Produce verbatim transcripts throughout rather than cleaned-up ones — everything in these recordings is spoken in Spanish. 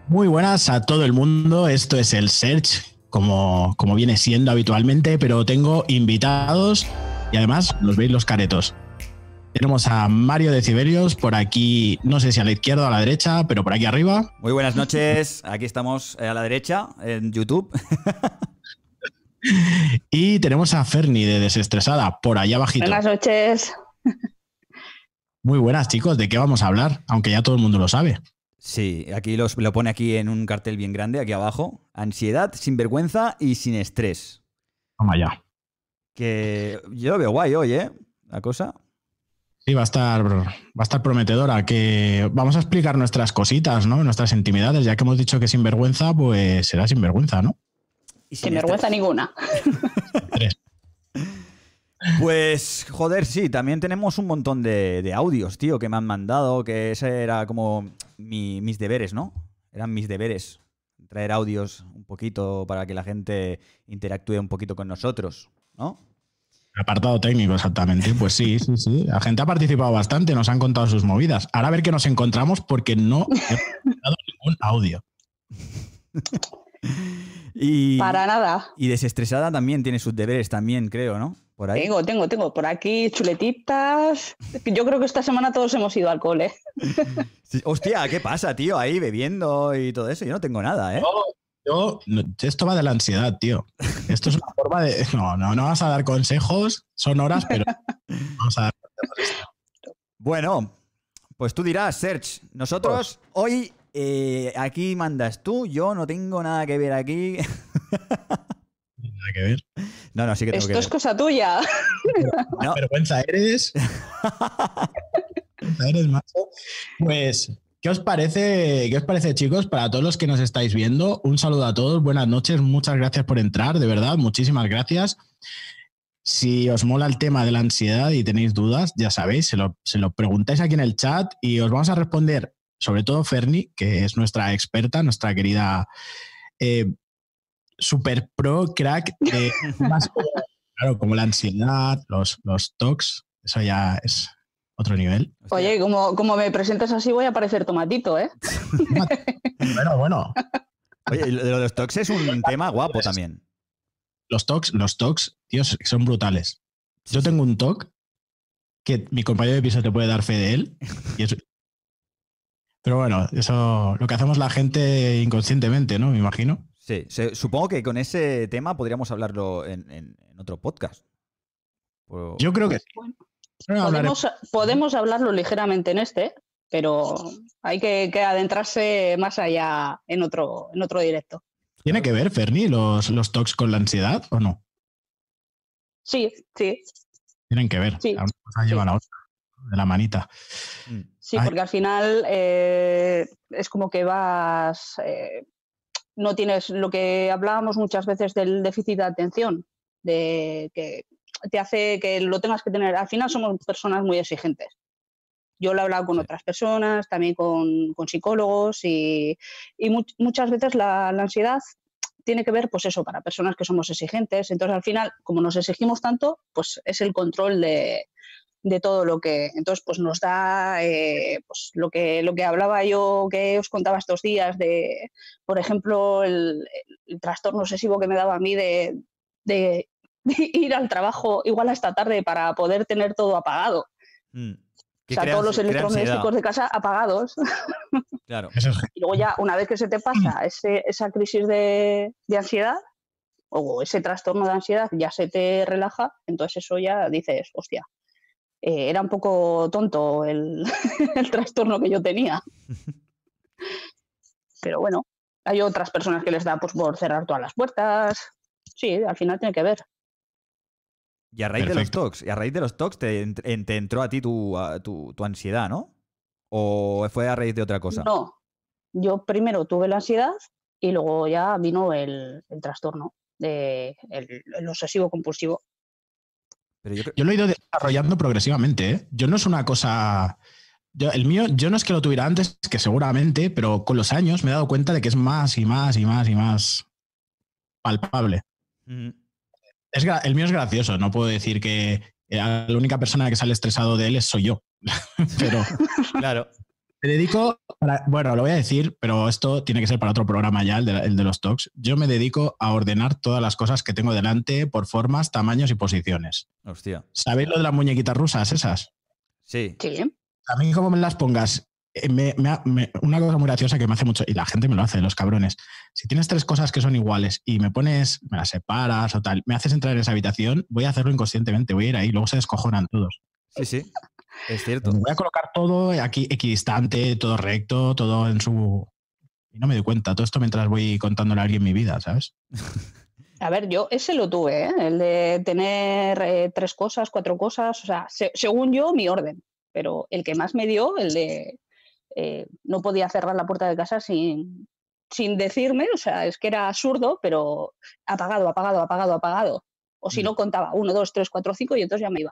Muy buenas a todo el mundo, esto es el Search, como, como viene siendo habitualmente, pero tengo invitados y además los veis los caretos. Tenemos a Mario Decibelios por aquí, no sé si a la izquierda o a la derecha, pero por aquí arriba. Muy buenas noches, aquí estamos a la derecha en YouTube. Y tenemos a Ferni de Desestresada por allá abajito. Buenas noches. Muy buenas, chicos, ¿de qué vamos a hablar? Aunque ya todo el mundo lo sabe. Sí, aquí los, lo pone aquí en un cartel bien grande, aquí abajo. Ansiedad, sinvergüenza y sin estrés. Vamos allá. Que yo lo veo guay hoy, ¿eh? La cosa. Sí, va a estar, va a estar prometedora. Que vamos a explicar nuestras cositas, ¿no? Nuestras intimidades. Ya que hemos dicho que sinvergüenza, pues será sinvergüenza, ¿no? Y sin Sinvergüenza estrés. ninguna. Tres. Pues, joder, sí, también tenemos un montón de, de audios, tío, que me han mandado, que ese era como mi- mis deberes, ¿no? Eran mis deberes, traer audios un poquito para que la gente interactúe un poquito con nosotros, ¿no? Apartado técnico, exactamente. Pues sí, sí, sí. La gente ha participado bastante, nos han contado sus movidas. Ahora a ver qué nos encontramos porque no he dado ningún audio. Y, Para nada. y Desestresada también tiene sus deberes también, creo, ¿no? Por ahí. Tengo, tengo, tengo. Por aquí chuletitas. Yo creo que esta semana todos hemos ido al cole. Sí, hostia, ¿qué pasa, tío? Ahí bebiendo y todo eso. Yo no tengo nada, ¿eh? Yo, no, esto va de la ansiedad, tío. Esto es una forma de... No, no, no vas a dar consejos, son horas, pero vamos a dar consejos. Bueno, pues tú dirás, Serge. Nosotros hoy eh, aquí mandas tú, yo no tengo nada que ver aquí. Nada que ver. No, no, sí que tengo Esto que es ver. cosa tuya. No. Vergüenza eres. Vergüenza eres, macho. Pues, ¿qué os parece, qué os parece, chicos? Para todos los que nos estáis viendo, un saludo a todos, buenas noches, muchas gracias por entrar, de verdad, muchísimas gracias. Si os mola el tema de la ansiedad y tenéis dudas, ya sabéis, se lo, se lo preguntáis aquí en el chat y os vamos a responder, sobre todo Ferni, que es nuestra experta, nuestra querida eh, super pro crack de temas como, claro, como la ansiedad, los, los tocs, eso ya es otro nivel. Hostia. Oye, como, como me presentes así voy a parecer tomatito, ¿eh? Bueno, bueno, Oye, y lo de los tocs es un tema guapo también. los tocs, los tocs, tíos, son brutales. Sí, Yo sí. tengo un toc que mi compañero de piso te puede dar fe de él. Y es... Pero bueno, eso lo que hacemos la gente inconscientemente, ¿no? Me imagino. Sí, se- supongo que con ese tema podríamos hablarlo en, en- en otro podcast. Por- Yo creo que sí. Bueno, Bueno, hablaremos- podemos, podemos hablarlo ligeramente en este, pero hay que, que adentrarse más allá en otro, en otro directo. ¿Tiene que ver, Ferni, los, los tocs con la ansiedad o no? Sí, sí, Tienen que ver. Sí, Una cosa lleva a la otra, de la manita. Mm. sí, Ay. porque al final eh, es como que vas, eh, no tienes lo que hablábamos muchas veces del déficit de atención, de que te hace que lo tengas que tener. Al final somos personas muy exigentes. Yo lo he hablado con Sí. otras personas, también con, con psicólogos y, y mu- muchas veces la, la ansiedad tiene que ver, pues eso, para personas que somos exigentes. Entonces, al final, como nos exigimos tanto, pues es el control de, de todo lo que... Entonces, pues nos da eh, pues lo que, lo que hablaba yo, que os contaba estos días, de, por ejemplo, el, el trastorno obsesivo que me daba a mí de, de, de ir al trabajo igual hasta tarde para poder tener todo apagado. Mm. O Que sea, crea todos los ansi- crea electrodomésticos ansiedad. de casa apagados. Claro. Eso es... Y luego ya, una vez que se te pasa ese, esa crisis de, de ansiedad o ese trastorno de ansiedad, ya se te relaja, entonces eso ya dices, hostia, eh, era un poco tonto el, el trastorno que yo tenía. Pero bueno, hay otras personas que les da pues, por cerrar todas las puertas. Sí, al final tiene que ver. Y a raíz de los Perfecto. tocs, y a raíz de los tocs te, ent- en- te entró a ti tu, a- tu, tu ansiedad, ¿no? ¿O fue a raíz de otra cosa? No, yo primero tuve la ansiedad y luego ya vino el, el trastorno, de, el, el obsesivo compulsivo. Pero yo creo... Yo lo he ido desarrollando progresivamente, ¿eh? Yo no es una cosa... Yo, el mío, yo no es que lo tuviera antes, que seguramente, pero con los años me he dado cuenta de que es más y más y más y más palpable. Mm. Es, gra- el mío es gracioso, no puedo decir que eh, la única persona que sale estresado de él es soy yo. Pero Claro. Me dedico, para, bueno, lo voy a decir, pero esto tiene que ser para otro programa ya, el de, el de los talks. Yo me dedico a ordenar todas las cosas que tengo delante por formas, tamaños y posiciones. Hostia. ¿Sabéis lo de las muñequitas rusas esas? Sí. Sí. A mí como me las pongas, me, me, me, una cosa muy graciosa que me hace mucho, y la gente me lo hace, los cabrones. Si tienes tres cosas que son iguales y me pones, me las separas o tal, me haces entrar en esa habitación, voy a hacerlo inconscientemente, voy a ir ahí, luego se descojonan todos. Sí, sí. Es cierto. Me voy a colocar todo aquí equidistante, todo recto, todo en su... Y no me doy cuenta, todo esto mientras voy contándole a alguien mi vida, ¿sabes? A ver, yo ese lo tuve, ¿eh? El de tener eh, tres cosas, cuatro cosas, o sea, se, según yo, mi orden. Pero el que más me dio, el de eh, no podía cerrar la puerta de casa sin, sin decirme, o sea, es que era absurdo, pero apagado, apagado, apagado, apagado. O si no, contaba uno, dos, tres, cuatro, cinco y entonces ya me iba.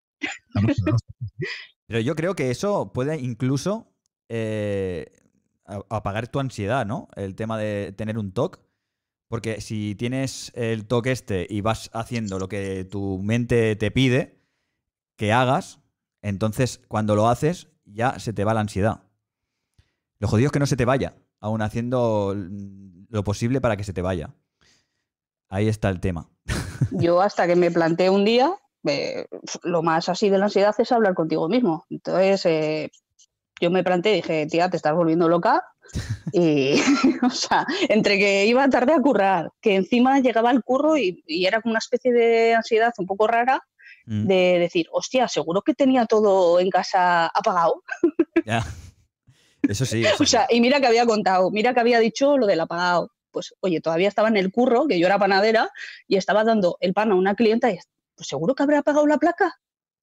Pero yo creo que eso puede incluso eh, apagar tu ansiedad, ¿no? El tema de tener un T O C. Porque si tienes el T O C este y vas haciendo lo que tu mente te pide que hagas, entonces cuando lo haces ya se te va la ansiedad. Lo jodido es que no se te vaya, aún haciendo lo posible para que se te vaya. Ahí está el tema. Yo hasta que me planteé un día, eh, lo más así de la ansiedad es hablar contigo mismo. Entonces eh, yo me planteé y dije, tía, te estás volviendo loca. Y, o sea, entre que iba tarde a currar, que encima llegaba al curro y, y era como una especie de ansiedad un poco rara mm. de decir, hostia, seguro que tenía todo en casa apagado. Ya, eso sí. Eso o sea, sí. Y mira que había contado, mira que había dicho lo del apagado. Pues, oye, todavía estaba en el curro, que yo era panadera, y estaba dando el pan a una clienta y, pues, ¿seguro que habrá apagado la placa?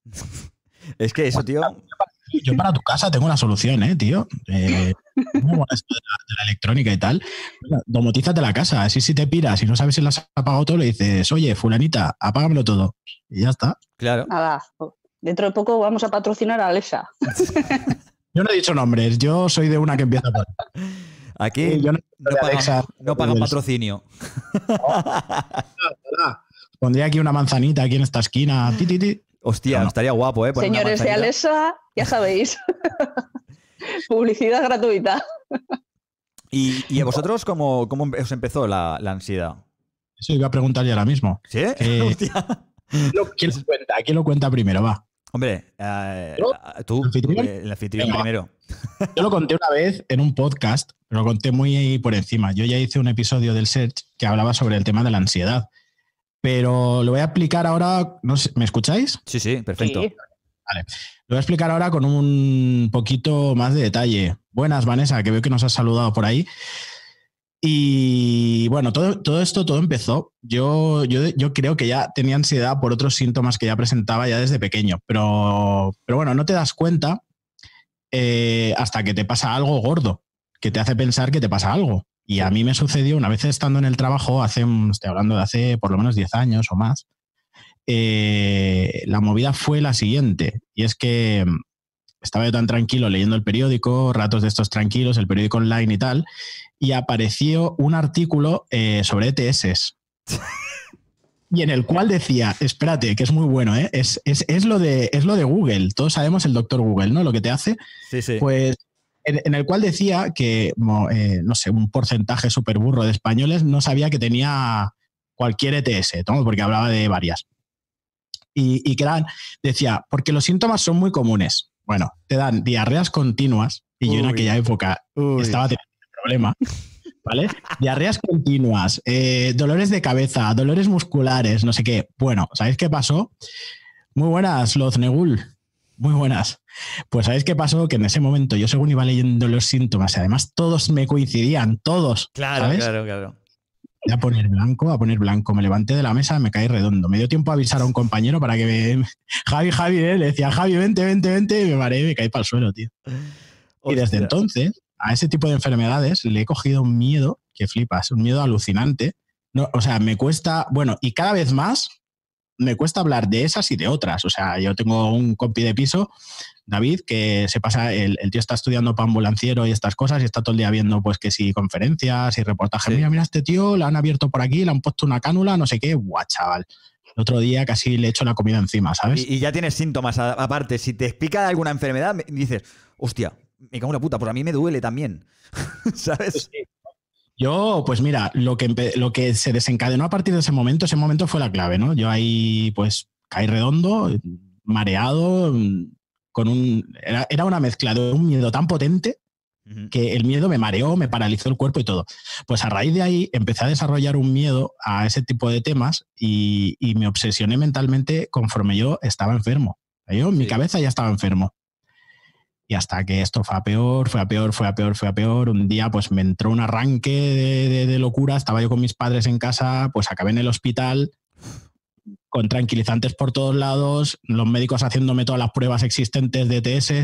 Es que eso, tío... Yo para tu casa tengo una solución, ¿eh, tío? Eh, ¿Cómo mola esto de la, de la electrónica y tal? Domotízate la casa, así si te piras y no sabes si la has apagado todo, le dices, oye, fulanita, apágamelo todo. Y ya está. Claro. Nada, dentro de poco vamos a patrocinar a Alexa. Yo no he dicho nombres, yo soy de una que empieza por... Aquí eh, yo no, no, pagan, Alexa, no pagan patrocinio. No, no, no. Pondría aquí una manzanita aquí en esta esquina. Ti, ti, ti. Hostia, no. Estaría guapo, ¿eh? Señores de Alexa, ya sabéis. Publicidad gratuita. ¿Y, y a vosotros cómo, cómo os empezó la, la ansiedad? Eso iba a preguntar yo ahora mismo. ¿Sí? Eh, Hostia. ¿Quién lo cuenta? ¿Quién lo cuenta primero? Va. Hombre, uh, tú, ¿Anfitrión? el anfitrión Venga. primero. Yo lo conté una vez en un podcast, lo conté muy por encima. Yo ya hice un episodio del Search que hablaba sobre el tema de la ansiedad. Pero lo voy a explicar ahora. No sé, ¿me escucháis? Sí, sí, perfecto. Sí. Vale. Lo voy a explicar ahora con un poquito más de detalle. Buenas, Vanessa, que veo que nos has saludado por ahí. Y bueno, todo, todo esto, todo empezó. Yo, yo, yo creo que ya tenía ansiedad por otros síntomas que ya presentaba ya desde pequeño. Pero, pero bueno, no te das cuenta eh, hasta que te pasa algo gordo, que te hace pensar que te pasa algo. Y a mí me sucedió una vez estando en el trabajo, hace, estoy hablando de hace por lo menos diez años o más, eh, la movida fue la siguiente. Y es que estaba yo tan tranquilo leyendo el periódico, ratos de estos tranquilos, el periódico online y tal, y apareció un artículo eh, sobre E T S. Y en el cual decía, espérate, que es muy bueno, ¿eh? es, es, es, lo de, es lo de Google. Todos sabemos el doctor Google, ¿no? Lo que te hace. Sí, sí. Pues... En el cual decía que, eh, no sé, un porcentaje súper burro de españoles no sabía que tenía cualquier E T S, ¿no? Porque hablaba de varias. Y, y que eran, decía, porque los síntomas son muy comunes. Bueno, te dan diarreas continuas, y Uy. yo en aquella época Uy. estaba teniendo un problema, ¿vale? Diarreas continuas, eh, dolores de cabeza, dolores musculares, no sé qué. Bueno, ¿sabéis qué pasó? Muy buenas, Loznegul. Muy buenas. Pues ¿sabéis qué pasó? Que en ese momento yo según iba leyendo los síntomas y además todos me coincidían, todos. Claro, ¿sabes? claro, claro. A poner blanco, a poner blanco. Me levanté de la mesa, me caí redondo. Me dio tiempo a avisar a un compañero para que me... Javi, Javi, ¿eh? Le decía, Javi, vente, vente, vente. Y me paré y me caí para el suelo, tío. Hostia. Y desde entonces, a ese tipo de enfermedades le he cogido un miedo que flipas, un miedo alucinante. No, o sea, me cuesta... Bueno, y cada vez más... me cuesta hablar de esas y de otras. O sea, yo tengo un compi de piso, David, que se pasa, el, el tío está estudiando para ambulanciero y estas cosas y está todo el día viendo, pues, que si conferencias y reportajes. Sí. Mira, mira, este tío, le han abierto por aquí, le han puesto una cánula, no sé qué. Buah, chaval. El otro día casi le echo la comida encima, ¿sabes? Y, y ya tienes síntomas. Aparte, si te explica alguna enfermedad, dices, hostia, me cago en la puta, pues a mí me duele también, ¿sabes? Sí. Yo, pues mira, lo que, lo que se desencadenó a partir de ese momento, ese momento fue la clave, ¿no? Yo ahí, pues, caí redondo, mareado, con un... Era, era una mezcla de un miedo tan potente que el miedo me mareó, me paralizó el cuerpo y todo. Pues a raíz de ahí empecé a desarrollar un miedo a ese tipo de temas y, y me obsesioné mentalmente conforme yo estaba enfermo. Yo en sí. mi cabeza ya estaba enfermo. Y hasta que esto fue a peor, fue a peor, fue a peor, fue a peor. Un día pues me entró un arranque de, de, de locura. Estaba yo con mis padres en casa, pues acabé en el hospital con tranquilizantes por todos lados, los médicos haciéndome todas las pruebas existentes de E T S.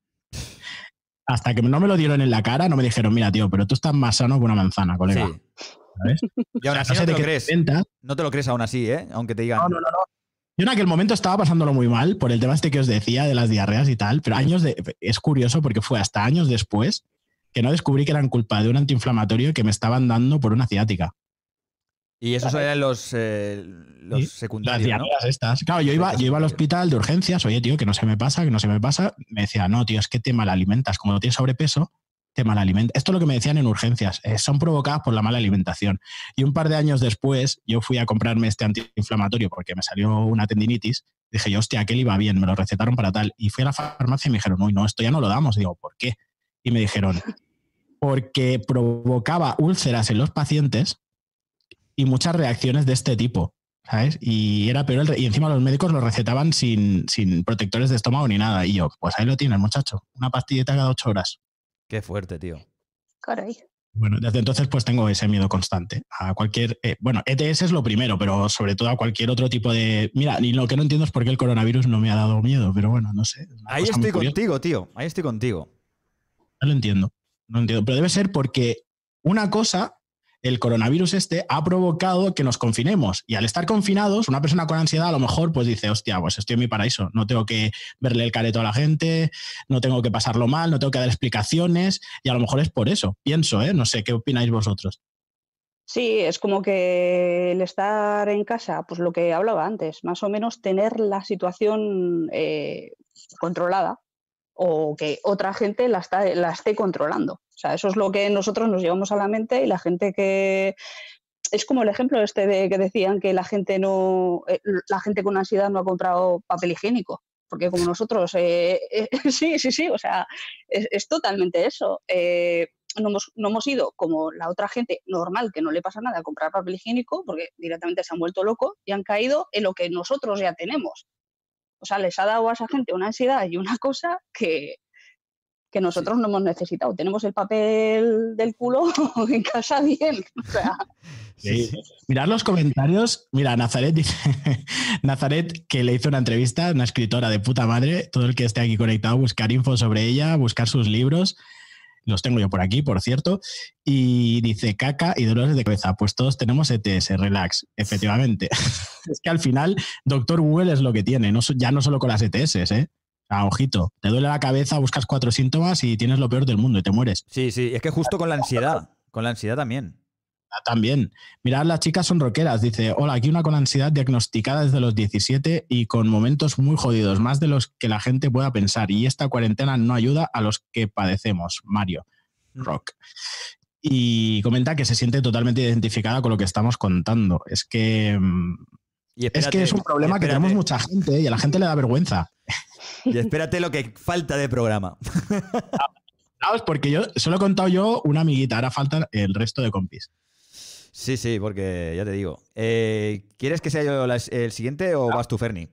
Hasta que no me lo dieron en la cara, no me dijeron, mira, tío, pero tú estás más sano que una manzana, colega. Sí. ¿Sabes? Y aún así o sea, no, no te lo crees. No te lo crees aún así, ¿eh? Aunque te digan... No, no, no, no. Yo en aquel momento estaba pasándolo muy mal por el tema este que os decía de las diarreas y tal, pero años de... Es curioso porque fue hasta años después que no descubrí que eran culpa de un antiinflamatorio que me estaban dando por una ciática. Y esos eran los, eh, los ¿Sí? secundarios, las diarreas, ¿no? Estas. Claro, yo iba, yo iba al hospital de urgencias, oye, tío, que no se me pasa, que no se me pasa. Me decía, no, tío, es que te malalimentas. Como no tienes sobrepeso, te malalimentas. Esto es lo que me decían en urgencias. Eh, son provocadas por la mala alimentación. Y un par de años después, yo fui a comprarme este antiinflamatorio porque me salió una tendinitis. Dije yo, hostia, aquel iba bien, me lo recetaron para tal. Y fui a la farmacia y me dijeron, uy, no, esto ya no lo damos. Digo, ¿por qué? Y me dijeron, porque provocaba úlceras en los pacientes y muchas reacciones de este tipo, ¿sabes? Y era peor, el, y encima los médicos lo recetaban sin, sin protectores de estómago ni nada. Y yo, pues ahí lo tienes, muchacho. Una pastillita cada ocho horas. Qué fuerte, tío. Caray. Bueno, desde entonces pues tengo ese miedo constante a cualquier... Eh, bueno, E T S es lo primero, pero sobre todo a cualquier otro tipo de... Mira, y lo que no entiendo es por qué el coronavirus no me ha dado miedo, pero bueno, no sé. Ahí estoy contigo, tío. Ahí estoy contigo. No lo entiendo. No lo entiendo. Pero debe ser porque una cosa... El coronavirus este ha provocado que nos confinemos y al estar confinados, una persona con ansiedad a lo mejor pues dice, hostia, pues estoy en mi paraíso, no tengo que verle el careto a la gente, no tengo que pasarlo mal, no tengo que dar explicaciones y a lo mejor es por eso, pienso, ¿eh? No sé, ¿qué opináis vosotros? Sí, es como que el estar en casa, pues lo que hablaba antes, más o menos tener la situación eh, controlada o que otra gente la, está, la esté controlando. O sea, eso es lo que nosotros nos llevamos a la mente y la gente que... Es como el ejemplo este de que decían que la gente no, eh, la gente con ansiedad no ha comprado papel higiénico, porque como nosotros, eh, eh, sí, sí, sí, o sea, es, es totalmente eso. Eh, no hemos, no hemos ido como la otra gente normal que no le pasa nada a comprar papel higiénico, porque directamente se han vuelto locos y han caído en lo que nosotros ya tenemos. O sea, les ha dado a esa gente una ansiedad y una cosa que... que nosotros sí. no hemos necesitado. Tenemos el papel del culo en casa bien. O sea. Sí. Sí. Mirad los comentarios. Mira, Nazaret dice, Nazaret, que le hizo una entrevista, una escritora de puta madre, todo el que esté aquí conectado, buscar info sobre ella, buscar sus libros. Los tengo yo por aquí, por cierto. Y dice, caca y dolores de cabeza. Pues todos tenemos E T S, relax. Efectivamente. Es que al final, doctor Google es lo que tiene, no, ya no solo con las E T S, ¿eh? Ah, ojito, te duele la cabeza, buscas cuatro síntomas y tienes lo peor del mundo y te mueres. Sí, sí, es que justo con la ansiedad, con la ansiedad también. Ah, también. Mirad, las chicas son rockeras. Dice, hola, aquí una con ansiedad diagnosticada desde los diecisiete y con momentos muy jodidos, más de los que la gente pueda pensar. Y esta cuarentena no ayuda a los que padecemos. Mario, rock. Y comenta que se siente totalmente identificada con lo que estamos contando. Es que... Y espérate, es que es un problema espérate. que tenemos mucha gente y a la gente le da vergüenza. Y espérate lo que falta de programa. No, es porque yo solo he contado yo una amiguita, ahora falta el resto de compis. Sí, sí, porque ya te digo. Eh, ¿Quieres que sea yo la, el siguiente o no. vas tú, Ferni?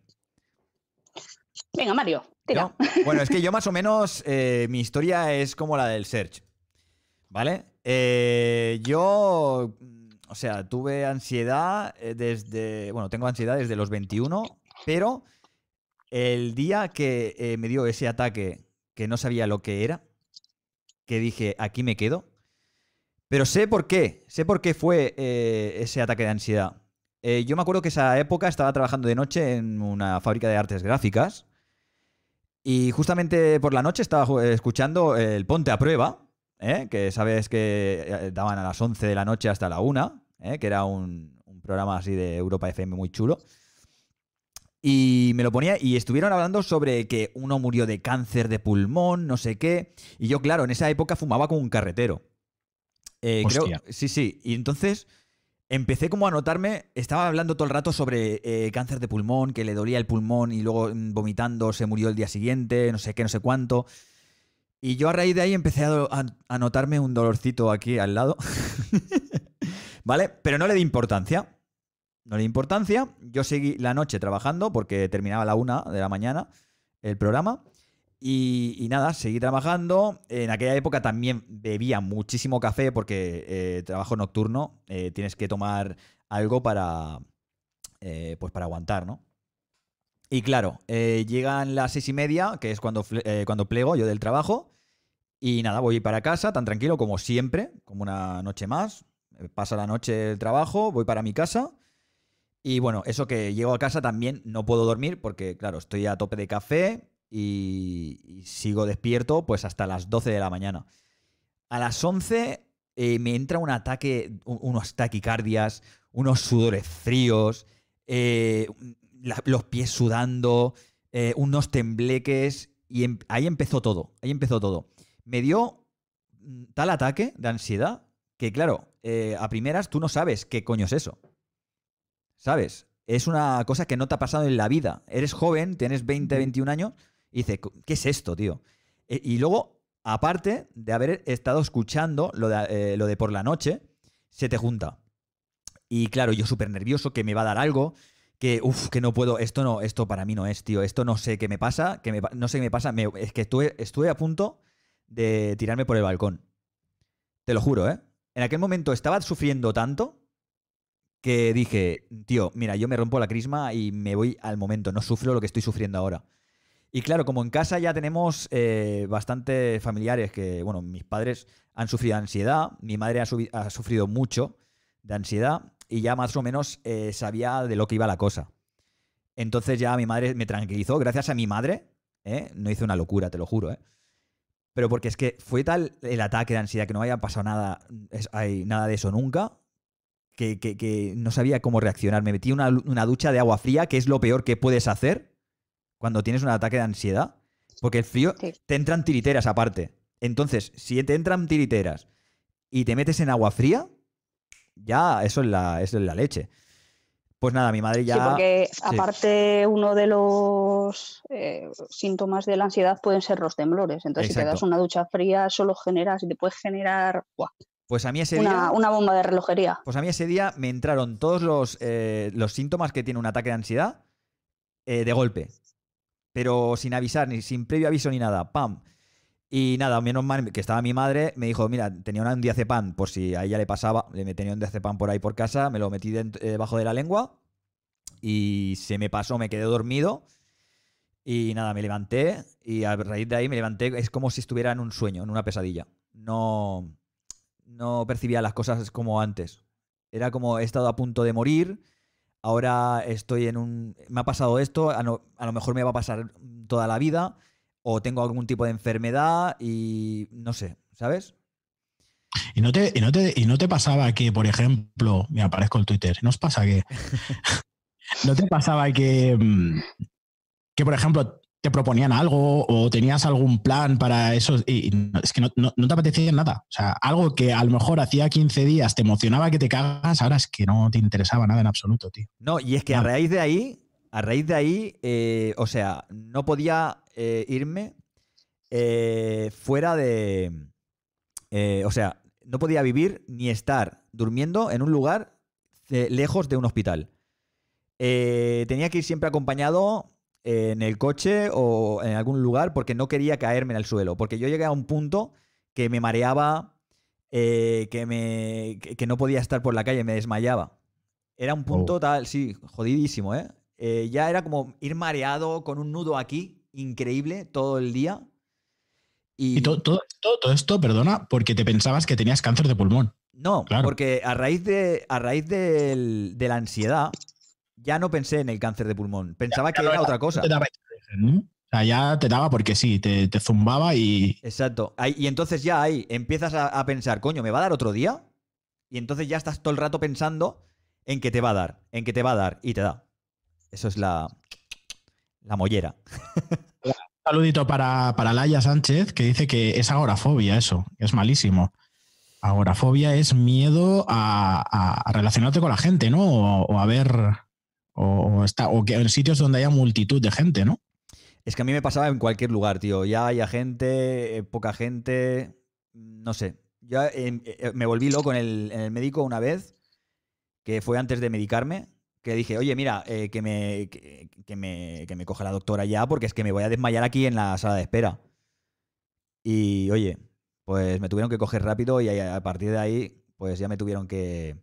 Venga, Mario, tira. ¿No? Bueno, es que yo más o menos, eh, mi historia es como la del Serge, ¿vale? Eh, yo, o sea, tuve ansiedad desde, bueno, tengo ansiedad desde los veintiuno, pero el día que eh, me dio ese ataque que no sabía lo que era, que dije, aquí me quedo. Pero sé por qué, sé por qué fue eh, ese ataque de ansiedad. Eh, yo me acuerdo que esa época estaba trabajando de noche en una fábrica de artes gráficas y justamente por la noche estaba escuchando el Ponte a Prueba, ¿eh? Que sabes que daban a las once de la noche hasta la una, ¿eh? Que era un, un programa así de Europa F M muy chulo. Y me lo ponía y estuvieron hablando sobre que uno murió de cáncer de pulmón, no sé qué. Y yo, claro, en esa época fumaba como un carretero. Eh, creo, Hostia. sí, sí. Y entonces empecé como a notarme, estaba hablando todo el rato sobre eh, cáncer de pulmón, que le dolía el pulmón y luego mm, vomitando se murió el día siguiente, no sé qué, no sé cuánto. Y yo a raíz de ahí empecé a, a, a notarme un dolorcito aquí al lado. ¿Vale? Pero no le di importancia. No le di importancia. Yo seguí la noche trabajando porque terminaba a la una de la mañana el programa. Y, y nada, seguí trabajando. En aquella época también bebía muchísimo café porque eh, trabajo nocturno. Eh, tienes que tomar algo para, eh, pues para aguantar, ¿no? Y claro, eh, llegan las seis y media, que es cuando, eh, cuando plego yo del trabajo. Y nada, voy para casa tan tranquilo como siempre, como una noche más. Pasa la noche del trabajo, voy para mi casa. Y bueno, eso que llego a casa también no puedo dormir porque, claro, estoy a tope de café y, y sigo despierto pues hasta las doce de la mañana. A las once eh, me entra un ataque, un, unos taquicardias, unos sudores fríos, eh, la, los pies sudando, eh, unos tembleques y em, ahí empezó todo, ahí empezó todo. Me dio tal ataque de ansiedad que, claro, eh, a primeras tú no sabes qué coño es eso. ¿Sabes? Es una cosa que no te ha pasado en la vida. Eres joven, tienes veinte, veintiún años y dices, ¿qué es esto, tío? E y luego, aparte de haber estado escuchando lo de, eh, lo de por la noche, se te junta. Y claro, yo súper nervioso, que me va a dar algo, que uff, que no puedo, esto no, esto para mí no es, tío. Esto no sé qué me pasa, que me, no sé qué me pasa. Me, es que estuve, estuve a punto de tirarme por el balcón. Te lo juro, ¿eh? En aquel momento estaba sufriendo tanto que dije, tío, mira, yo me rompo la crisma y me voy al momento, no sufro lo que estoy sufriendo ahora. Y claro, como en casa ya tenemos eh, bastante familiares que, bueno, mis padres han sufrido ansiedad, mi madre ha, ha sufrido mucho de ansiedad y ya más o menos eh, sabía de lo que iba la cosa. Entonces ya mi madre me tranquilizó, gracias a mi madre, ¿eh? No hice una locura, te lo juro, ¿eh? Pero porque es que fue tal el ataque de ansiedad que no me haya pasado nada, es, hay, nada de eso nunca, que, que, que no sabía cómo reaccionar. Me metí una, una ducha de agua fría, que es lo peor que puedes hacer cuando tienes un ataque de ansiedad, porque el frío sí. Te entran tiriteras aparte. Entonces, si te entran tiriteras y te metes en agua fría, ya eso es la, eso es la leche. Pues nada, mi madre ya... Sí, porque aparte sí. uno de los eh, síntomas de la ansiedad pueden ser los temblores. Entonces, Exacto. Si te das una ducha fría, solo generas y te puedes generar... ¡buah! Pues a mí ese una, día... Una bomba de relojería. Pues a mí ese día me entraron todos los, eh, los síntomas que tiene un ataque de ansiedad eh, de golpe. Pero sin avisar, ni sin previo aviso ni nada. ¡Pam! Y nada, menos mal que estaba mi madre, me dijo, mira, tenía un diazepam, por si a ella le pasaba, le tenía un diazepam por ahí por casa, me lo metí debajo de la lengua y se me pasó, me quedé dormido y nada, me levanté y a raíz de ahí me levanté, es como si estuviera en un sueño, en una pesadilla. No, no percibía las cosas como antes. Era como he estado a punto de morir, ahora estoy en un... me ha pasado esto, a, no, a lo mejor me va a pasar toda la vida... o tengo algún tipo de enfermedad y no sé, ¿sabes? ¿Y no te, y no te, y no te pasaba que, por ejemplo, me aparezco en Twitter, ¿no os pasa que... ¿No te pasaba que, que, por ejemplo, te proponían algo o tenías algún plan para eso y, y es que no, no, no te apetecía nada? O sea, algo que a lo mejor hacía quince días te emocionaba que te cagas, ahora es que no te interesaba nada en absoluto, tío. No, y es que a raíz de ahí... A raíz de ahí, eh, o sea, no podía eh, irme eh, fuera de... Eh, o sea, no podía vivir ni estar durmiendo en un lugar eh, lejos de un hospital. Eh, tenía que ir siempre acompañado eh, en el coche o en algún lugar porque no quería caerme en el suelo. Porque yo llegué a un punto que me mareaba, eh, que, me, que, que no podía estar por la calle, me desmayaba. Era un punto oh. tal, sí, jodidísimo, ¿eh? Eh, ya era como ir mareado con un nudo aquí, increíble, todo el día. Y, y todo, todo, esto, todo esto, perdona, porque te pensabas que tenías cáncer de pulmón. No, claro. Porque a raíz, de, a raíz de, de la ansiedad, ya no pensé en el cáncer de pulmón. Pensaba ya, que era otra cosa. Te daba, ¿no? O sea, ya te daba porque sí, te, te zumbaba y... Exacto. Y entonces ya ahí empiezas a, a pensar, coño, ¿me va a dar otro día? Y entonces ya estás todo el rato pensando en que te va a dar, en que te va a dar, y te da. Eso es la... La mollera. Un saludito para, para Laia Sánchez, que dice que es agorafobia eso, que es malísimo. Agorafobia es miedo a, a, a relacionarte con la gente, ¿no? O, o a ver, o, o, está, o que en sitios donde haya multitud de gente, ¿no? Es que a mí me pasaba en cualquier lugar, tío. Ya haya gente, eh, poca gente, no sé. Ya eh, eh, me volví loco en el, en el médico una vez, que fue antes de medicarme, que dije, oye, mira, eh, que, me, que, que, me, que me coja la doctora ya, porque es que me voy a desmayar aquí en la sala de espera. Y, oye, pues me tuvieron que coger rápido y a partir de ahí, pues ya me tuvieron que,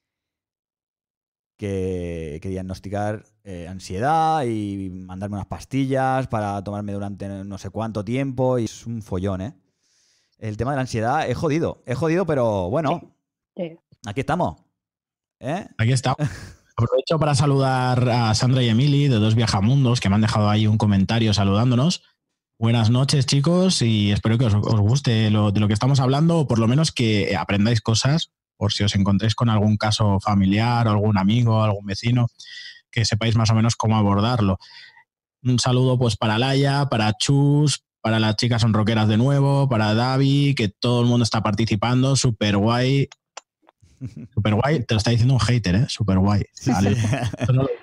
que, que diagnosticar eh, ansiedad y mandarme unas pastillas para tomarme durante no sé cuánto tiempo. Y es un follón, ¿eh? El tema de la ansiedad es jodido. Es jodido, pero bueno, Sí, sí. aquí estamos. ¿Eh? Aquí está. Aprovecho para saludar a Sandra y Emily de Dos Viajamundos, que me han dejado ahí un comentario saludándonos. Buenas noches, chicos, y espero que os, os guste lo, de lo que estamos hablando, o por lo menos que aprendáis cosas, por si os encontréis con algún caso familiar, o algún amigo, algún vecino, que sepáis más o menos cómo abordarlo. Un saludo pues para Laia, para Chus, para las chicas son rockeras de nuevo, para Davi, que todo el mundo está participando, súper guay. Súper guay, te lo está diciendo un hater, ¿eh? Súper guay. Sí, Vale. sí. No lo...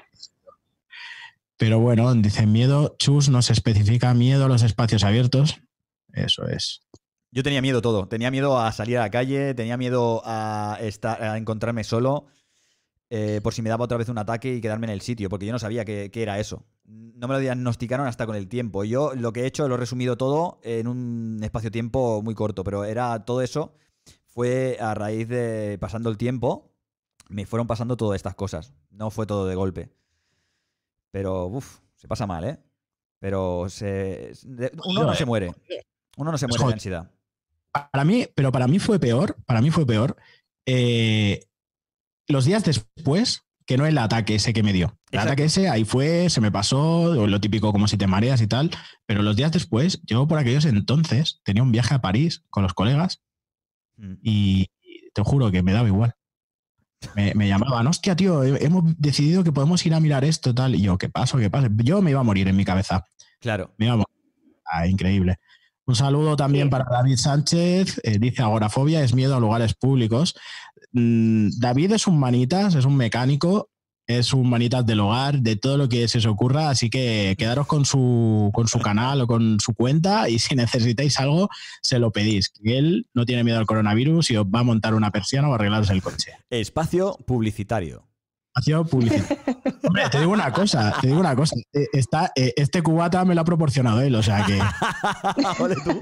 Pero bueno, dice miedo, Chus nos especifica miedo a los espacios abiertos. Eso es. Yo tenía miedo todo. Tenía miedo a salir a la calle, tenía miedo a, estar, a encontrarme solo, eh, por si me daba otra vez un ataque y quedarme en el sitio, porque yo no sabía qué, qué era eso. No me lo diagnosticaron hasta con el tiempo. Yo lo que he hecho lo he resumido todo en un espacio-tiempo muy corto, pero era todo eso fue a raíz de pasando el tiempo, me fueron pasando todas estas cosas. No fue todo de golpe. Pero, uff, se pasa mal, ¿eh? Pero se, de, uno no se muere. Uno no se muere de ansiedad. Para mí, pero para mí fue peor, para mí fue peor eh, los días después que no el ataque ese que me dio. El Exacto. ataque ese, ahí fue, se me pasó, lo típico como si te mareas y tal, pero los días después, yo por aquellos entonces tenía un viaje a París con los colegas mm. y te juro que me daba igual. Me, me llamaban, hostia, tío, hemos decidido que podemos ir a mirar esto, tal. Y yo, ¿qué pasa? ¿Qué pasa? Yo me iba a morir en mi cabeza. Claro. Me iba a morir. Ah, increíble. Un saludo también sí. para David Sánchez. Eh, dice, agorafobia es miedo a lugares públicos. Mm, David es un manitas, es un mecánico, es un manitas del hogar, de todo lo que se os ocurra. Así que quedaros con su, con su canal o con su cuenta y si necesitáis algo, se lo pedís. Él no tiene miedo al coronavirus y os va a montar una persiana o arreglaros el coche. Espacio publicitario. Espacio publicitario. Hombre, te digo una cosa, te digo una cosa. Está, este cubata me lo ha proporcionado él, o sea que... Ole, tú.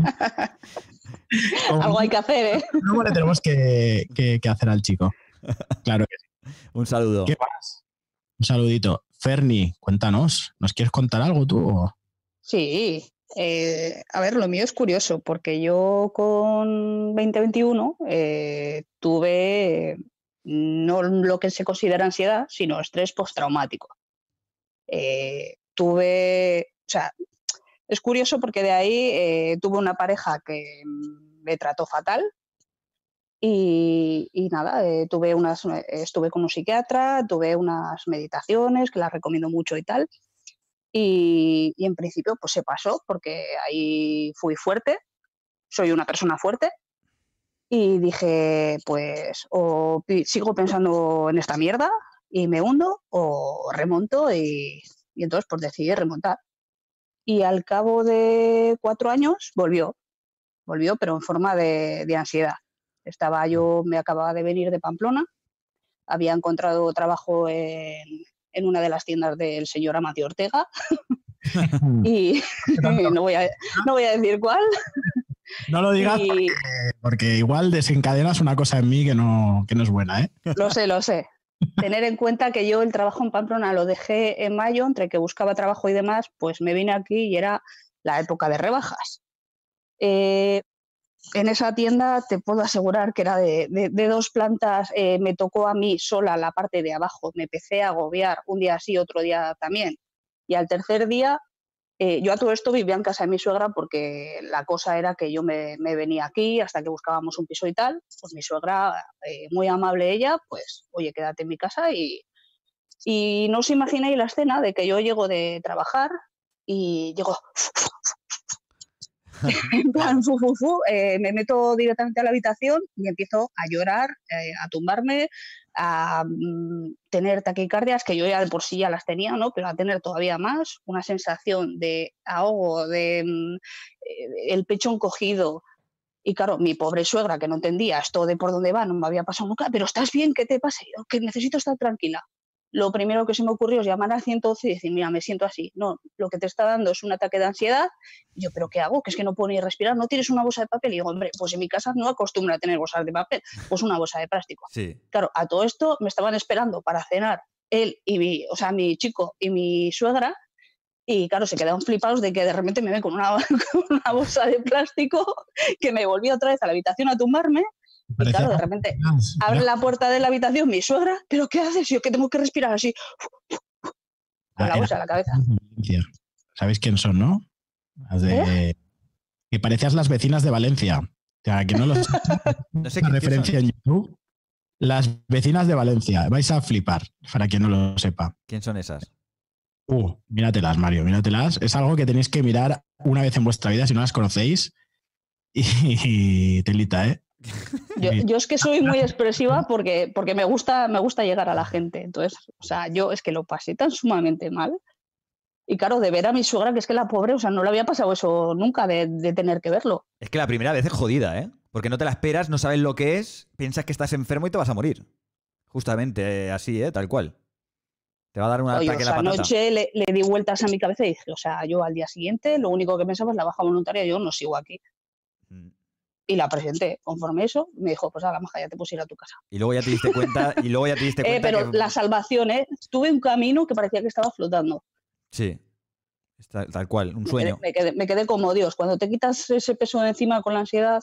Como, algo hay que hacer, ¿eh? ¿Cómo le tenemos que, que, que hacer al chico? Claro que sí. Un saludo. ¿Qué más? Un saludito. Ferni, cuéntanos. ¿Nos quieres contar algo tú? Sí. Eh, a ver, lo mío es curioso, porque yo con veinte veintiuno eh, tuve no lo que se considera ansiedad, sino estrés postraumático. Eh, tuve, o sea, es curioso porque de ahí eh, tuve una pareja que me trató fatal y, y nada, eh, tuve unas, estuve con un psiquiatra, tuve unas meditaciones que las recomiendo mucho y tal. Y, y en principio pues se pasó porque ahí fui fuerte, soy una persona fuerte y dije pues o sigo pensando en esta mierda y me hundo o remonto y, y entonces pues decidí remontar. Y al cabo de cuatro años volvió, volvió pero en forma de, de ansiedad. Estaba yo, me acababa de venir de Pamplona, había encontrado trabajo en, en una de las tiendas del señor Amancio Ortega y no voy, a, no voy a decir cuál. No lo digas y... porque, porque igual desencadenas una cosa en mí que no, que no es buena, ¿eh? Lo sé, lo sé. Tener en cuenta que yo el trabajo en Pamplona lo dejé en mayo, entre que buscaba trabajo y demás, pues me vine aquí y era la época de rebajas. Eh, en esa tienda te puedo asegurar que era de, de, de dos plantas, eh, me tocó a mí sola la parte de abajo, me empecé a agobiar un día sí, otro día también. Y al tercer día, eh, yo a todo esto vivía en casa de mi suegra porque la cosa era que yo me, me venía aquí hasta que buscábamos un piso y tal. Pues mi suegra, eh, muy amable ella, pues oye, quédate en mi casa y, y no os imagináis la escena de que yo llego de trabajar, y llego, en plan, fu, fu, fu, eh, me meto directamente a la habitación y empiezo a llorar, eh, a tumbarme, a mm, tener taquicardias, que yo ya de por sí ya las tenía, ¿no? Pero a tener todavía más, una sensación de ahogo, de mm, eh, el pecho encogido. Y claro, mi pobre suegra, que no entendía esto de por dónde va, no me había pasado nunca, pero ¿estás bien? ¿Qué te pasa? Yo, que necesito estar tranquila. Lo primero que se me ocurrió es llamar al ciento once y decir, mira, me siento así. No, lo que te está dando es un ataque de ansiedad. Y yo, ¿pero qué hago? Que es que no puedo ni respirar. ¿No tienes una bolsa de papel? Y digo, hombre, pues en mi casa no acostumbro a tener bolsas de papel, pues una bolsa de plástico. Sí. Claro, a todo esto me estaban esperando para cenar él y mi, o sea, mi chico y mi suegra. Y claro, se quedaron flipados de que de repente me ven con una, con una bolsa de plástico, que me volví otra vez a la habitación a tumbarme. Y claro, de repente abre la puerta de la habitación mi suegra, ¿pero qué haces? Yo que tengo que respirar así, con la bolsa en la cabeza. ¿Sabéis quién son, no? Las de... ¿Eh? Que parecías las vecinas de Valencia. O sea, que no lo sé. No sé una qué referencia en YouTube. Las vecinas de Valencia. Vais a flipar, para quien no lo sepa. ¿Quién son esas? Uh, míratelas, Mario, míratelas. Es algo que tenéis que mirar una vez en vuestra vida si no las conocéis. Y, y telita, ¿eh? Yo, yo es que soy muy expresiva porque, porque me gusta, me gusta llegar a la gente. Entonces, o sea, yo es que lo pasé tan sumamente mal. Y claro, de ver a mi suegra, que es que la pobre, o sea, no le había pasado eso nunca de, de tener que verlo. Es que la primera vez es jodida, ¿eh? Porque no te la esperas, no sabes lo que es, piensas que estás enfermo y te vas a morir. Justamente eh, así, ¿eh? Tal cual. Te va a dar un Oye, ataque o sea, a la patata. anoche le, le di vueltas a mi cabeza y dije, o sea, yo al día siguiente lo único que pensaba es la baja voluntaria, yo no sigo aquí. Mm. Y la presenté. Conforme eso, me dijo, pues a la maja, ya te puedes ir a tu casa. Y luego ya te diste cuenta, y luego ya te diste cuenta eh, pero que... la salvación, ¿eh? Tuve un camino que parecía que estaba flotando. Sí. Está, tal cual, un sueño. Me quedé, me, quedé, me quedé como Dios. Cuando te quitas ese peso de encima con la ansiedad...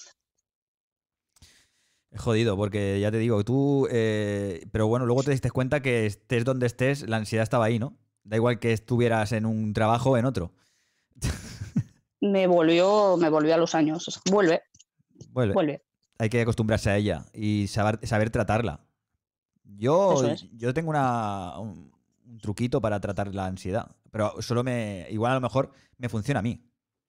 Es jodido, porque ya te digo, tú... Eh, pero bueno, luego te diste cuenta que estés donde estés, la ansiedad estaba ahí, ¿no? Da igual que estuvieras en un trabajo o en otro. me volvió me volvió a los años. Vuelve. Vuelve. Vuelve. Hay que acostumbrarse a ella y saber, saber tratarla. Yo, es. yo tengo una, un, un truquito para tratar la ansiedad, pero solo me... Igual a lo mejor me funciona a mí.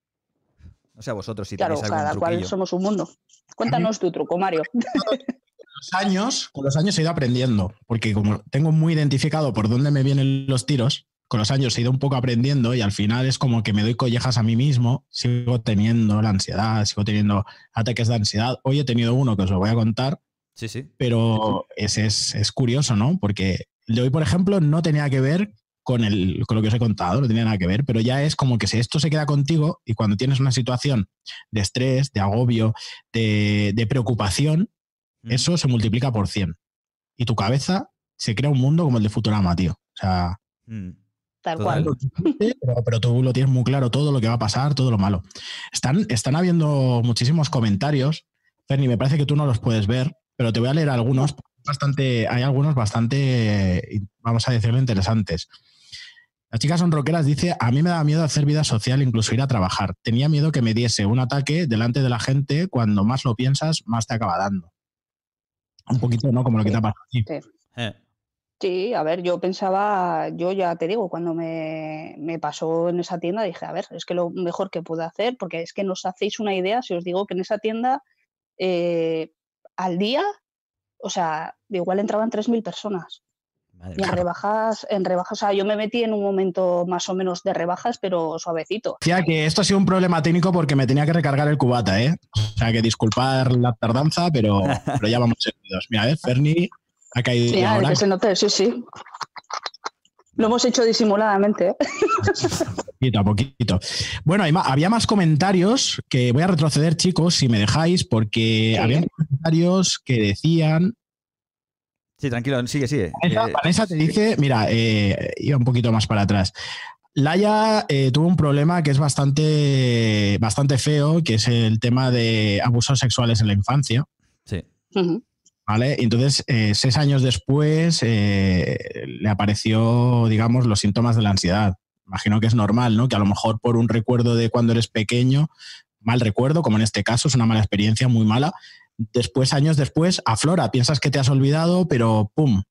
No sé a vosotros si claro, tenéis algún cada truquillo. cual somos un mundo. Cuéntanos tu truco, Mario. Con los años, con los años he ido aprendiendo, porque como tengo muy identificado por dónde me vienen los tiros, con los años he ido un poco aprendiendo y al final es como que me doy collejas a mí mismo, sigo teniendo la ansiedad, sigo teniendo ataques de ansiedad. Hoy he tenido uno que os lo voy a contar, sí, sí. pero ese es, es curioso, ¿no? Porque el de hoy, por ejemplo, no tenía que ver con, el, con lo que os he contado, no tenía nada que ver, pero ya es como que si esto se queda contigo y cuando tienes una situación de estrés, de agobio, de, de preocupación, mm. eso se multiplica por cien. Y tu cabeza se crea un mundo como el de Futurama, tío. O sea... Mm. Tal cual. Pero, pero tú lo tienes muy claro, todo lo que va a pasar, todo lo malo. Están, están habiendo muchísimos comentarios. Ferni, me parece que tú no los puedes ver, pero te voy a leer algunos. Bastante, hay algunos bastante, vamos a decirlo, interesantes. Las chicas son rockeras, dice, a mí me da miedo hacer vida social, incluso ir a trabajar. Tenía miedo que me diese un ataque delante de la gente. Cuando más lo piensas, más te acaba dando. Un poquito, ¿no? Como lo que te ha pasado aquí. Sí. Eh. Sí, a ver, yo pensaba, yo ya te digo, cuando me, me pasó en esa tienda, dije, a ver, es que lo mejor que puedo hacer, porque es que no os hacéis una idea, si os digo que en esa tienda eh, al día, o sea, igual entraban tres mil personas. Madre y en rebajas, en rebajas, o sea, yo me metí en un momento más o menos de rebajas, pero suavecito. Decía que esto ha sido un problema técnico porque me tenía que recargar el cubata, ¿eh? O sea, que disculpar la tardanza, pero, pero ya vamos servidos. Mira, a ver, Ferni... Ha caído sí, ahora. Que se note, sí, sí. Lo hemos hecho disimuladamente. ¿eh? Poquito a poquito. Bueno, hay más, había más comentarios que voy a retroceder, chicos, si me dejáis, porque sí. Había comentarios que decían... Sí, tranquilo, sigue, sigue. Vanessa, eh, Vanessa te dice, mira, eh, iba un poquito más para atrás. Laia eh, tuvo un problema que es bastante, bastante feo, que es el tema de abusos sexuales en la infancia. Sí. Uh-huh. ¿Vale? Entonces, eh, seis años después eh, le apareció, digamos, los síntomas de la ansiedad. Imagino que es normal, ¿no? Que a lo mejor por un recuerdo de cuando eres pequeño, mal recuerdo, como en este caso, es una mala experiencia, muy mala. Después, años después, aflora. Piensas que te has olvidado, pero ¡pum!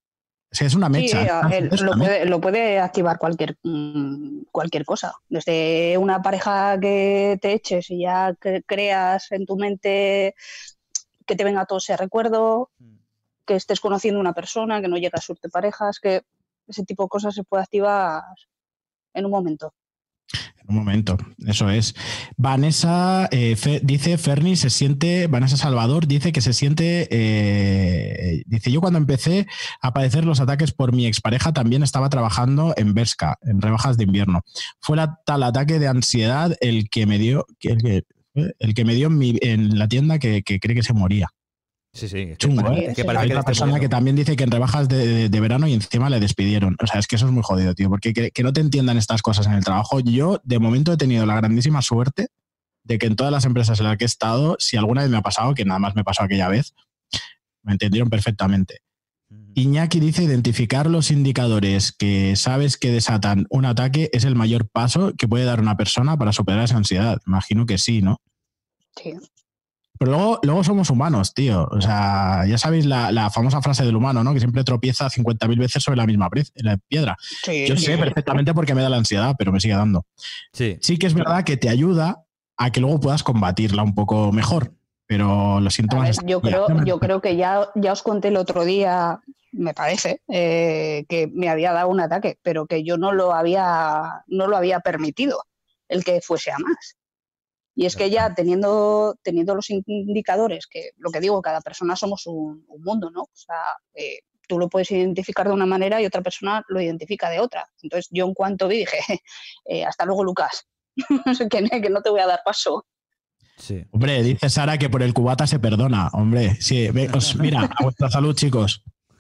O sea, es una mecha. Sí, Ah, él es lo, una mecha. puede, lo puede activar cualquier, mm, cualquier cosa. Desde una pareja que te eches y ya cre- creas en tu mente que te venga todo ese recuerdo, que estés conociendo a una persona, que no llega a sur de parejas, que ese tipo de cosas se puede activar en un momento. Un momento, eso es. Vanessa eh, Fe- dice, Ferni se siente, Vanessa Salvador dice que se siente, eh, dice, yo cuando empecé a padecer los ataques por mi expareja también estaba trabajando en Bershka, en rebajas de invierno. Fue la, tal ataque de ansiedad el que me dio, el que, el que me dio en, mi, en la tienda que, que cree que se moría. Sí, sí. Es que, Chungo, parece, ¿eh? es que Sí, parece Hay que le otra esté persona muriendo. que también dice que en rebajas de, de, de verano y encima le despidieron. O sea, es que eso es muy jodido, tío, porque que, que no te entiendan estas cosas en el trabajo. Yo, de momento, he tenido la grandísima suerte de que en todas las empresas en las que he estado, si alguna vez me ha pasado, que nada más me pasó aquella vez, me entendieron perfectamente. Iñaki dice, identificar los indicadores que sabes que desatan un ataque es el mayor paso que puede dar una persona para superar esa ansiedad. Imagino que sí, ¿no? Sí. Pero luego, luego somos humanos, tío. O sea, ya sabéis la, la famosa frase del humano, ¿no? Que siempre tropieza cincuenta mil veces sobre la misma pre- la piedra. Sí, Yo sí, sé sí. perfectamente por qué me da la ansiedad, pero me sigue dando. Sí. Sí que es verdad que te ayuda a que luego puedas combatirla un poco mejor, pero los A síntomas... ver, están yo ahí. creo, yo creo que ya, ya os conté el otro día, me parece, eh, que me había dado un ataque, pero que yo no lo había, no lo había permitido el que fuese a más. Y es que ya teniendo, teniendo los indicadores, que lo que digo, cada persona somos un, un mundo, ¿no? O sea, eh, tú lo puedes identificar de una manera y otra persona lo identifica de otra. Entonces yo en cuanto vi dije, eh, hasta luego Lucas, que, que no te voy a dar paso. Sí. Hombre, dice Sara que por el cubata se perdona. Hombre, sí, ve, os, mira, a vuestra salud, chicos.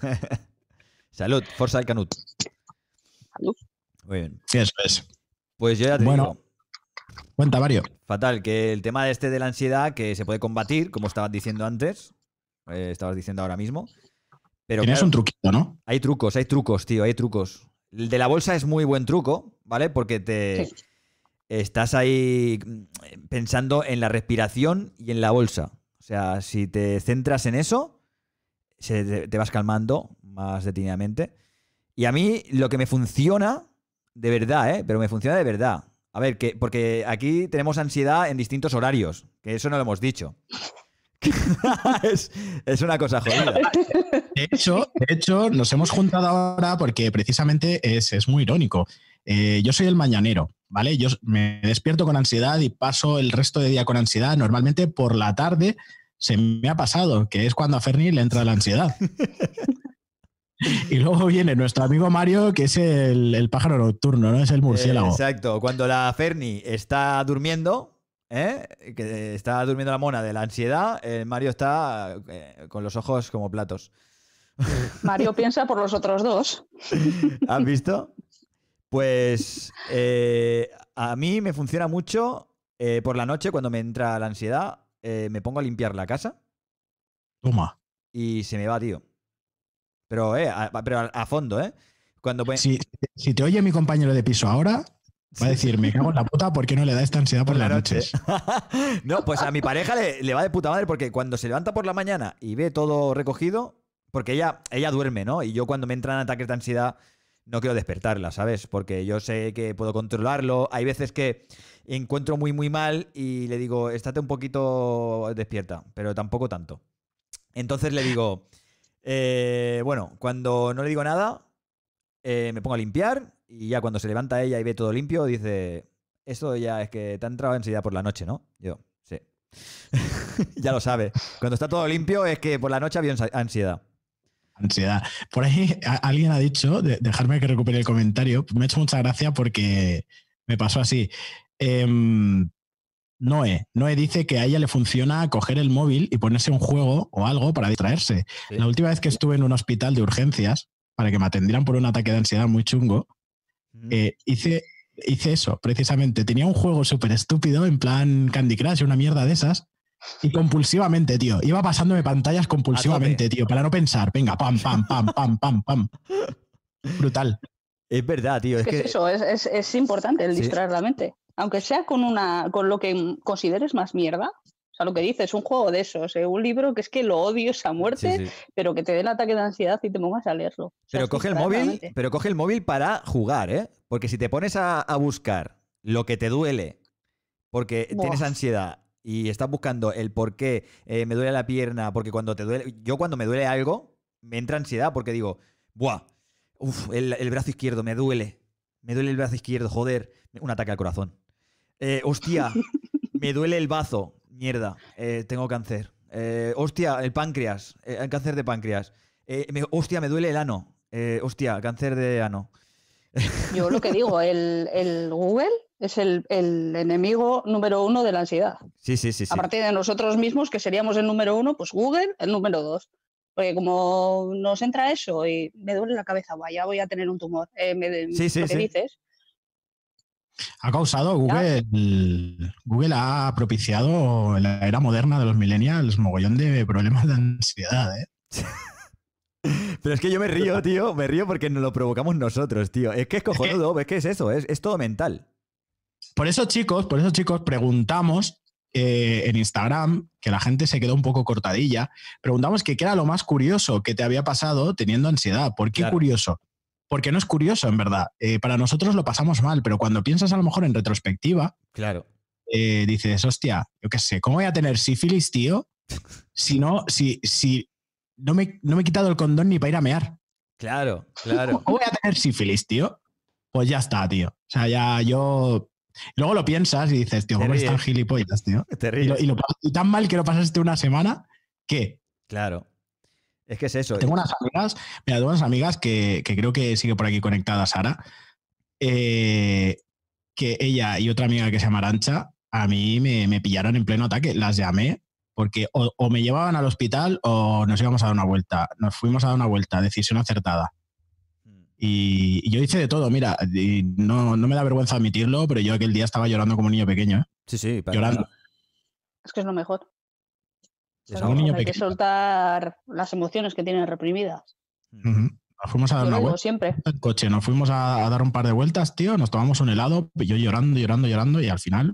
Salud, Forza el Canut. Salud. Muy bien. Sí, eso es. Pues yo ya te Bueno. digo, Cuenta, Mario. fatal, que el tema de este de la ansiedad, que se puede combatir, como estabas diciendo antes, eh, estabas diciendo ahora mismo. Pero Tienes claro, un truquito, ¿no? hay trucos, hay trucos, tío, hay trucos. El de la bolsa es muy buen truco, ¿vale? Porque te Sí. estás ahí mm, pensando en la respiración y en la bolsa. O sea, si te centras en eso, se te, te vas calmando más detenidamente. Y a mí lo que me funciona, de verdad, ¿eh? Pero me funciona de verdad. A ver, que, porque aquí tenemos ansiedad en distintos horarios, que eso no lo hemos dicho. es, es una cosa jodida. De hecho, de hecho, nos hemos juntado ahora porque precisamente es, es muy irónico. Eh, yo soy el mañanero, ¿vale? Yo me despierto con ansiedad y paso el resto de día con ansiedad. Normalmente por la tarde se me ha pasado, que es cuando a Ferni le entra la ansiedad. Y luego viene nuestro amigo Mario, que es el, el pájaro nocturno, ¿no? Es el murciélago. Eh, exacto. Cuando la Ferni está durmiendo, ¿eh? Que está durmiendo la mona de la ansiedad, eh, Mario está eh, con los ojos como platos. Mario piensa por los otros dos. ¿Has visto? Pues eh, a mí me funciona mucho eh, por la noche cuando me entra la ansiedad, eh, me pongo a limpiar la casa Toma. y se me va, tío. Pero, eh, a, pero a, a fondo, ¿eh? Cuando pues, Si, si te oye mi compañero de piso ahora, va a decir, me cago en la puta, ¿por qué no le da esta ansiedad por, por la las noche. noches? No, pues a mi pareja le, le va de puta madre porque cuando se levanta por la mañana y ve todo recogido, porque ella, ella duerme, ¿no? Y yo cuando me entran ataques de ansiedad no quiero despertarla, ¿sabes? Porque yo sé que puedo controlarlo. Hay veces que encuentro muy, muy mal y le digo, estate un poquito despierta, pero tampoco tanto. Entonces le digo, eh, bueno, cuando no le digo nada, eh, me pongo a limpiar y ya cuando se levanta ella y ve todo limpio, dice, esto ya es que te ha entrado ansiedad por la noche, ¿no? Yo, sí. Ya lo sabe. Cuando está todo limpio es que por la noche había ansiedad. Ansiedad. Por ahí a, alguien ha dicho, de, dejarme que recupere el comentario, me ha hecho mucha gracia porque me pasó así. Eh, Noé, Noé dice que a ella le funciona coger el móvil y ponerse un juego o algo para distraerse. Sí. La última vez que estuve en un hospital de urgencias para que me atendieran por un ataque de ansiedad muy chungo, Mm. eh, hice, hice eso, precisamente. Tenía un juego súper estúpido, en plan Candy Crush, una mierda de esas, y compulsivamente, tío. Iba pasándome pantallas compulsivamente, tío, para no pensar. Venga, pam, pam, pam, pam, pam, pam. Brutal. Es verdad, tío. Es ¿Qué que es eso? Es, es, es importante el Sí. distraer la mente. Aunque sea con una con lo que consideres más mierda. O sea, lo que dices, un juego de esos, ¿eh? Un libro que es que lo odio esa muerte, Sí, sí. pero que te dé el ataque de ansiedad y te pongas a leerlo. O sea, Pero es que coge el para móvil, realmente. pero coge el móvil para jugar, ¿eh? Porque si te pones a, a buscar lo que te duele, porque Buah. tienes ansiedad y estás buscando el por qué eh, me duele la pierna, porque cuando te duele, yo cuando me duele algo, me entra ansiedad porque digo, buah, uf, el, el brazo izquierdo me duele, me duele el brazo izquierdo, joder, un ataque al corazón. Eh, hostia, me duele el bazo, mierda, eh, tengo cáncer. Eh, hostia, el páncreas, eh, el cáncer de páncreas. Eh, me- hostia, me duele el ano. Eh, hostia, cáncer de ano. Yo lo que digo, el, el Google es el, el enemigo número uno de la ansiedad. Sí, sí, sí, sí. Aparte de nosotros mismos, que seríamos el número uno, pues Google el número dos. Porque como nos entra eso y me duele la cabeza, vaya, voy a tener un tumor. Eh, me- Sí, sí, lo que sí. dices. Ha causado Google, Google ha propiciado en la era moderna de los millennials mogollón de problemas de ansiedad, ¿eh? Pero es que yo me río, tío. Me río porque nos lo provocamos nosotros, tío. Es que es cojonudo, es que es eso, es, es todo mental. Por eso, chicos, por eso, chicos, preguntamos eh, en Instagram, que la gente se quedó un poco cortadilla, preguntamos que qué era lo más curioso que te había pasado teniendo ansiedad. ¿Por qué Claro. curioso? Porque no es curioso, en verdad. Eh, para nosotros lo pasamos mal, pero cuando piensas a lo mejor en retrospectiva, Claro. eh, dices, hostia, yo qué sé, ¿cómo voy a tener sífilis, tío? Si no, si, si no, me, no me he quitado el condón ni para ir a mear. Claro, claro. ¿Cómo voy a tener sífilis, tío? Pues ya está, tío. O sea, ya yo... Luego lo piensas y dices, tío, Te ¿cómo ríes. están gilipollas, tío? Te Y, ríes. lo- y lo- y tan mal que lo pasaste una semana que Claro. Es que es eso. tengo unas amigas, mira, tengo unas amigas que, que creo que sigue por aquí conectada Sara, eh, que ella y otra amiga que se llama Arancha, a mí me, me pillaron en pleno ataque. Las llamé porque o, o me llevaban al hospital o nos íbamos a dar una vuelta. Nos fuimos a dar una vuelta, decisión acertada. Y, y yo hice de todo, mira, y no, no me da vergüenza admitirlo, pero yo aquel día estaba llorando como un niño pequeño, ¿eh? Sí, sí. para- Llorando. Es que es lo mejor. Es Es lo un mejor. niño Hay que pequeño. soltar las emociones que tienen reprimidas. Ujú. Nos fuimos a dar Yo una lo digo vuelta siempre. en el coche, nos fuimos a, a dar un par de vueltas, tío, nos tomamos un helado, yo llorando, llorando, llorando, y al final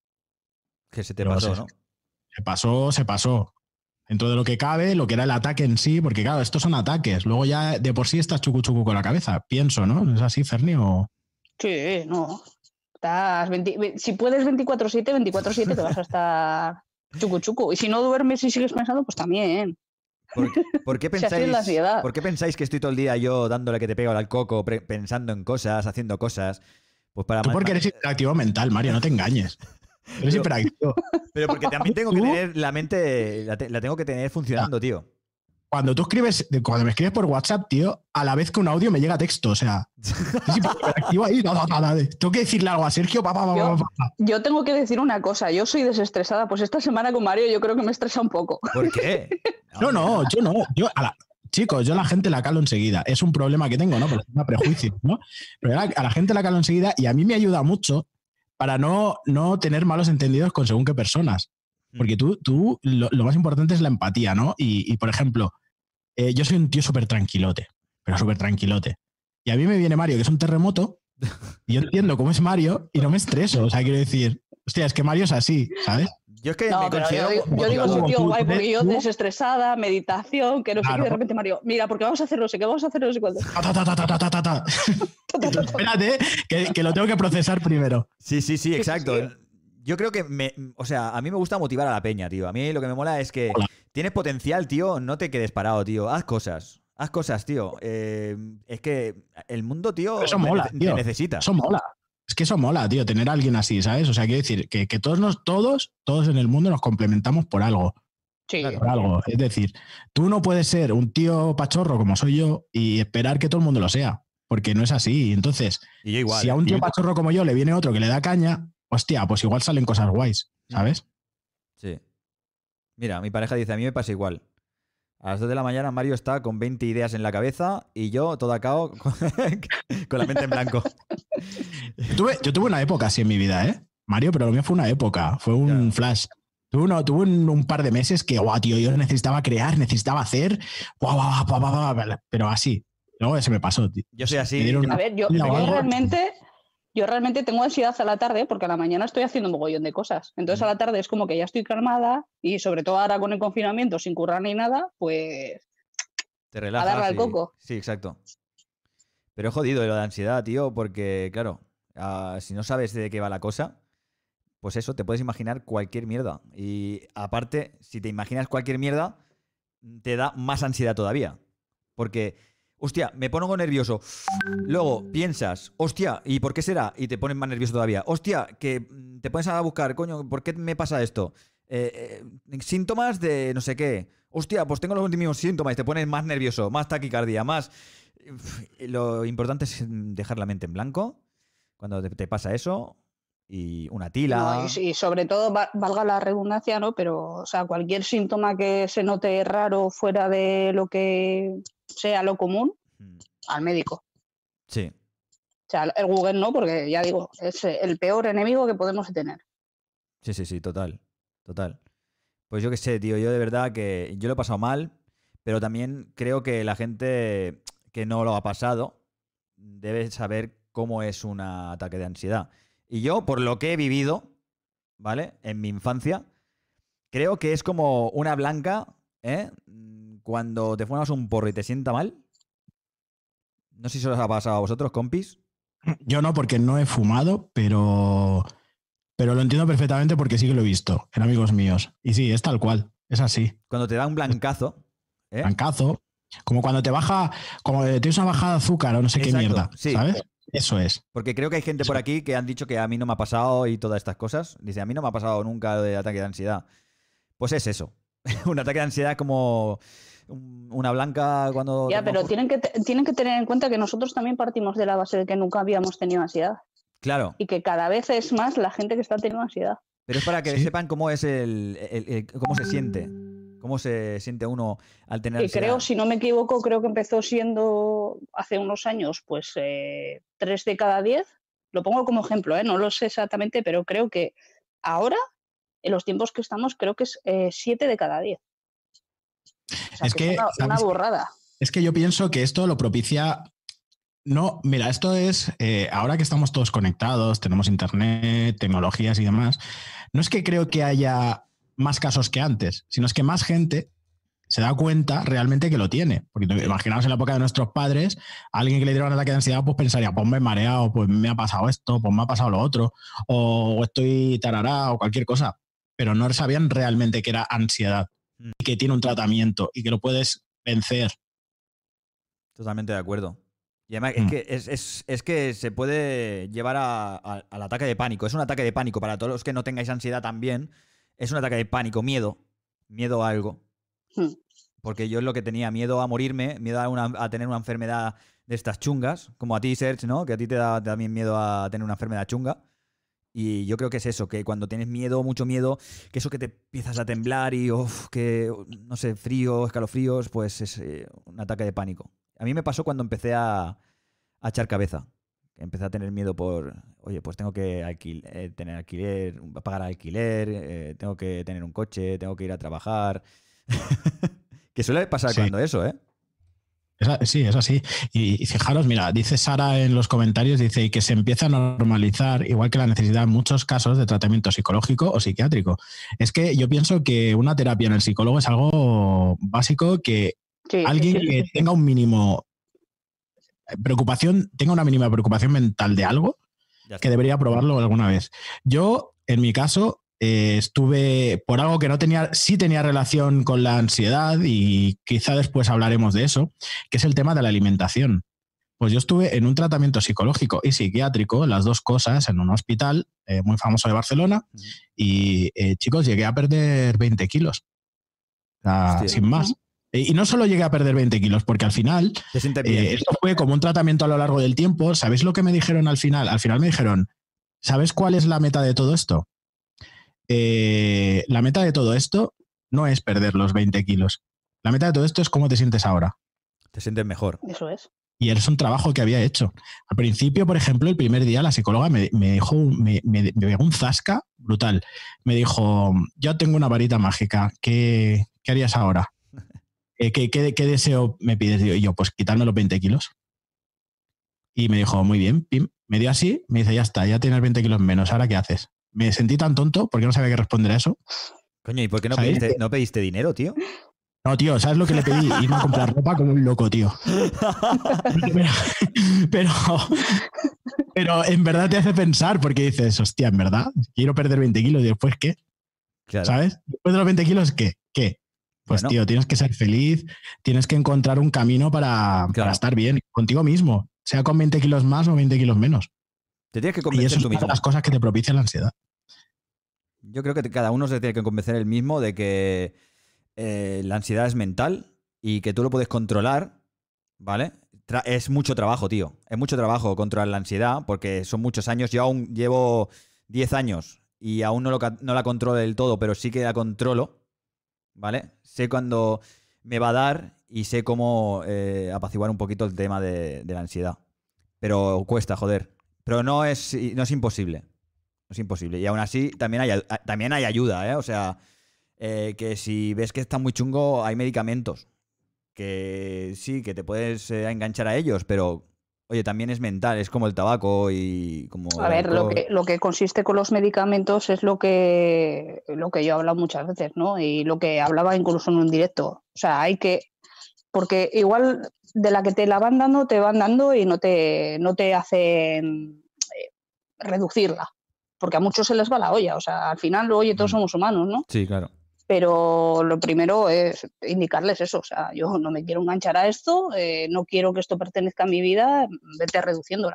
Que se te Pero pasó, se- ¿no? se pasó, se pasó. Dentro de lo que cabe, lo que era el ataque en sí, porque claro, estos son ataques. Luego ya de por sí estás chucu chucu con la cabeza, pienso, ¿no? ¿Es así, Ferni? O... Sí, no. Estás veinte ve- si puedes veinticuatro siete, veinticuatro siete te vas a estar chucu chucu. Y si no duermes y sigues pensando, pues también. ¿Por, por qué Si así es pensáis, la ansiedad. ¿Por qué pensáis que estoy todo el día yo dándole que te pego al coco, pre- pensando en cosas, haciendo cosas? Pues para Tú ma- porque ma- eres hiperactivo mental, Mario, no te engañes. Eres Pero- hiperactivo. Pero porque también tengo que ¿Tú? tener la mente, la, te- la tengo que tener funcionando, tío. Cuando tú escribes, cuando me escribes por WhatsApp, tío, a la vez que un audio me llega texto, o sea, es hiperactivo ahí, da, da, da, da, de- tengo que decirle algo a Sergio, pa, pa, pa, Yo- pa, pa. Yo tengo que decir una cosa, yo soy desestresada, pues esta semana con Mario yo creo que me estresa un poco. ¿Por qué? No, no, yo no. Yo a la- chicos, yo a la gente la calo enseguida. Es un problema que tengo, ¿no? Porque es un prejuicio, ¿no? Pero a la, a la gente la calo enseguida y a mí me ayuda mucho para no, no tener malos entendidos con según qué personas. Porque tú, tú lo, lo más importante es la empatía, ¿no? Y, y, por ejemplo, eh, yo soy un tío súper tranquilote, pero súper tranquilote. Y a mí me viene Mario, que es un terremoto, y yo entiendo cómo es Mario y no me estreso. O sea, quiero decir, hostia, es que Mario es así, ¿sabes? Yo es que No, me pero considero... yo digo, yo digo Tú, ese tío tú, guay, tú, porque yo tú. desestresada, meditación, que no sé Claro. qué, de repente Mario, mira, porque vamos a hacer no sé qué, vamos a hacer no sé cuánto. Ta, ta, ta, ta, ta, ta, ta, ta. Espérate, que, que lo tengo que procesar primero. Sí, sí, sí, exacto. sí. Yo creo que me, o sea, a mí me gusta motivar a la peña, tío. A mí lo que me mola es que Hola. tienes potencial, tío, no te quedes parado, tío. Haz cosas. Haz cosas, tío. Eh, es que el mundo, tío, Eso te mola, nece- tío. te necesita. Eso mola. Es que eso mola, tío, tener a alguien así, ¿sabes? O sea, quiero decir que, que todos, nos, todos, todos en el mundo nos complementamos por algo. Sí, Por algo. Es decir, tú no puedes ser un tío pachorro como soy yo y esperar que todo el mundo lo sea, porque no es así. Entonces, Y yo igual. si a ¿eh? un tío pachorro como yo le viene otro que le da caña, hostia, pues igual salen cosas guays, ¿sabes? Sí. Mira, mi pareja dice, a mí me pasa igual. A las dos de la mañana Mario está con veinte ideas en la cabeza y yo todo a cao con, con la mente en blanco. Yo tuve, yo tuve una época así en mi vida, ¿eh? Mario, pero lo mío fue una época, fue un Ya. flash. Tuve, uno, tuve un, un par de meses que, guau, tío, yo necesitaba crear, necesitaba hacer, guau, guau, guau, guau, guau, pero así. Luego se me pasó, tío. Yo soy así. Me dieron una- a ver, yo, Mira, yo algo- realmente Yo realmente tengo ansiedad a la tarde porque a la mañana estoy haciendo un mogollón de cosas. Entonces a la tarde es como que ya estoy calmada y sobre todo ahora con el confinamiento sin currar ni nada, pues Te relajas. a darle al y... coco. Sí, exacto. Pero es jodido lo de la ansiedad, tío, porque, claro, uh, si no sabes de qué va la cosa, pues eso, te puedes imaginar cualquier mierda. Y aparte, si te imaginas cualquier mierda, te da más ansiedad todavía. Porque, hostia, me pongo nervioso. Luego piensas, hostia, ¿y por qué será? Y te pones más nervioso todavía. Hostia, que te pones a buscar, coño, ¿por qué me pasa esto? Eh, eh, síntomas de no sé qué. Hostia, pues tengo los mismos síntomas y te pones más nervioso, más taquicardia, más... Lo importante es dejar la mente en blanco cuando te, te pasa eso y una tila. No, y, y sobre todo, va, valga la redundancia, ¿no? Pero, o sea, cualquier síntoma que se note raro fuera de lo que sea lo común, hmm. al médico. Sí. O sea, el Google no, porque ya digo, es el peor enemigo que podemos tener. Sí, sí, sí, total. Total. Pues yo qué sé, tío, yo de verdad que yo lo he pasado mal, pero también creo que la gente que no lo ha pasado debe saber cómo es un ataque de ansiedad. Y yo, por lo que he vivido, ¿vale? En mi infancia, creo que es como una blanca, ¿eh? Cuando te fumas un porro y te sienta mal. No sé si os ha pasado a vosotros, compis. Yo no, porque no he fumado, pero, pero lo entiendo perfectamente porque sí que lo he visto en amigos míos. Y sí, es tal cual, es así. Cuando te da un blancazo, ¿eh? Blancazo. Como cuando te baja, como tienes una bajada de azúcar o no sé Exacto, qué mierda, sí. ¿sabes? Eso es. Porque creo que hay gente por aquí que han dicho que a mí no me ha pasado y todas estas cosas. Dice, a mí no me ha pasado nunca de ataque de ansiedad. Pues es eso. Un ataque de ansiedad como una blanca cuando... Ya, pero por... tienen, que tienen que tener en cuenta que nosotros también partimos de la base de que nunca habíamos tenido ansiedad. Claro. Y que cada vez es más la gente que está teniendo ansiedad. Pero es para que ¿sí? sepan cómo es el, el, el... cómo se siente. ¿Cómo se siente uno al tener que ansiedad? Creo, si no me equivoco, creo que empezó siendo hace unos años, pues eh, tres de cada diez. Lo pongo como ejemplo, ¿eh? No lo sé exactamente, pero creo que ahora, en los tiempos que estamos, creo que es eh, siete de cada diez. O sea, es que, que es una, una burrada. Es que yo pienso que esto lo propicia... No, mira, esto es, eh, ahora que estamos todos conectados, tenemos internet, tecnologías y demás, no es que creo que haya más casos que antes, sino es que más gente se da cuenta realmente que lo tiene. Porque imaginaos en la época de nuestros padres, a alguien que le diera un ataque de ansiedad, pues pensaría, pues me he mareado, pues me ha pasado esto, pues me ha pasado lo otro, o estoy tarará, o cualquier cosa. Pero no sabían realmente que era ansiedad, mm. y que tiene un tratamiento, y que lo puedes vencer. Totalmente de acuerdo. Y además mm. es, que es, es, es que se puede llevar a, a, al ataque de pánico. Es un ataque de pánico. Para todos los que no tengáis ansiedad también, es un ataque de pánico, miedo. Miedo a algo. Mm. Porque yo es lo que tenía, miedo a morirme, miedo a, una, a tener una enfermedad de estas chungas, como a ti, Serge, ¿no? Que a ti te da también miedo a tener una enfermedad chunga. Y yo creo que es eso, que cuando tienes miedo, mucho miedo, que eso que te empiezas a temblar y, uf, que, no sé, frío, escalofríos, pues es eh, un ataque de pánico. A mí me pasó cuando empecé a, a echar cabeza. Empecé a tener miedo por, oye, pues tengo que alquil- eh, tener alquiler, pagar alquiler, eh, tengo que tener un coche, tengo que ir a trabajar. Que suele pasar sí. cuando eso, ¿eh? Es, sí, es así. Y, y fijaros, mira, dice Sara en los comentarios, dice que se empieza a normalizar, igual que la necesidad en muchos casos de tratamiento psicológico o psiquiátrico. Es que yo pienso que una terapia en el psicólogo es algo básico que sí, alguien sí, sí. que tenga un mínimo preocupación, tenga una mínima preocupación mental de algo, que debería probarlo alguna vez. Yo, en mi caso, Eh, estuve por algo que no tenía, sí tenía relación con la ansiedad y quizá después hablaremos de eso, que es el tema de la alimentación. Pues yo estuve en un tratamiento psicológico y psiquiátrico, las dos cosas, en un hospital eh, muy famoso de Barcelona uh-huh. y eh, chicos, llegué a perder veinte kilos, o sea, sin más. Y no solo llegué a perder veinte kilos, porque al final eh, esto fue como un tratamiento a lo largo del tiempo. ¿Sabéis lo que me dijeron al final? Al final me dijeron, ¿sabes cuál es la meta de todo esto? Eh, la meta de todo esto no es perder los veinte kilos. La meta de todo esto es cómo te sientes ahora. Te sientes mejor. Eso es. Y es un trabajo que había hecho. Al principio, por ejemplo, el primer día la psicóloga me, me dijo, me, me, me pegó un zasca brutal. Me dijo, yo tengo una varita mágica, ¿qué, qué harías ahora? Eh, ¿qué, qué, ¿Qué deseo me pides? Y yo, pues quitarme los veinte kilos. Y me dijo, muy bien, pim, me dio así, me dice, ya está, ya tienes veinte kilos menos, ¿ahora qué haces? Me sentí tan tonto porque no sabía qué responder a eso. Coño, ¿y por qué no ¿Sabes? pediste, no pediste dinero, tío? No, tío, ¿sabes lo que le pedí? Irme a comprar ropa como un loco, tío. Pero, pero, pero en verdad te hace pensar porque dices, hostia, en verdad, quiero perder veinte kilos y después, ¿qué? Claro. ¿Sabes? Después de los veinte kilos, ¿qué? ¿Qué? Pues, Bueno. tío, tienes que ser feliz, tienes que encontrar un camino para, Claro. para estar bien contigo mismo, sea con veinte kilos más o veinte kilos menos. Te tienes que Y convencer eso es tú una mismo. de las cosas que te propician la ansiedad. Yo creo que cada uno se tiene que convencer el mismo de que eh, la ansiedad es mental y que tú lo puedes controlar, ¿vale? Tra- es mucho trabajo, tío. Es mucho trabajo controlar la ansiedad porque son muchos años. Yo aún llevo diez años y aún no, lo, ca- no la controlo del todo, pero sí que la controlo, ¿vale? Sé cuándo me va a dar y sé cómo eh, apaciguar un poquito el tema de, de la ansiedad. Pero cuesta, joder. Pero no es, no es imposible. Es imposible. Y aún así, también hay, también hay ayuda, ¿eh? O sea, eh, que si ves que está muy chungo, hay medicamentos. Que sí, que te puedes eh, enganchar a ellos, pero, oye, también es mental. Es como el tabaco y como A el ver, lo alcohol. que, lo que consiste con los medicamentos es lo que, lo que yo he hablado muchas veces, ¿no? Y lo que hablaba incluso en un directo. O sea, hay que... Porque igual de la que te la van dando, te van dando y no te, no te hacen eh, reducirla. Porque a muchos se les va la olla. O sea, al final, oye, todos Mm. somos humanos, ¿no? Sí, claro. Pero lo primero es indicarles eso. O sea, yo no me quiero enganchar a esto, eh, no quiero que esto pertenezca a mi vida, vete reduciéndola.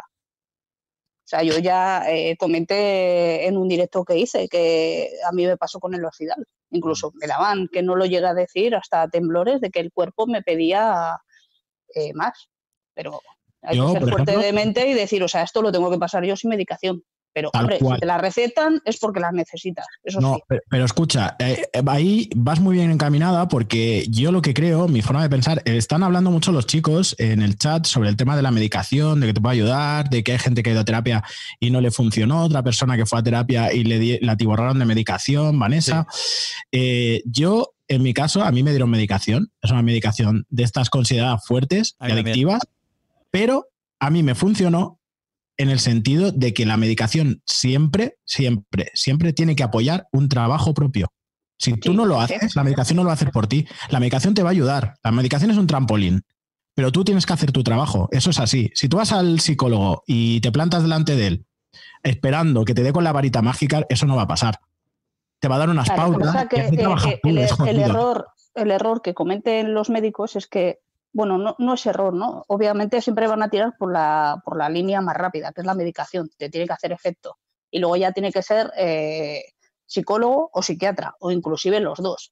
O sea, yo ya eh, comenté en un directo que hice que a mí me pasó con el Orfidal. Incluso me daban, que no lo llegué a decir, hasta temblores de que el cuerpo me pedía eh, más. Pero hay que Yo, ser por fuerte ejemplo, de mente y decir, o sea, esto lo tengo que pasar yo sin medicación. Pero, tal hombre, cual. si te la recetan es porque la necesitas, eso No, sí. pero, pero escucha, eh, ahí vas muy bien encaminada porque yo lo que creo, mi forma de pensar, eh, están hablando mucho los chicos en el chat sobre el tema de la medicación, de que te puede ayudar, de que hay gente que ha ido a terapia y no le funcionó, otra persona que fue a terapia y le di, la atiborraron de medicación, Vanessa. Sí. Eh, yo, en mi caso, a mí me dieron medicación, es una medicación de estas consideradas fuertes y adictivas, también. Pero a mí me funcionó en el sentido de que la medicación siempre, siempre, siempre tiene que apoyar un trabajo propio. Si tú sí, no lo haces, sí. La medicación no lo va a hacer por ti. La medicación te va a ayudar. La medicación es un trampolín. Pero tú tienes que hacer tu trabajo. Eso es así. Si tú vas al psicólogo y te plantas delante de él esperando que te dé con la varita mágica, eso no va a pasar. Te va a dar unas claro, pautas. O sea que, que eh, tú, el, el, error, el error que cometen los médicos es que bueno, no, no es error, ¿no? Obviamente siempre van a tirar por la, por la línea más rápida, que es la medicación, te tiene que hacer efecto. Y luego ya tiene que ser eh, psicólogo o psiquiatra, o inclusive los dos.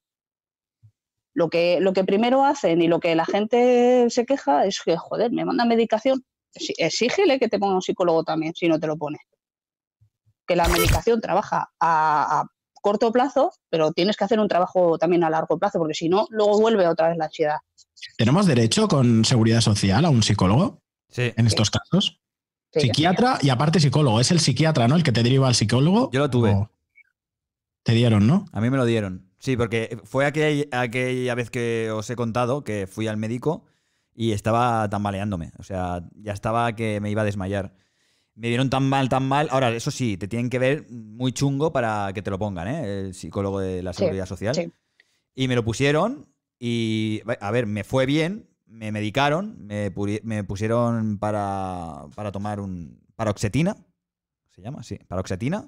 Lo que, lo que primero hacen y lo que la gente se queja es que, joder, me mandan medicación, exígele que te ponga un psicólogo también, si no te lo pone. Que la medicación trabaja a, a corto plazo, pero tienes que hacer un trabajo también a largo plazo, porque si no, luego vuelve otra vez la ansiedad. ¿Tenemos derecho con seguridad social a un psicólogo? Sí. En estos sí. casos. Sí, psiquiatra y aparte psicólogo. Es el psiquiatra, ¿no? El que te deriva al psicólogo. Yo lo tuve. O... Te dieron, ¿no? A mí me lo dieron. Sí, porque fue aquella, aquella vez que os he contado que fui al médico y estaba tambaleándome. O sea, ya estaba que me iba a desmayar. Me dieron tan mal, tan mal. Ahora, eso sí, te tienen que ver muy chungo para que te lo pongan, ¿eh? El psicólogo de la Seguridad sí, Social. Sí. Y me lo pusieron y, a ver, me fue bien, me medicaron, me, me pusieron para, para tomar un paroxetina, ¿se llama? Sí, paroxetina.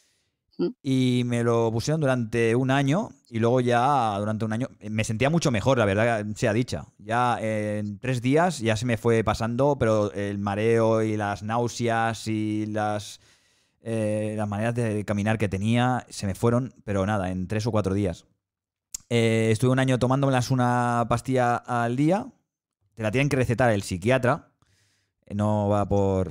Y me lo pusieron durante un año y luego ya durante un año me sentía mucho mejor, la verdad sea dicha. Ya en tres días ya se me fue pasando, pero el mareo y las náuseas y las, eh, las maneras de caminar que tenía se me fueron, pero nada, en tres o cuatro días. Eh, estuve un año tomándomelas una pastilla al día. Te la tienen que recetar el psiquiatra. No va por...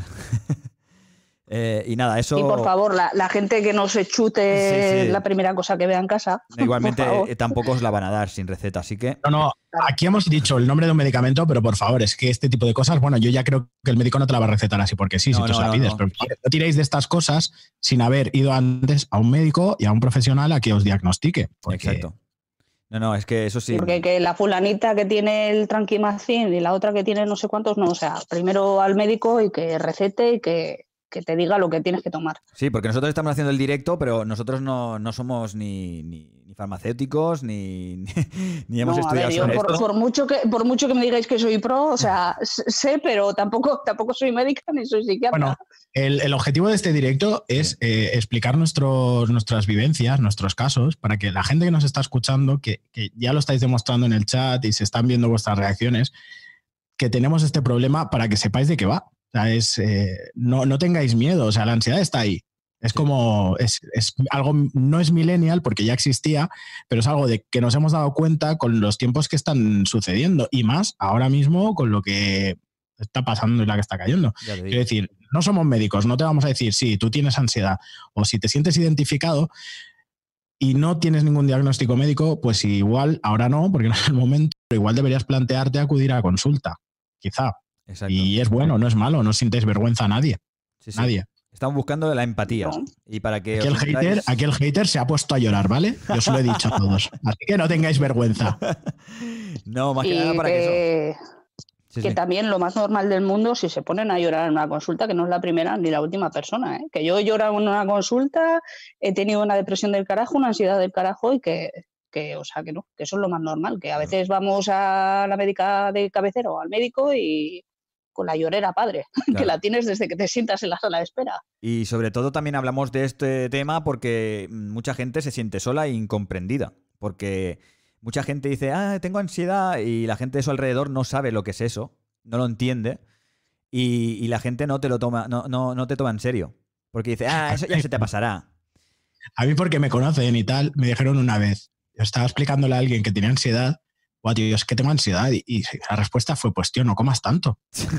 eh, y nada, eso... Y por favor, la, la gente que no se chute sí, sí. la primera cosa que vea en casa. Igualmente eh, tampoco os la van a dar sin receta, así que... No, no, aquí hemos dicho el nombre de un medicamento, pero por favor, es que este tipo de cosas, bueno, yo ya creo que el médico no te la va a recetar así porque sí, no, si tú no, se la no, pides, no. Pero no tiréis de estas cosas sin haber ido antes a un médico y a un profesional a que os diagnostique. Porque... Exacto. No, no, es que eso sí. Porque que la fulanita que tiene el Tranquimacin y la otra que tiene no sé cuántos, no. O sea, primero al médico y que recete y que, que te diga lo que tienes que tomar. Sí, porque nosotros estamos haciendo el directo, pero nosotros no, no somos ni, ni, ni farmacéuticos, ni, ni, ni hemos No, a estudiado ver, yo sobre por, esto. por mucho que por mucho que me digáis que soy pro, o sea, sé, pero tampoco, tampoco soy médica ni soy psiquiatra. Bueno, el, el objetivo de este directo es eh, explicar nuestros, nuestras vivencias, nuestros casos, para que la gente que nos está escuchando, que, que ya lo estáis demostrando en el chat y se están viendo vuestras reacciones, que tenemos este problema para que sepáis de qué va. O sea, es, eh, no, no tengáis miedo, o sea, la ansiedad está ahí. Es como, es, es algo, no es millennial porque ya existía, pero es algo de que nos hemos dado cuenta con los tiempos que están sucediendo y más ahora mismo con lo que está pasando y la que está cayendo. Quiero decir, no somos médicos, no te vamos a decir, sí, tú tienes ansiedad o si te sientes identificado y no tienes ningún diagnóstico médico, pues igual, ahora no, porque no es el momento, pero igual deberías plantearte acudir a la consulta, quizá. Exacto. Y es bueno, no es malo, no sientéis vergüenza a nadie. Sí, sí. Nadie. Estamos buscando la empatía. No. Y para que aquí, el hater, aquí el hater se ha puesto a llorar, ¿vale? Yo os lo he dicho a todos. Así que no tengáis vergüenza. No, más que y nada para que, que eso. Sí, que sí. también lo más normal del mundo, si se ponen a llorar en una consulta, que no es la primera ni la última persona, ¿eh? Que yo he llorado en una consulta, he tenido una depresión del carajo, una ansiedad del carajo y que... que, o sea, que no, que eso es lo más normal, que a veces vamos a la médica de cabecera o al médico y con la llorera padre, claro. Que la tienes desde que te sientas en la sala de espera. Y sobre todo también hablamos de este tema porque mucha gente se siente sola e incomprendida, porque mucha gente dice, ah, tengo ansiedad, y la gente de su alrededor no sabe lo que es eso, no lo entiende, y, y la gente no te lo toma, no, no, no te toma en serio, porque dice, ah, eso ya se te pasará. A mí porque me conocen y tal, me dijeron una vez, yo estaba explicándole a alguien que tenía ansiedad, guau, tío, es que tengo ansiedad. Y, y la respuesta fue, pues tío, no comas tanto.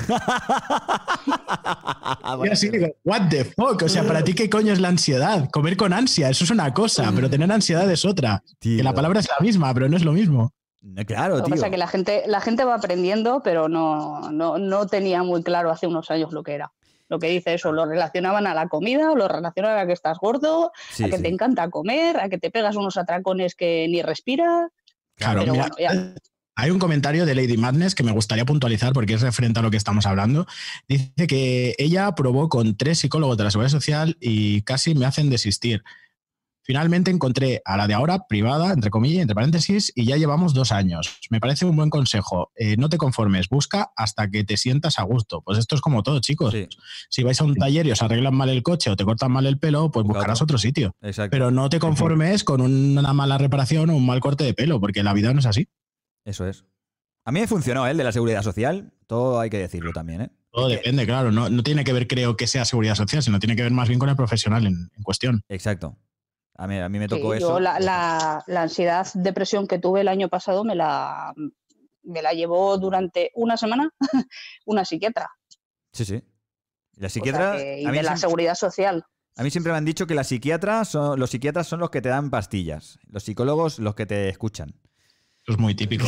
Y así digo, what the fuck, o sea, ¿para ti qué coño es la ansiedad? Comer con ansia, eso es una cosa, pero tener ansiedad es otra. Tío. Que la palabra es la misma, pero no es lo mismo. Claro, lo que tío. pasa es que la gente, la gente va aprendiendo, pero no, no, no tenía muy claro hace unos años lo que era. Lo que dice eso, lo relacionaban a la comida o lo relacionaban a que estás gordo, sí, a que sí. te encanta comer, a que te pegas unos atracones que ni respiras. Claro, mira, bueno, ya. Hay un comentario de Lady Madness que me gustaría puntualizar porque es referente a lo que estamos hablando. Dice que ella probó con tres psicólogos de la Seguridad Social y casi me hacen desistir. Finalmente encontré a la de ahora, privada, entre comillas, entre paréntesis, y ya llevamos dos años. Me parece un buen consejo. Eh, no te conformes, busca hasta que te sientas a gusto. Pues esto es como todo, chicos. Sí. Si vais a un taller y os arreglan mal el coche o te cortan mal el pelo, pues buscarás claro. otro sitio. Exacto. Pero no te conformes con una mala reparación o un mal corte de pelo, porque la vida no es así. Eso es. A mí me funcionó, ¿eh? El de la Seguridad Social. Todo hay que decirlo también, ¿eh? Todo es depende, que... claro. No, no tiene que ver, creo, que sea Seguridad Social, sino tiene que ver más bien con el profesional en, en cuestión. Exacto. A mí, a mí me tocó sí, eso. Yo la, la, la ansiedad, depresión que tuve el año pasado me la, me la llevó durante una semana una psiquiatra. Sí, sí. La psiquiatra... O sea que, y a mí de la siempre, Seguridad Social. A mí siempre me han dicho que las psiquiatras son, los psiquiatras son los que te dan pastillas. Los psicólogos los que te escuchan. Eso es muy típico.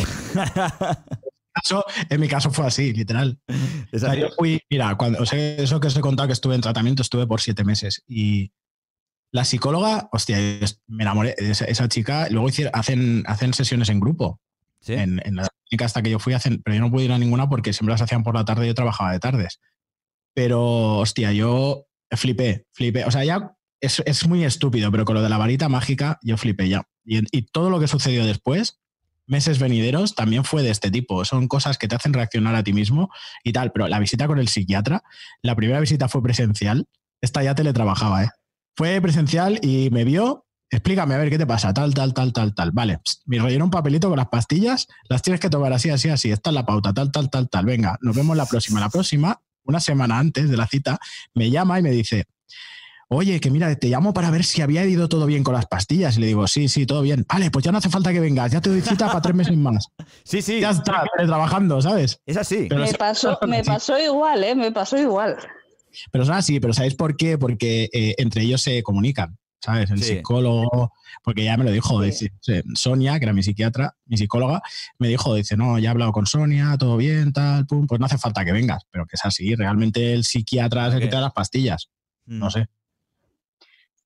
Eso, en mi caso fue así, literal. O sea, yo fui, mira, cuando, o sea, eso que os he contado que estuve en tratamiento, estuve por siete meses y la psicóloga, hostia, me enamoré de esa, esa chica. Luego hicieron, hacen, hacen sesiones en grupo. ¿Sí? En, en la clínica hasta que yo fui, hacen, pero yo no pude ir a ninguna porque siempre las hacían por la tarde y yo trabajaba de tardes. Pero, hostia, yo flipé, flipé. O sea, ya es, es muy estúpido, pero con lo de la varita mágica yo flipé ya. Y, y todo lo que sucedió después, meses venideros, también fue de este tipo. Son cosas que te hacen reaccionar a ti mismo y tal. Pero la visita con el psiquiatra, la primera visita fue presencial. Esta ya teletrabajaba, ¿eh? Fue presencial y me vio, explícame a ver qué te pasa, tal, tal, tal, tal, tal. Vale, pst, me rellenó un papelito con las pastillas, las tienes que tomar así, así, así. Esta es la pauta, tal, tal, tal, tal. Venga, nos vemos la próxima. La próxima, una semana antes de la cita, me llama y me dice, oye, que mira, te llamo para ver si había ido todo bien con las pastillas. Y le digo, sí, sí, todo bien. Vale, pues ya no hace falta que vengas, ya te doy cita para tres meses más. Sí, sí. Ya está, trabajando, ¿sabes? Es así. Pero me pasó, me pasó igual, ¿eh? Me pasó igual. Pero son así, pero ¿sabéis por qué? Porque eh, entre ellos se comunican, ¿sabes? El sí. psicólogo, porque ya me lo dijo, sí. dice, Sonia, que era mi psiquiatra, mi psicóloga, me dijo, dice, no, ya he hablado con Sonia, todo bien, tal, pum, pues no hace falta que vengas, pero que es así, realmente el psiquiatra es el que te da las pastillas, mm. no sé.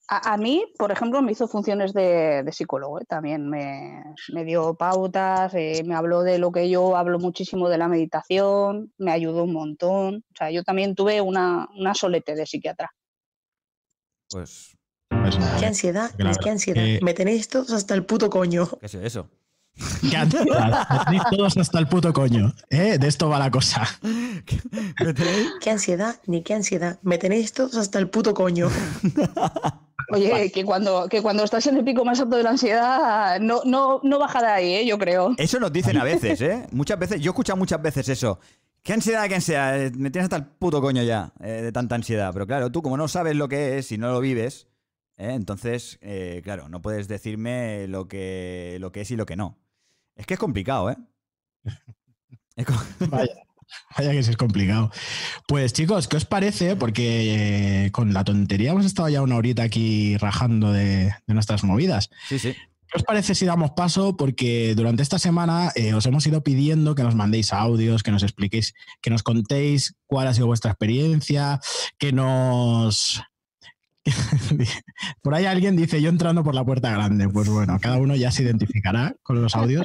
A, a mí, por ejemplo, me hizo funciones de, de psicólogo, ¿eh? También me, me dio pautas, eh, me habló de lo que yo hablo muchísimo de la meditación, me ayudó un montón. O sea, yo también tuve una, una solete de psiquiatra. Pues, Pues nada, Qué ansiedad, que la es que verdad ansiedad. que- Me tenéis todos hasta el puto coño. ¿qué es eso? qué ansiedad. Me tenéis todos hasta el puto coño. ¿eh? De esto va la cosa. ¿Me tenéis? Qué ansiedad, ni qué ansiedad. Me tenéis todos hasta el puto coño. Oye, que cuando, que cuando estás en el pico más alto de la ansiedad, no, no, no baja de ahí, ¿eh? Yo creo. Eso nos dicen a veces, ¿eh? Muchas veces, yo he escuchado muchas veces eso. ¿Qué ansiedad, qué ansiedad? Eh, Me tienes hasta el puto coño ya eh, de tanta ansiedad. Pero claro, tú como no sabes lo que es y no lo vives, ¿eh? Entonces, eh, claro, no puedes decirme lo que, lo que es y lo que no. Es que es complicado, ¿eh? Es co- Vaya, vaya que sí es complicado. Pues chicos, ¿qué os parece? Porque eh, con la tontería hemos estado ya una horita aquí rajando de, de nuestras movidas. Sí, sí. ¿Qué os parece si damos paso? Porque durante esta semana eh, os hemos ido pidiendo que nos mandéis audios, que nos expliquéis, que nos contéis cuál ha sido vuestra experiencia, que nos... Por ahí alguien dice, yo entrando por la puerta grande. Pues bueno, cada uno ya se identificará con los audios.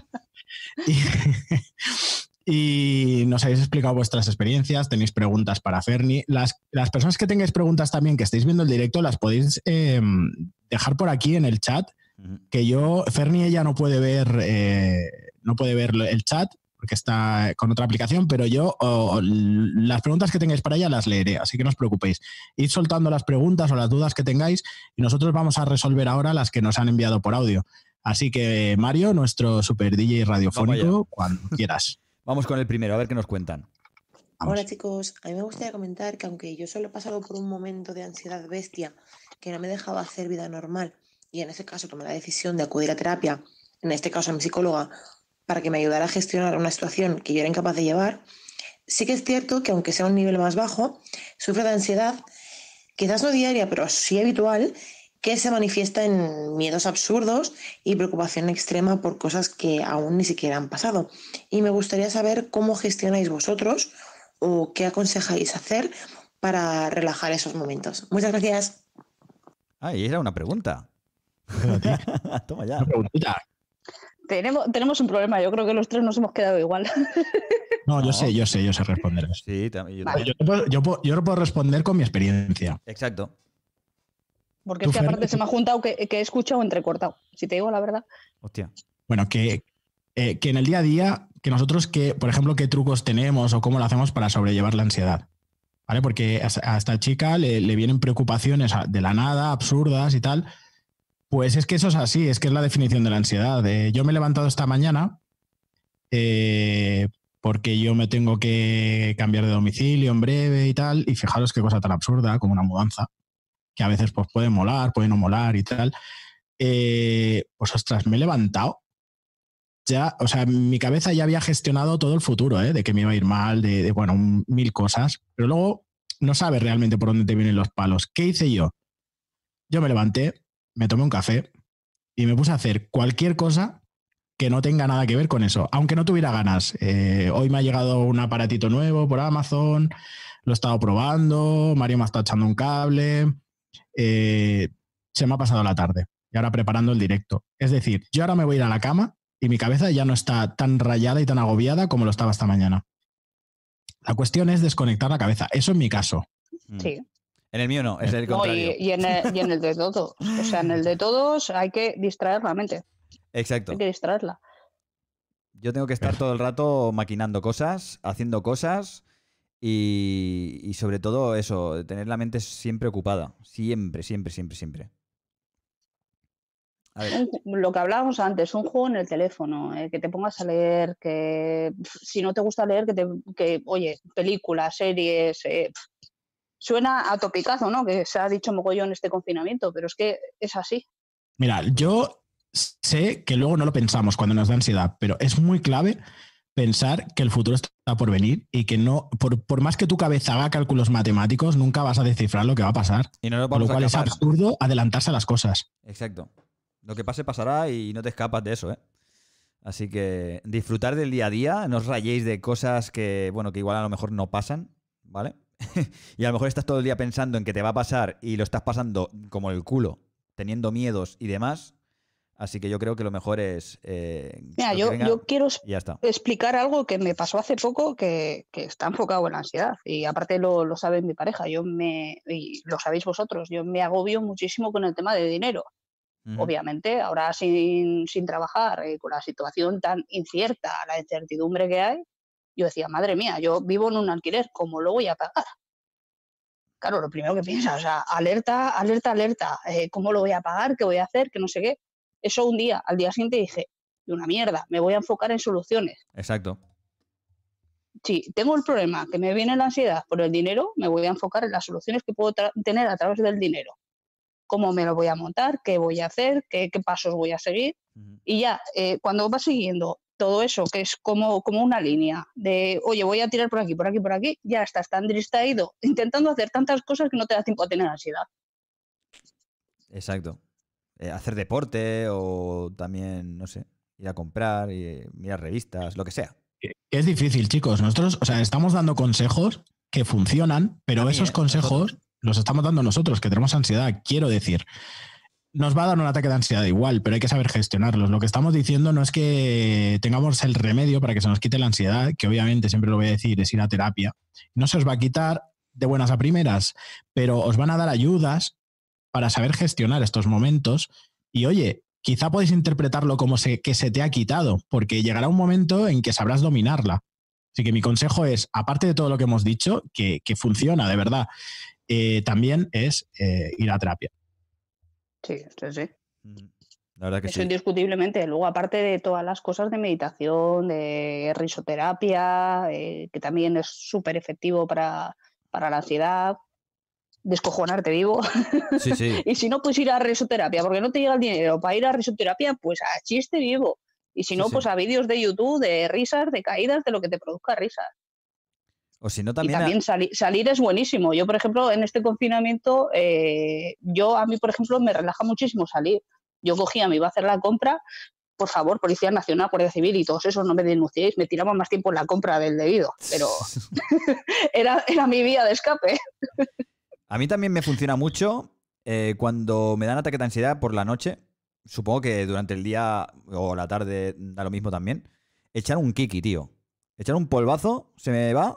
Y, y nos habéis explicado vuestras experiencias, tenéis preguntas para Ferni. Las, las personas que tengáis preguntas también, que estéis viendo el directo, las podéis eh, dejar por aquí en el chat, que yo, Ferni ella no puede ver, eh, no puede ver el chat porque está con otra aplicación, pero yo oh, las preguntas que tengáis para ella las leeré, así que no os preocupéis. Id soltando las preguntas o las dudas que tengáis y nosotros vamos a resolver ahora las que nos han enviado por audio. Así que, Mario, nuestro super D J radiofónico, cuando quieras. Vamos con el primero, a ver qué nos cuentan. Vamos. Hola chicos, a mí me gustaría comentar que aunque yo solo he pasado por un momento de ansiedad bestia que no me dejaba hacer vida normal y en ese caso tomé la decisión de acudir a terapia, en este caso a mi psicóloga, para que me ayudara a gestionar una situación que yo era incapaz de llevar, sí que es cierto que aunque sea un nivel más bajo, sufro de ansiedad, quizás no diaria, pero sí habitual, que se manifiesta en miedos absurdos y preocupación extrema por cosas que aún ni siquiera han pasado. Y me gustaría saber cómo gestionáis vosotros o qué aconsejáis hacer para relajar esos momentos. Muchas gracias. Ah, y era una pregunta. Toma ya. Una preguntita. Tenemos, tenemos un problema, yo creo que los tres nos hemos quedado igual. No, yo No. sé, yo sé, yo sé responder eso. Sí, también, yo Vale. también. Yo, puedo- yo, puedo- yo lo puedo responder con mi experiencia. Exacto. Porque Tú, es que Fer, aparte ¿qué se me ha juntado que, que he escuchado entrecortado. Si te digo la verdad. Hostia. Bueno, que, eh, que en el día a día, que nosotros, que, por ejemplo, qué trucos tenemos o cómo lo hacemos para sobrellevar la ansiedad. ¿Vale? Porque a, a esta chica le, le vienen preocupaciones de la nada, absurdas y tal. Pues es que eso es así, es que es la definición de la ansiedad. Eh, yo me he levantado esta mañana eh, porque yo me tengo que cambiar de domicilio en breve y tal, y fijaros qué cosa tan absurda como una mudanza, que a veces pues, puede molar, puede no molar y tal. Eh, pues ostras, me he levantado. Ya, o sea, mi cabeza ya había gestionado todo el futuro, ¿eh? De que me iba a ir mal, de, de bueno, un, mil cosas, pero luego no sabes realmente por dónde te vienen los palos. ¿Qué hice yo? Yo me levanté, me tomé un café y me puse a hacer cualquier cosa que no tenga nada que ver con eso, aunque no tuviera ganas. Eh, hoy me ha llegado un aparatito nuevo por Amazon, lo he estado probando, Mario me ha estado echando un cable, eh, se me ha pasado la tarde y ahora preparando el directo. Es decir, yo ahora me voy a ir a la cama y mi cabeza ya no está tan rayada y tan agobiada como lo estaba esta mañana. La cuestión es desconectar la cabeza. Eso en mi caso. Mm. Sí. En el mío no, es el No, contrario. y, y, en el, y en el de todos. O sea, en el de todos hay que distraer la mente. Exacto. Hay que distraerla. Yo tengo que estar todo el rato maquinando cosas, haciendo cosas y, y sobre todo eso, tener la mente siempre ocupada. Siempre, siempre, siempre, siempre. A ver, Un- lo que hablábamos antes, un juego en el teléfono, eh, que te pongas a leer, que pf, si no te gusta leer, que, te, que oye, películas, series, eh, pf, suena a topicazo, ¿no? Que se ha dicho mogollón este confinamiento, pero es que es así. Mira, yo sé que luego no lo pensamos cuando nos da ansiedad, pero es muy clave pensar que el futuro está por venir y que no, por, por más que tu cabeza haga cálculos matemáticos, nunca vas a descifrar lo que va a pasar. y no nos Con lo vamos a cual es escapar. absurdo adelantarse a las cosas. Exacto. Lo que pase pasará y no te escapas de eso, ¿eh? Así que disfrutar del día a día, no os rayéis de cosas que, bueno, que igual a lo mejor no pasan, ¿vale? Y a lo mejor estás todo el día pensando en que te va a pasar y lo estás pasando como el culo, teniendo miedos y demás. Así que yo creo que lo mejor es... Eh, Mira, yo, yo quiero ya está. explicar algo que me pasó hace poco que, que está enfocado en la ansiedad. Y aparte lo, lo sabe mi pareja, yo me, y lo sabéis vosotros, yo me agobio muchísimo con el tema de dinero. Uh-huh. Obviamente, ahora sin, sin trabajar, eh, con la situación tan incierta, la incertidumbre que hay, yo decía, madre mía, yo vivo en un alquiler, ¿cómo lo voy a pagar? Claro, lo primero que piensas, o sea, alerta, alerta, alerta, eh, ¿cómo lo voy a pagar? ¿Qué voy a hacer? ¿Qué no sé qué? Eso un día, al día siguiente dije, de una mierda, me voy a enfocar en soluciones. Exacto. Si tengo el problema, que me viene la ansiedad por el dinero, me voy a enfocar en las soluciones que puedo tener a través del dinero. Cómo me lo voy a montar, qué voy a hacer, qué, qué pasos voy a seguir. Uh-huh. Y ya, eh, cuando vas siguiendo todo eso, que es como, como una línea de, oye, voy a tirar por aquí, por aquí, por aquí, ya estás tan distraído, intentando hacer tantas cosas que no te da tiempo a tener ansiedad. Exacto. Eh, hacer deporte o también, no sé, ir a comprar, y mirar revistas, lo que sea. Es difícil, chicos. Nosotros, o sea, estamos dando consejos que funcionan, pero mí, esos ¿eh? consejos Nosotros. los estamos dando nosotros, que tenemos ansiedad. Quiero decir, nos va a dar un ataque de ansiedad igual, pero hay que saber gestionarlos. Lo que estamos diciendo no es que tengamos el remedio para que se nos quite la ansiedad, que obviamente siempre lo voy a decir, es ir a terapia. No se os va a quitar de buenas a primeras, pero os van a dar ayudas para saber gestionar estos momentos. Y oye, quizá podéis interpretarlo como se, que se te ha quitado, porque llegará un momento en que sabrás dominarla. Así que mi consejo es, aparte de todo lo que hemos dicho, que, que funciona de verdad, eh, también es eh, ir a terapia. Sí, sí, sí. La verdad que Eso sí. Indiscutiblemente. Luego, aparte de todas las cosas de meditación, de risoterapia, eh, que también es súper efectivo para, para la ansiedad, descojonarte vivo. Sí, sí. Y si no, pues ir a risoterapia, porque no te llega el dinero para ir a risoterapia, pues a chiste vivo. Y si Sí, no, sí. pues a vídeos de YouTube de risas, de caídas, de lo que te produzca risas. O si no, también... Y también a... sali salir es buenísimo. Yo, por ejemplo, en este confinamiento, eh, yo a mí, por ejemplo, me relaja muchísimo salir. Yo cogía, me iba a hacer la compra, por favor, Policía Nacional, Guardia Civil y todos esos, no me denunciéis, me tiraba más tiempo en la compra del debido, pero era, era mi vía de escape. A mí también me funciona mucho eh, cuando me dan ataque de ansiedad por la noche, supongo que durante el día o la tarde da lo mismo también, echar un kiki, tío. Echar un polvazo, se me va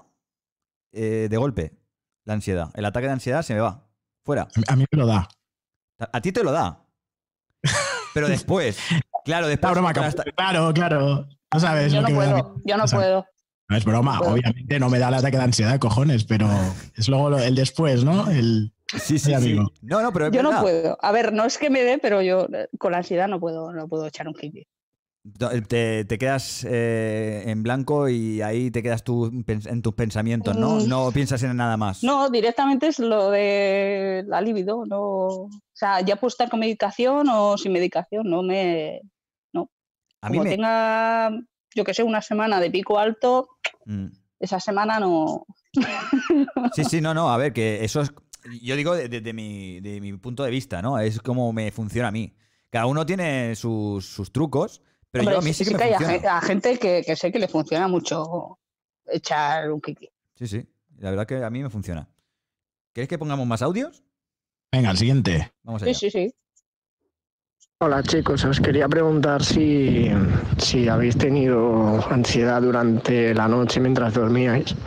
eh, de golpe la ansiedad. El ataque de ansiedad se me va. Fuera. A mí me lo da. A, a ti te lo da. Pero después. Claro, después. La broma, hasta... Claro, claro. No sabes yo lo no que puedo, yo no o sea, puedo. No es broma, no obviamente no me da el ataque de ansiedad, cojones, pero es luego lo, el después, ¿no? El, sí, sí, el amigo. sí. No, no, pero es yo verdad. no puedo. A ver, no es que me dé, pero yo con la ansiedad no puedo, no puedo echar un kiki. Te, te quedas eh, en blanco y ahí te quedas tú en tus pensamientos, ¿no? No piensas en nada más. No, directamente es lo de la libido, no, o sea, ya puedo estar con medicación o sin medicación, no me, no. A mí Como me... tenga, yo que sé, una semana de pico alto, mm. esa semana no. Sí, sí, no, no, a ver, que eso es, yo digo desde de, de mi, de mi punto de vista, ¿no? Es como me funciona a mí. Cada uno tiene sus, sus trucos. Pero Hombre, yo a mí sí, sí que, que me hay funciona. a gente que, que sé que le funciona mucho echar un kiki. Sí, sí. La verdad que a mí me funciona. ¿Queréis que pongamos más audios? Venga, el siguiente. Vamos allá. Sí, sí, sí. Hola chicos, os quería preguntar si, si habéis tenido ansiedad durante la noche mientras dormíais.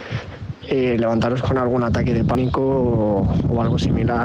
Eh, levantaros con algún ataque de pánico o, o algo similar.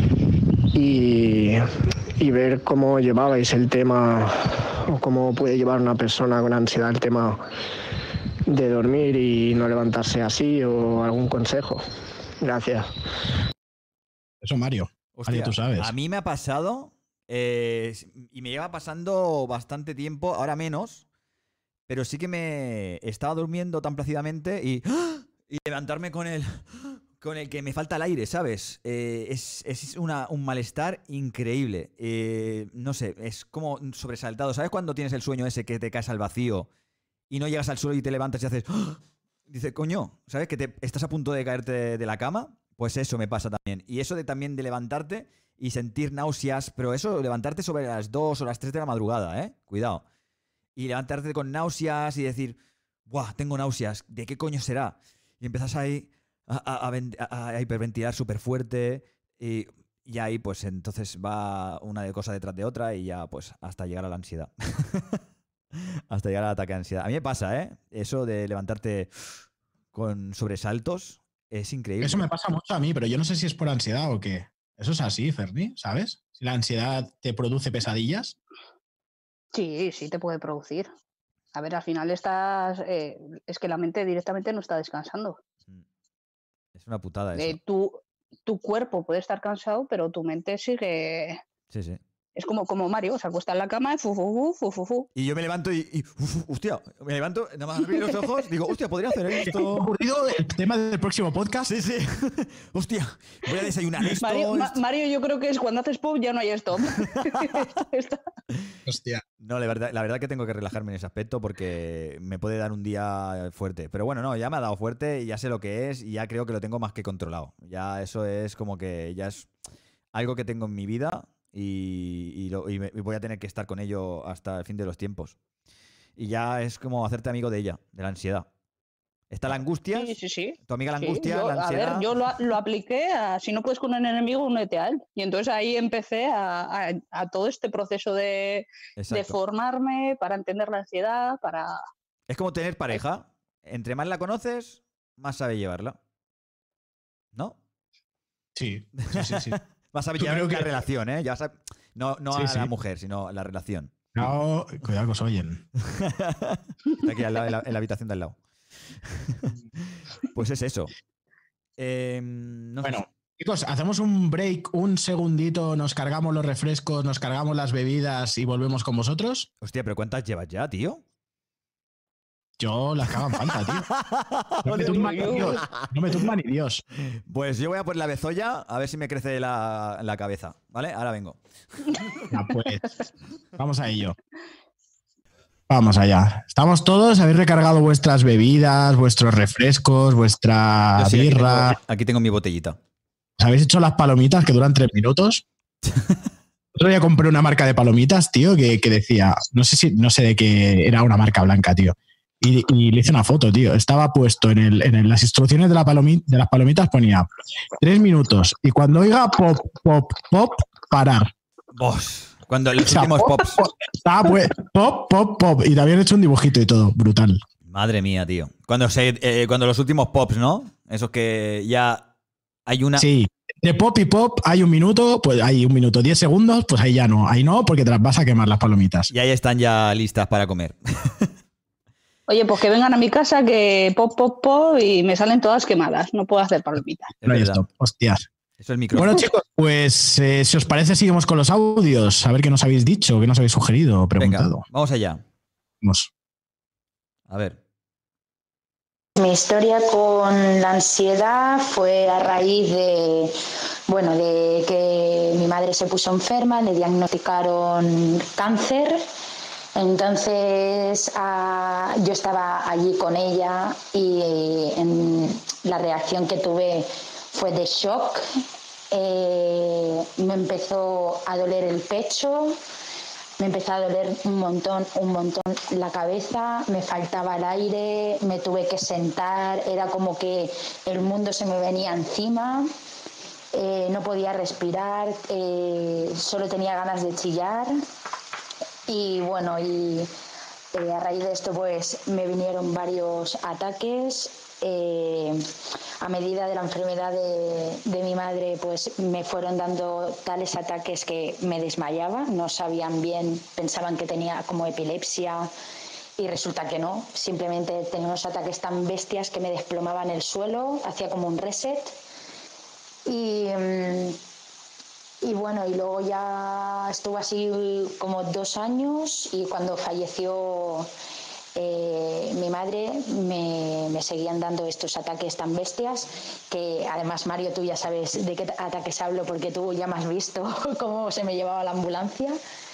Y, y ver cómo llevabais el tema o cómo puede llevar una persona con ansiedad el tema de dormir y no levantarse así o algún consejo. Gracias. Eso, Mario. Hostia, Mario, tú sabes. A mí me ha pasado eh, y me lleva pasando bastante tiempo, ahora menos, pero sí que me estaba durmiendo tan plácidamente y, y levantarme con el... Con el que me falta el aire, ¿sabes? Eh, es es una, un malestar increíble. Eh, no sé, es como sobresaltado. ¿Sabes cuando tienes el sueño ese que te caes al vacío y no llegas al suelo y te levantas y haces... ¡Oh! Dice, coño, ¿sabes? Que te, estás a punto de caerte de, de la cama. Pues eso me pasa también. Y eso de también de levantarte y sentir náuseas. Pero eso, levantarte sobre las dos o las tres de la madrugada, ¿eh? Cuidado. Y levantarte con náuseas y decir... ¡Buah, tengo náuseas! ¿De qué coño será? Y empiezas ahí... A, a, a, a hiperventilar súper fuerte y, y ahí pues entonces va una de cosa detrás de otra y ya pues hasta llegar a la ansiedad. Hasta llegar al ataque de ansiedad. A mí me pasa, ¿eh? Eso de levantarte con sobresaltos es increíble. Eso me pasa mucho a mí, pero yo no sé si es por ansiedad o qué. Eso es así, Ferni, ¿sabes? Si la ansiedad te produce pesadillas. Sí, sí te puede producir. A ver, al final estás... eh, es que la mente directamente no está descansando. Es una putada eso. Eh, tu, tu cuerpo puede estar cansado, pero tu mente sigue... Sí, sí. Es como, como Mario, se acuesta en la cama y fu, fu, fu, fu, fu. Y yo me levanto y, y uf, uf, hostia, me levanto, nada más abrir los ojos, digo, hostia, podría hacer esto. ¿Ha ocurrido el tema del próximo podcast? Sí, sí. Hostia, voy a desayunar esto. Mario, esto. Ma- Mario, yo creo que es cuando haces pop ya no hay stop. Está- Hostia. No, la verdad, la verdad que tengo que relajarme en ese aspecto porque me puede dar un día fuerte. Pero bueno, no, ya me ha dado fuerte y ya sé lo que es y ya creo que lo tengo más que controlado. Ya eso es como que ya es algo que tengo en mi vida y, y, lo- y me- y voy a tener que estar con ello hasta el fin de los tiempos. Y ya es como hacerte amigo de ella, de la ansiedad. Está la angustia, Sí, sí, sí. tu amiga la Sí, angustia, yo- la a ansiedad. ver, yo lo, lo apliqué a si no puedes con un enemigo, únete a él. Y entonces ahí empecé a, a- a todo este proceso de, de Exacto. formarme para entender la ansiedad, para... Es como tener pareja. Entre más la conoces, más sabe llevarla. ¿No? Sí, sí, sí. sí. Más sabe Yo llevar creo la que- relación, ¿eh? Ya sabe- No, no Sí, a sí. la mujer, sino a la relación. Cuidado, cuidado que os oyen. Está aquí al lado, en, la, en la habitación de al lado. Pues es eso. Eh, no sé Bueno, chicos, hacemos un break, un segundito, nos cargamos los refrescos, nos cargamos las bebidas y volvemos con vosotros. si- Hostia, pero ¿cuántas llevas ya, tío? Yo las que hagan falta, tío. No me Joder, tumba ni yo- Dios. No me tumba ni Dios. Pues yo voy a por la bezoya a ver si me crece la, la cabeza, ¿vale? Ahora vengo. Ya, pues, vamos a ello. Vamos allá. Estamos todos, habéis recargado vuestras bebidas, vuestros refrescos, vuestra Yo sí, aquí, birra. tengo, aquí tengo mi botellita. ¿Os habéis hecho las palomitas que duran tres minutos? Otro día compré una marca de palomitas, tío, que, que decía, no sé si, no sé de qué era una marca blanca, tío. Y, y le hice una foto, tío. Estaba puesto en, el, en el- las instrucciones de, la palomi- de las palomitas, ponía tres minutos. Y cuando oiga pop, pop, pop, parar. Vos, cuando los O sea, últimos pop, pops. pop, estaba pues, pop, pop, pop. Y te habían hecho un dibujito y todo. Brutal. Madre mía, tío. Cuando, se, eh, cuando los últimos pops, ¿no? Esos que ya hay una... Sí. De pop y pop hay un minuto, pues hay un minuto, diez segundos, pues ahí ya no. Ahí no, porque te las vas a quemar las palomitas. Y ahí están ya listas para comer. Oye, pues que vengan a mi casa que pop, pop, pop y me salen todas quemadas. No puedo hacer palomitas. Es No hay verdad. stop. Hostias. Eso es micrófono. Bueno, chicos, pues eh, si os parece, seguimos con los audios. A ver qué nos habéis dicho, qué nos habéis sugerido o preguntado. Venga, vamos allá. Vamos. A ver. Mi historia con la ansiedad fue a raíz de, bueno, de que mi madre se puso enferma, le diagnosticaron cáncer. Entonces ah, yo estaba allí con ella y eh, en, la reacción que tuve fue de shock. Eh, me empezó a doler el pecho, me empezó a doler un montón, un montón la cabeza, me faltaba el aire, me tuve que sentar, era como que el mundo se me venía encima, eh, no podía respirar, eh, solo tenía ganas de chillar. Y bueno, y eh, a raíz de esto pues me vinieron varios ataques. Eh, a medida de la enfermedad de, de mi madre pues me fueron dando tales ataques que me desmayaba, no sabían bien, pensaban que tenía como epilepsia y resulta que no, simplemente tenía unos ataques tan bestias que me desplomaba en el suelo, hacía como un reset y... Mmm, Y bueno, y luego ya estuvo así como dos años y cuando falleció eh, mi madre me, me seguían dando estos ataques tan bestias que además, Mario, tú ya sabes de qué ataques hablo porque tú ya me has visto cómo se me llevaba la ambulancia.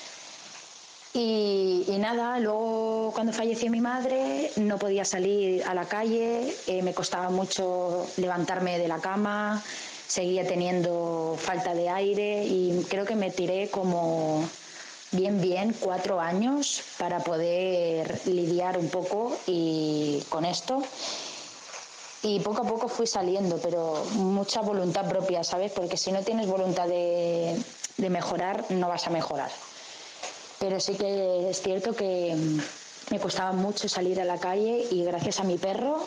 Y, y nada, luego cuando falleció mi madre no podía salir a la calle, eh, me costaba mucho levantarme de la cama, seguía teniendo falta de aire y creo que me tiré como bien, bien, cuatro años para poder lidiar un poco y con esto. y poco a poco fui saliendo, pero mucha voluntad propia, ¿sabes? Porque si no tienes voluntad de, de mejorar, no vas a mejorar. Pero sí que es cierto que me costaba mucho salir a la calle y gracias a mi perro,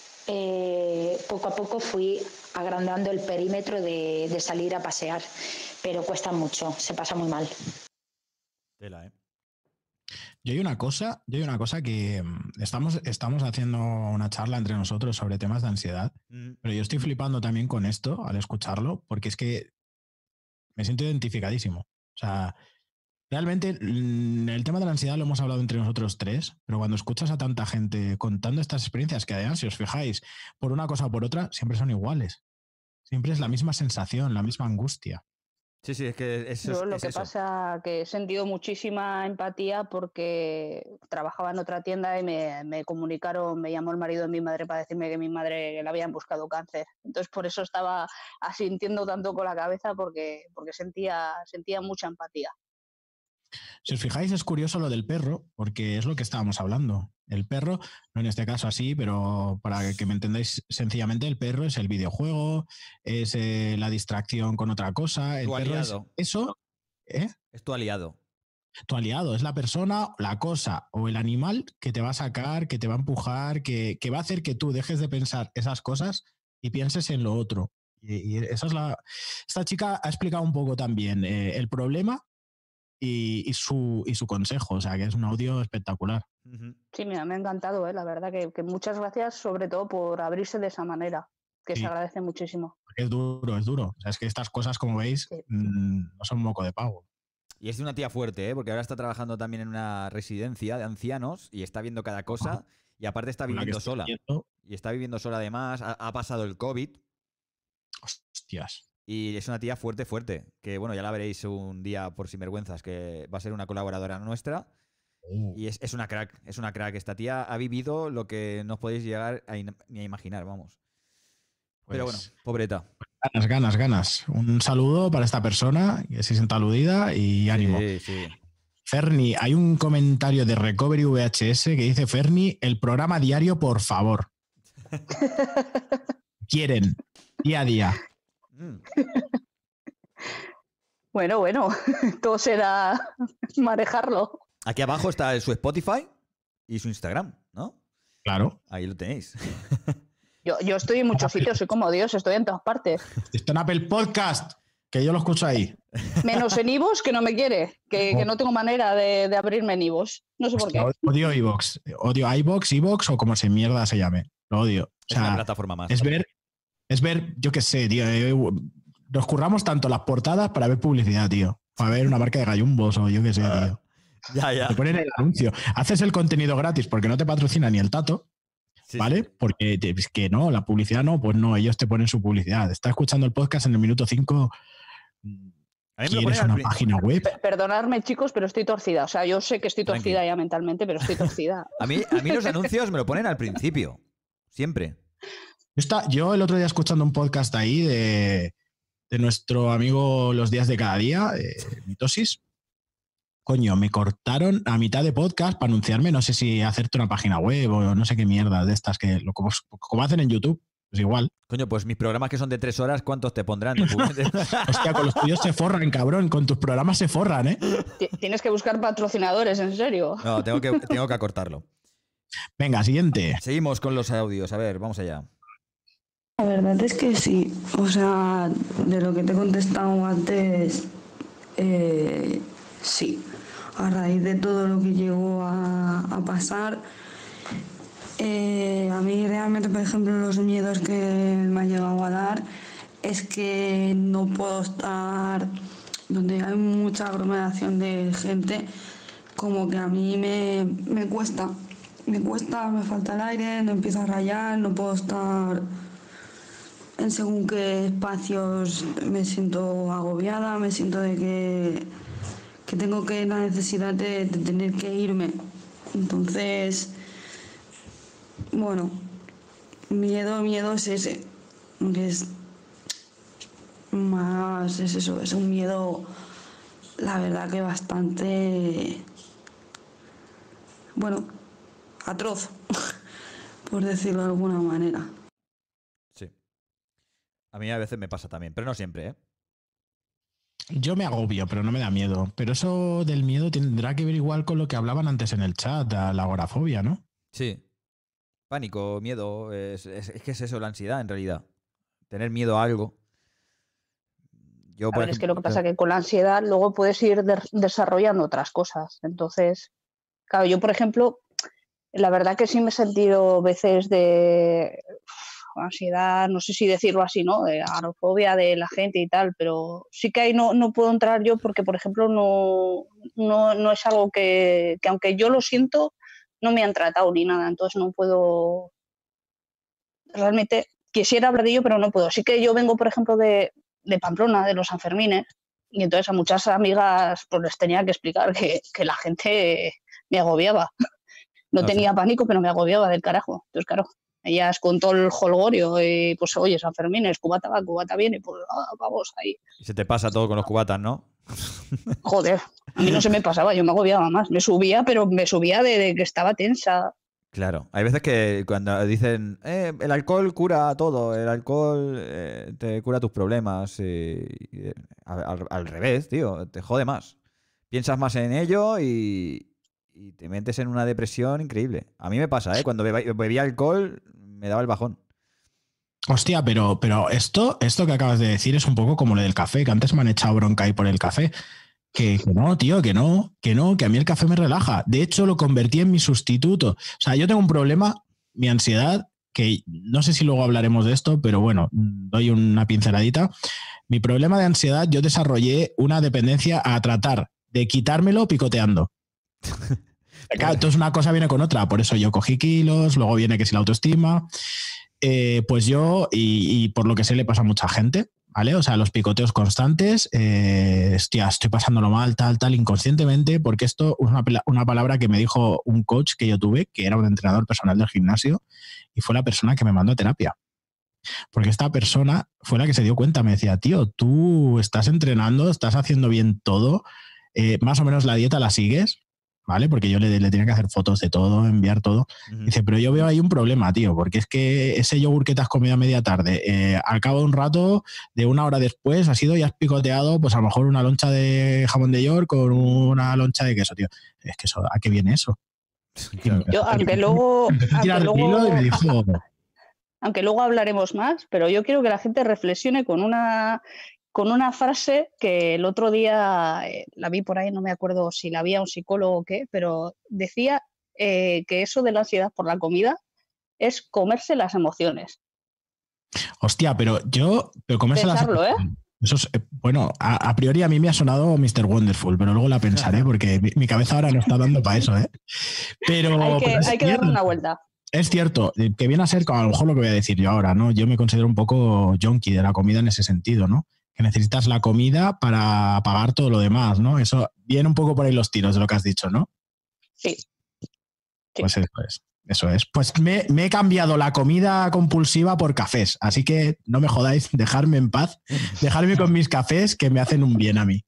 eh, poco a poco fui agrandando el perímetro de, de salir a pasear. Pero cuesta mucho, se pasa muy mal. Tela, ¿eh? Yo hay una cosa, yo hay una cosa que estamos, estamos haciendo una charla entre nosotros sobre temas de ansiedad, mm. pero yo estoy flipando también con esto al escucharlo, porque es que me siento identificadísimo. O sea, realmente el tema de la ansiedad lo hemos hablado entre nosotros tres, pero cuando escuchas a tanta gente contando estas experiencias, que además, si os fijáis, por una cosa o por otra, siempre son iguales. Siempre es la misma sensación, la misma angustia. Sí, sí, es que eso Yo lo es que eso. pasa que he sentido muchísima empatía porque trabajaba en otra tienda y me, me comunicaron, me llamó el marido de mi madre para decirme que mi madre le habían buscado cáncer. Entonces por eso estaba asintiendo tanto con la cabeza porque, porque sentía, sentía mucha empatía. Si os fijáis, es curioso lo del perro, porque es lo que estábamos hablando. El perro, no en este caso así, pero para que me entendáis sencillamente, el perro es el videojuego, es eh, la distracción con otra cosa. El tu perro aliado. es eso. ¿eh? Es tu aliado. Tu aliado es la persona, la cosa o el animal que te va a sacar, que te va a empujar, que, que va a hacer que tú dejes de pensar esas cosas y pienses en lo otro. Y, y esa es la. Esta chica ha explicado un poco también eh, el problema. Y, y, su, y su consejo, o sea, que es un audio espectacular. Sí, mira, me ha encantado, ¿eh? La verdad que, que muchas gracias sobre todo por abrirse de esa manera, que sí. Se agradece muchísimo. Es duro, es duro. O sea, es que estas cosas, como veis, sí. mmm, no son moco de pavo. Y es de una tía fuerte, ¿eh? Porque ahora está trabajando también en una residencia de ancianos y está viendo cada cosa. Ah. Y aparte está viviendo sola. Viendo. Y está viviendo sola además. Ha, ha pasado el COVID. Hostias. Y es una tía fuerte, fuerte. Que bueno, ya la veréis un día por Sinvergüenzas, que va a ser una colaboradora nuestra. Uh. Y es, es una crack, es una crack. Esta tía ha vivido lo que no os podéis llegar a in- ni a imaginar, vamos. Pues, pero bueno, pobreta. Ganas, ganas, ganas. Un saludo para esta persona que se sienta aludida y ánimo. Sí, sí. Ferni, hay un comentario de Recovery V H S que dice: Ferni, el programa diario, por favor. Quieren, día a día. Bueno, bueno, todo será manejarlo. Aquí abajo está su Spotify y su Instagram, ¿no? Claro. Ahí lo tenéis. Yo, yo estoy en muchos sitios, soy como Dios, estoy en todas partes. Está en Apple Podcast, que yo lo escucho ahí. Menos en iVoox, que no me quiere, que, que no tengo manera de, de abrirme en iVoox. No sé por qué. Odio iVoox, odio iVoox, iVoox o como se mierda se llame. Lo odio. O sea, es una plataforma más. Es ver... Es ver, yo qué sé, tío. Eh, nos curramos tanto las portadas para ver publicidad, tío. Para ver una marca de gallumbos o yo qué sé, tío. Ya, ya. Te ponen el anuncio. Haces el contenido gratis porque no te patrocina ni el tato, sí, ¿vale? Sí. Porque es que no, la publicidad no, pues no, ellos te ponen su publicidad. Estás escuchando el podcast en el minuto cinco. ¿Quieres una página web? Perdonadme, chicos, pero estoy torcida. O sea, yo sé que estoy torcida Tranquil. ya mentalmente, pero estoy torcida. a, mí, a mí los anuncios me lo ponen al principio. Siempre. Está, yo el otro día escuchando un podcast ahí de, de nuestro amigo Los Días de Cada Día, eh, Mitosis. Coño, me cortaron a mitad de podcast para anunciarme, no sé si hacerte una página web o no sé qué mierda de estas, que lo, como, como hacen en YouTube, pues igual. Coño, pues mis programas que son de tres horas, ¿cuántos te pondrán? Hostia, con los tuyos se forran, cabrón, con tus programas se forran, ¿eh? Tienes que buscar patrocinadores, ¿en serio? No, tengo que, tengo que acortarlo. Venga, siguiente. Seguimos con los audios, a ver, vamos allá. La verdad es que sí, o sea, de lo que te he contestado antes, eh, sí. A raíz de todo lo que llegó a, a pasar, eh, a mí realmente, por ejemplo, los miedos que me ha llegado a dar es que no puedo estar donde hay mucha aglomeración de gente, como que a mí me, me cuesta, me cuesta, me falta el aire, no empiezo a rayar, no puedo estar... En según qué espacios me siento agobiada, me siento de que, que tengo que la necesidad de, de tener que irme. Entonces, bueno, miedo, miedo es ese, que es más, es eso, es un miedo, la verdad que bastante, bueno, atroz, por decirlo de alguna manera. A mí a veces me pasa también, pero no siempre, ¿eh? Yo me agobio, pero no me da miedo. Pero eso del miedo tendrá que ver igual con lo que hablaban antes en el chat, la agorafobia, ¿no? Sí. Pánico, miedo, es, es, es que es eso, la ansiedad en realidad. Tener miedo a algo. Yo, A por ver, es que lo que ejemplo, pasa es que con la ansiedad luego puedes ir de- desarrollando otras cosas. Entonces, claro, yo, por ejemplo, la verdad que sí me he sentido veces de uf, ansiedad, no sé si decirlo así, ¿no? De agorafobia de la gente y tal, pero sí que ahí no, no puedo entrar yo porque, por ejemplo, no, no, no es algo que, que aunque yo lo siento, no me han tratado ni nada, entonces no puedo, realmente quisiera hablar de ello, pero no puedo. Sí que yo vengo, por ejemplo, de, de Pamplona, de los Sanfermines, y entonces a muchas amigas pues les tenía que explicar que, que la gente me agobiaba. No No sé. tenía pánico, pero me agobiaba del carajo. Entonces, claro, ellas con todo el jolgorio y pues, oye, Sanfermines, cubata va, cubata viene, pues ah, vamos ahí. Y se te pasa todo con los cubatas, ¿no? Joder, a mí no se me pasaba, yo me agobiaba más. Me subía, pero me subía de, de que estaba tensa. Claro. Hay veces que cuando dicen, eh, el alcohol cura todo, el alcohol eh, te cura tus problemas. Y, y, al, al- al revés, tío, te jode más. Piensas más en ello y, y te metes en una depresión increíble. A mí me pasa, ¿eh? Cuando beba- bebía alcohol me daba el bajón. Hostia, pero, pero esto, esto que acabas de decir es un poco como lo del café, que antes me han echado bronca ahí por el café. Que, que no, tío, que no, que no, que a mí el café me relaja. De hecho, lo convertí en mi sustituto. O sea, yo tengo un problema, mi ansiedad, que no sé si luego hablaremos de esto, pero bueno, doy una pinceladita. Mi problema de ansiedad, yo desarrollé una dependencia a tratar de quitármelo picoteando. Claro, entonces una cosa viene con otra, por eso yo cogí kilos, luego viene que si la autoestima. Eh, pues yo, y, y por lo que sé, le pasa a mucha gente, ¿vale? O sea, los picoteos constantes, eh, hostia, estoy pasándolo mal, tal, tal, inconscientemente, porque esto es una, una palabra que me dijo un coach que yo tuve, que era un entrenador personal del gimnasio, y fue la persona que me mandó a terapia. Porque esta persona fue la que se dio cuenta, me decía, tío, tú estás entrenando, estás haciendo bien todo, eh, más o menos la dieta la sigues, ¿vale? Porque yo le, le tenía que hacer fotos de todo, enviar todo. Ujú. Dice, pero yo veo ahí un problema, tío, porque es que ese yogur que te has comido a media tarde, eh, al cabo de un rato, de una hora después, has ido y has picoteado, pues a lo mejor una loncha de jamón de York con una loncha de queso, tío. Es que eso, ¿a qué viene eso? Claro. Yo, aunque luego, Empezó a aunque tirar del hilo y luego, me dijo, aunque luego hablaremos más, pero yo quiero que la gente reflexione con una, con una frase que el otro día eh, la vi por ahí, no me acuerdo si la vi a un psicólogo o qué, pero decía eh, que eso de la ansiedad por la comida es comerse las emociones. hostia, pero yo, pero comerse las... Pensarlo, ¿eh? Eso es, eh, bueno, a, a priori a mí me ha sonado mister Wonderful, pero luego la pensaré porque mi, mi cabeza ahora no está dando para eso, ¿eh? Pero, Hay que, pero es hay que darle cierto. una vuelta. Es cierto, eh, que viene a ser como a lo mejor lo que voy a decir yo ahora, ¿no? Yo me considero un poco junkie de la comida en ese sentido, ¿no? Que necesitas la comida para pagar todo lo demás, ¿no? Eso viene un poco por ahí los tiros de lo que has dicho, ¿no? Sí. Sí. Pues eso es. Eso es. Pues me, me he cambiado la comida compulsiva por cafés, así que no me jodáis, dejarme en paz, dejarme con mis cafés que me hacen un bien a mí.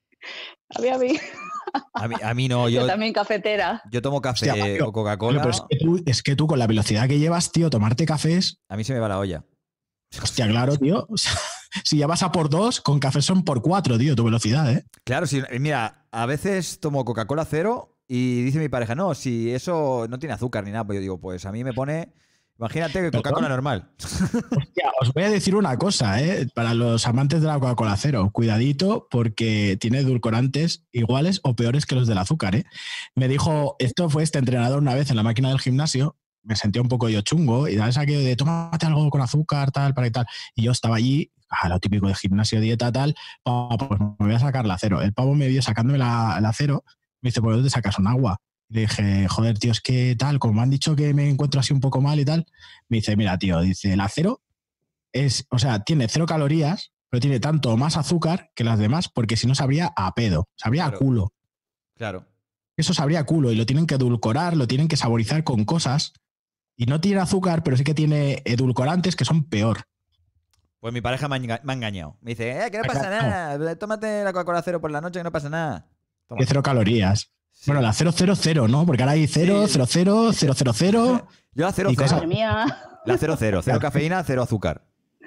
A mí, a mí. A mí, a mí no, Yo yo, también cafetera. yo tomo café Hostia, tío, o Coca-Cola. Pero es que, tú, es que tú con la velocidad que llevas, tío, tomarte cafés, A mí se me va la olla. hostia, claro, tío. O sea, si ya vas a por dos, con café son por cuatro, tío, tu velocidad, ¿eh? Claro, si, mira, a veces tomo Coca-Cola cero y dice mi pareja, no, si eso no tiene azúcar ni nada, pues yo digo, pues a mí me pone, imagínate que Coca-Cola normal. Hostia, os voy a decir una cosa, ¿eh? Para los amantes de la Coca-Cola cero, cuidadito porque tiene edulcorantes iguales o peores que los del azúcar, ¿eh? Me dijo, esto fue este entrenador una vez en la máquina del gimnasio, me sentía un poco yo chungo y sabes aquello de tómate algo con azúcar, tal, para y tal. Y yo estaba allí, ah, lo típico de gimnasio, dieta, tal, pues me voy a sacar la cero. El pavo me vio sacándome la, la cero, me dice, ¿por dónde sacas un agua? Le dije, joder, tío, es que tal, como me han dicho que me encuentro así un poco mal y tal, me dice, mira, tío, dice, el acero es, o sea, tiene cero calorías, pero tiene tanto más azúcar que las demás, porque si no sabría a pedo, sabría Claro. a culo. Claro. Eso sabría a culo y lo tienen que edulcorar, lo tienen que saborizar con cosas. Y no tiene azúcar, pero sí que tiene edulcorantes que son peor. Pues mi pareja me ha, enga- me ha engañado. Me dice, eh, que no Exacto. pasa nada, tómate la Coca-Cola cero por la noche, que no pasa nada. Toma. De cero calorías. Sí. Bueno, la cero cero cero, ¿no? Porque ahora hay cero, Sí. cero cero, cero cero cero. Yo la cero Y cero. cosas- Madre mía. La cero cero, cero cafeína, cero azúcar.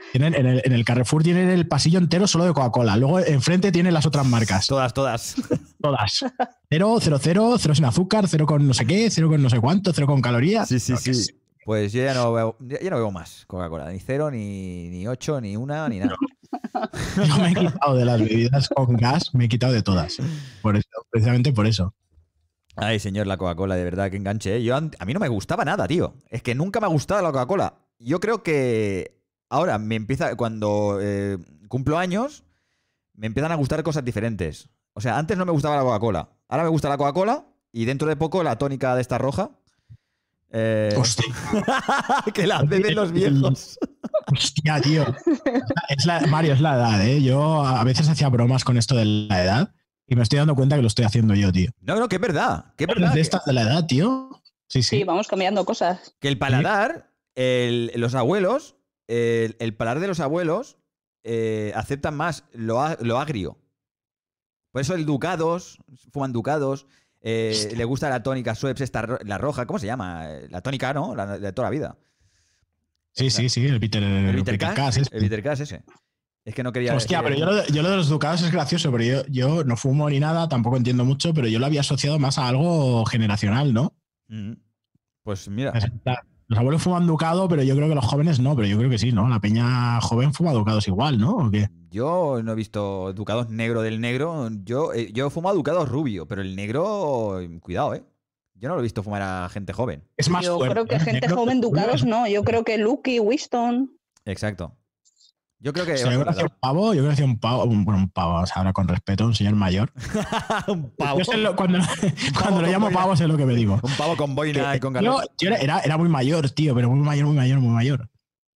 Tienen, en, el, en el Carrefour tienen el pasillo entero solo de Coca-Cola. Luego enfrente tienen las otras marcas. Todas, todas. Todas. Cero, cero, cero, cero sin azúcar, cero con no sé qué, cero con no sé cuánto, cero con calorías. Sí, sí, Lo que sí. sea. Pues yo ya no veo, ya no veo más Coca-Cola. Ni cero, ni, ni ocho, ni una, ni nada. Yo me he quitado de las bebidas con gas, me he quitado de todas. Por eso, precisamente por eso. Ay, señor, la Coca-Cola, de verdad, que enganche. ¿eh? Yo, a mí no me gustaba nada, tío. Es que nunca me ha gustado la Coca-Cola. Yo creo que ahora me empieza, cuando eh, cumplo años, me empiezan a gustar cosas diferentes. O sea, antes no me gustaba la Coca-Cola. Ahora me gusta la Coca-Cola y dentro de poco la tónica de esta roja. Eh... Hostia. que la beben los viejos. Hostia, tío. Es la, Mario, es la edad, ¿eh? Yo a veces hacía bromas con esto de la edad y me estoy dando cuenta que lo estoy haciendo yo, tío. No, no, que es verdad. Que es verdad. De Que, estas de la edad, tío. Sí, sí. Sí, vamos cambiando cosas. que el paladar, el- los abuelos, el, el paladar de los abuelos eh, aceptan más lo, a- lo agrio. Por eso el Ducados, fuman Ducados, eh, le gusta la tónica Schweppes, esta, ro- la roja, ¿cómo se llama? La tónica, ¿no? La de toda la vida. Sí, sí, sí, el Peter, El el Bitter Peter Cash, Cash, este. el Bitter Cash ese. Es que no quería Hostia, decir- pero yo lo, de, yo lo de los ducados es gracioso, pero yo, yo no fumo ni nada, tampoco entiendo mucho, pero yo lo había asociado más a algo generacional, ¿no? Mm. Pues mira, Es- la- Los abuelos fuman ducado, pero yo creo que los jóvenes no, pero yo creo que sí, ¿no? La peña joven fuma ducados igual, ¿no? ¿O qué? yo no he visto Ducados negro del negro. Yo, eh, yo he fumado Ducados rubio, pero el negro, cuidado, ¿eh? Yo no lo he visto fumar a gente joven. Es más Yo fuerte, creo que ¿eh? gente Negro- joven Ducados no. Yo creo que Lucky, Winston. Exacto. Yo creo que... O sea, yo conocí a un pavo, yo conocí a un pavo, un- bueno, un pavo, o sea, ahora con respeto, un señor mayor. un pavo. Yo sé lo- cuando cuando lo con llamo boina. pavo sé lo que me digo. Un pavo con boina y con Yo, ganas. yo era, era, era muy mayor, tío, pero muy mayor, muy mayor, muy mayor.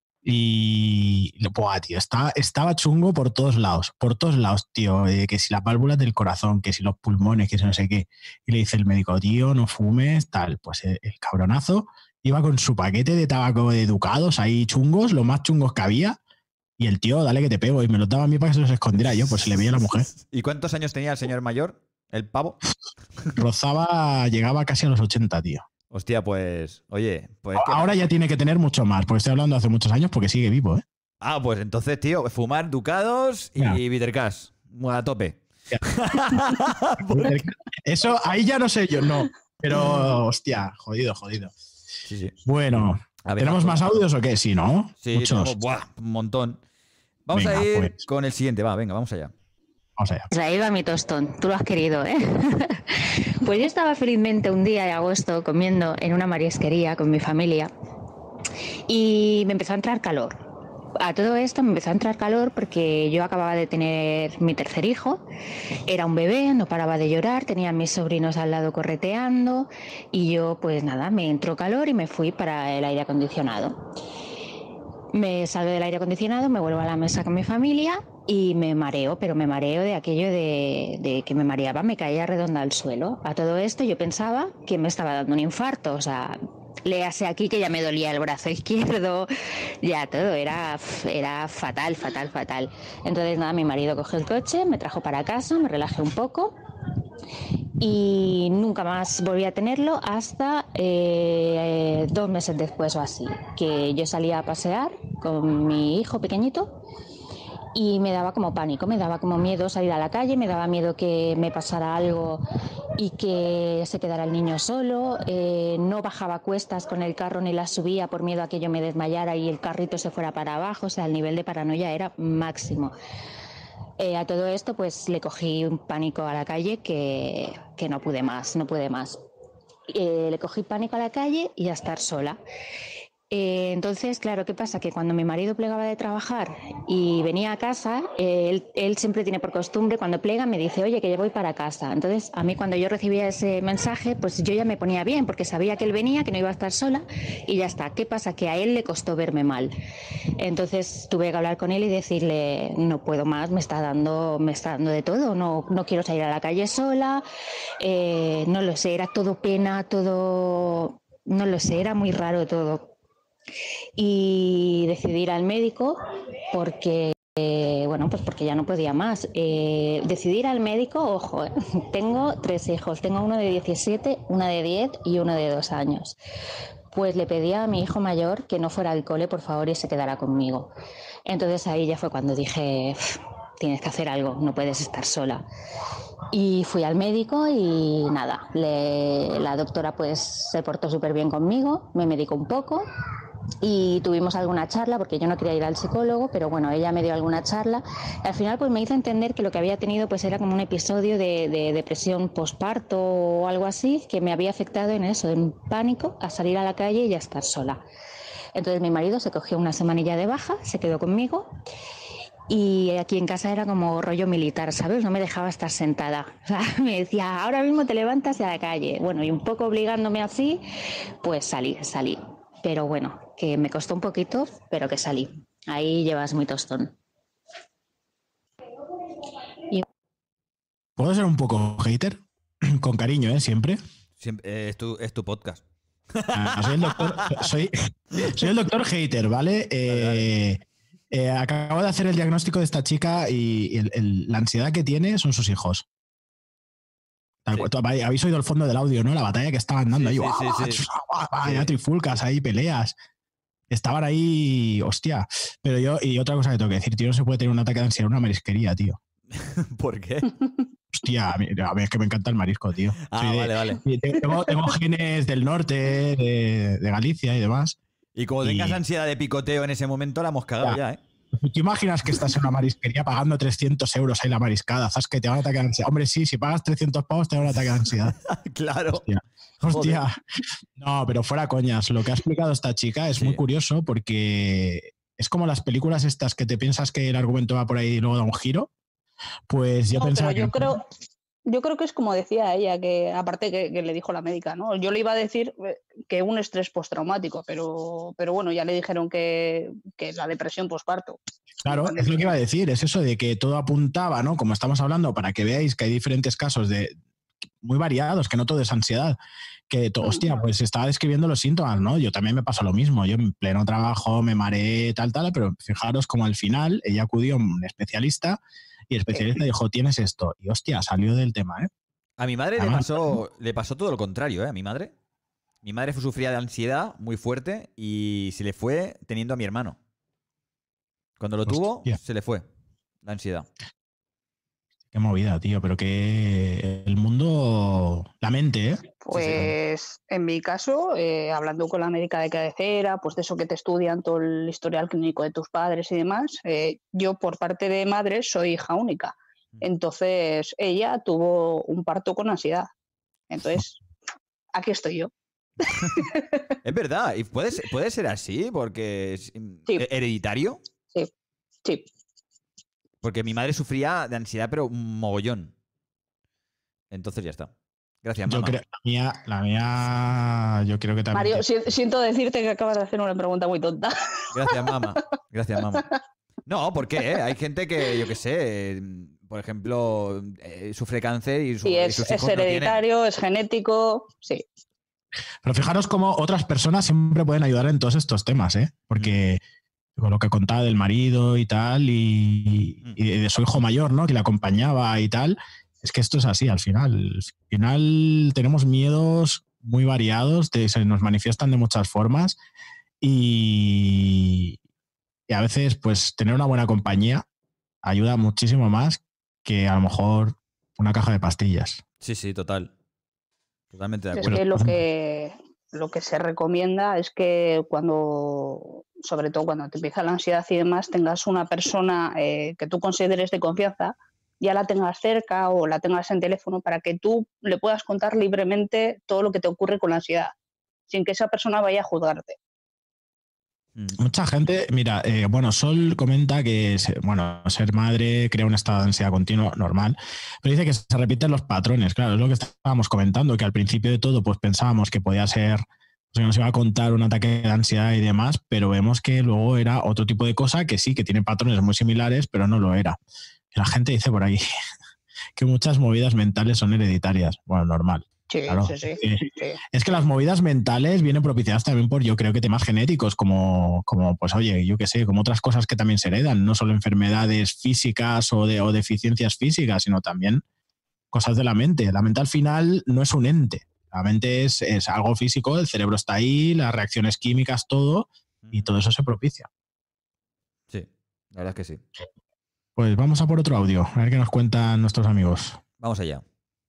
Y, buah, tío, estaba, estaba chungo por todos lados, por todos lados, tío. eh, que si las válvulas del corazón, que si los pulmones, que si no sé qué. Y le dice el médico, tío, no fumes, tal. Pues el, el cabronazo iba con su paquete de tabaco de Ducados ahí chungos, los más chungos que había. Y el tío, dale que te pego. Y me lo daba a mí para que se los escondiera yo, pues se le veía a la mujer. ¿Y cuántos años tenía el señor mayor? ¿El pavo? Rozaba, llegaba casi a los ochenta, tío. Hostia, pues... Oye, pues... que- Ahora ya tiene que tener mucho más, porque estoy hablando hace muchos años porque sigue vivo, ¿eh? Ah, pues entonces, tío, fumar Ducados y Ya. Bitter Cash. A tope. Eso, ahí ya no sé yo, no. Pero, hostia, jodido, jodido. Sí, sí. Bueno, A ver, ¿tenemos vamos. más audios o qué? Sí, ¿no? Sí, Muchos. tenemos, buah, un montón. Vamos Venga, a ir pues. con el siguiente, va, venga, vamos allá. Vamos allá. Traído a mi tostón, tú lo has querido, ¿eh? Pues yo estaba felizmente un día de agosto comiendo en una marisquería con mi familia y me empezó a entrar calor. A todo esto me empezó a entrar calor porque yo acababa de tener mi tercer hijo, era un bebé, no paraba de llorar, tenía a mis sobrinos al lado correteando y yo pues nada, me entró calor y me fui para el aire acondicionado. Me salgo del aire acondicionado, me vuelvo a la mesa con mi familia y me mareo, pero me mareo de aquello de, de que me mareaba, me caía redonda al suelo. A todo esto yo pensaba que me estaba dando un infarto, o sea, léase aquí que ya me dolía el brazo izquierdo, ya todo, era, era fatal, fatal, fatal. Entonces nada, mi marido cogió el coche, me trajo para casa, me relajé un poco y nunca más volví a tenerlo hasta eh, dos meses después o así, que yo salía a pasear con mi hijo pequeñito y me daba como pánico, me daba como miedo salir a la calle, me daba miedo que me pasara algo y que se quedara el niño solo, eh, no bajaba cuestas con el carro ni las subía por miedo a que yo me desmayara y el carrito se fuera para abajo, o sea, el nivel de paranoia era máximo. Eh, a todo esto pues le cogí un pánico a la calle que, que no pude más, no pude más. Eh, le cogí pánico a la calle y a estar sola. Eh, entonces, claro, ¿qué pasa? Que cuando mi marido plegaba de trabajar y venía a casa, eh, él, él siempre tiene por costumbre, cuando plega me dice, oye, que ya voy para casa. Entonces, a mí cuando yo recibía ese mensaje, pues yo ya me ponía bien, porque sabía que él venía, que no iba a estar sola y ya está. ¿Qué pasa? Que a él le costó verme mal. Entonces tuve que hablar con él y decirle, no puedo más, me está dando, me está dando de todo, no, no quiero salir a la calle sola, eh, no lo sé, era todo pena, todo, no lo sé, era muy raro todo. Y decidí ir al médico porque, eh, bueno, pues porque ya no podía más. Eh, decidí ir al médico, ojo, eh, tengo tres hijos, tengo uno de diecisiete, una de diez y uno de dos años. pues le pedí a mi hijo mayor que no fuera al cole, por favor, y se quedara conmigo. Entonces ahí ya fue cuando dije, tienes que hacer algo, no puedes estar sola. Y fui al médico y nada, le, la doctora pues se portó súper bien conmigo, me medicó un poco y tuvimos alguna charla porque yo no quería ir al psicólogo, pero bueno, ella me dio alguna charla. Al final pues me hizo entender que lo que había tenido pues era como un episodio de, de depresión posparto o algo así, que me había afectado en eso, en pánico a salir a la calle y a estar sola. Entonces mi marido se cogió una semanilla de baja, se quedó conmigo. Y aquí en casa era como rollo militar, ¿sabes? No me dejaba estar sentada. O sea, me decía, ahora mismo te levantas y a la calle. Bueno, y un poco obligándome así, pues salí, salí. Pero bueno, que me costó un poquito, pero que salí. Ahí llevas muy tostón. Y... ¿Puedo ser un poco hater? Con cariño, ¿eh? Siempre. Siempre eh, es, tu, es tu podcast. Ah, soy, el doctor, soy, soy el doctor hater, ¿vale? Eh, eh, acabo de hacer el diagnóstico de esta chica y el, el, la ansiedad que tiene son sus hijos. Sí. Habéis oído el fondo del audio, ¿no? La batalla que estaban dando sí, ahí. Sí, ¡ah, sí, sí. Vaya trifulcas ahí, peleas. Estaban ahí, hostia. Pero yo, y otra cosa que tengo que decir, tío, no se puede tener un ataque de ansiedad en una marisquería, tío. ¿Por qué? Hostia, a mí, a mí es que me encanta el marisco, tío. Ah, de, vale, vale. Tengo, tengo genes del norte, de, de Galicia y demás. Y como tengas y... ansiedad de picoteo en ese momento, la hemos cagado ya, ya ¿eh? ¿Te imaginas que estás en una marisquería pagando trescientos euros ahí la mariscada? ¿Sabes que te van a atacar ansiedad? Hombre, sí, si pagas trescientos pavos te van a atacar ansiedad. Claro. Hostia. Hostia. No, pero fuera coñas. Lo que ha explicado esta chica es sí. muy curioso porque es como las películas estas que te piensas que el argumento va por ahí y luego da un giro. Pues yo no, pensaba pero yo que... creo... Yo creo que es como decía ella, que aparte que, que le dijo la médica, ¿no? Yo le iba a decir que un estrés postraumático, pero, pero bueno, ya le dijeron que, que la depresión posparto. Claro, es lo que iba a decir, es eso de que todo apuntaba, ¿no? Como estamos hablando, para que veáis que hay diferentes casos de muy variados, que no todo es ansiedad, que, to, hostia, pues estaba describiendo los síntomas, ¿no? Yo también me pasó lo mismo, yo en pleno trabajo me mareé, tal, tal, pero fijaros como al final ella acudió a un especialista y el especialista dijo, tienes esto. Y hostia, salió del tema, ¿eh? A mi madre le pasó, le pasó todo lo contrario, ¿eh? A mi madre. Mi madre sufría de ansiedad muy fuerte y se le fue teniendo a mi hermano. Cuando lo tuvo, hostia, se le fue la ansiedad. Qué movida, tío, pero que el mundo, la mente, ¿eh? Pues sí, sí. En mi caso, eh, hablando con la médica de cabecera, pues de eso que te estudian todo el historial clínico de tus padres y demás, eh, yo por parte de madre soy hija única. Entonces ella tuvo un parto con ansiedad. Entonces, aquí estoy yo. Es verdad, y puede, puede ser así porque es sí. hereditario. Sí, sí. Porque mi madre sufría de ansiedad, pero un mogollón. Entonces ya está. Gracias, mamá. Yo creo, la mía, la mía, yo creo que también. Mario, te... siento decirte que acabas de hacer una pregunta muy tonta. Gracias, mamá. Gracias, mamá. No, ¿por qué? ¿Eh? Hay gente que, yo qué sé, por ejemplo, eh, sufre cáncer y, su, sí, es, y sus hijos es hereditario, no tienen... es genético, sí. Pero fijaros cómo otras personas siempre pueden ayudar en todos estos temas, ¿eh? Porque... Mm. Con lo que contaba del marido y tal, y, y de su hijo mayor, ¿no? Que le acompañaba y tal. Es que esto es así al final. Al final tenemos miedos muy variados, de, se nos manifiestan de muchas formas y, y a veces pues tener una buena compañía ayuda muchísimo más que a lo mejor una caja de pastillas. Sí, sí, total. Totalmente de acuerdo. Es que lo que, lo que se recomienda es que cuando... sobre todo cuando te empieza la ansiedad y demás, tengas una persona eh, que tú consideres de confianza, ya la tengas cerca o la tengas en teléfono para que tú le puedas contar libremente todo lo que te ocurre con la ansiedad, sin que esa persona vaya a juzgarte. Mucha gente, mira, eh, bueno, Sol comenta que bueno, ser madre crea un estado de ansiedad continuo normal, pero dice que se repiten los patrones. Claro, es lo que estábamos comentando, que al principio de todo pues pensábamos que podía ser... O sea, nos iba a contar un ataque de ansiedad y demás, pero vemos que luego era otro tipo de cosa que sí, que tiene patrones muy similares, pero no lo era. Y la gente dice por ahí que muchas movidas mentales son hereditarias. Bueno, normal. Sí, claro. sí, sí, eh, sí. Es que las movidas mentales vienen propiciadas también por, yo creo que temas genéticos, como, como pues oye, yo qué sé, como otras cosas que también se heredan, no solo enfermedades físicas o, de, o deficiencias físicas, sino también cosas de la mente. La mente al final no es un ente. La mente es, es algo físico, el cerebro está ahí, las reacciones químicas, todo, y todo eso se propicia. Sí, la verdad es que sí. Pues vamos a por otro audio, a ver qué nos cuentan nuestros amigos. Vamos allá.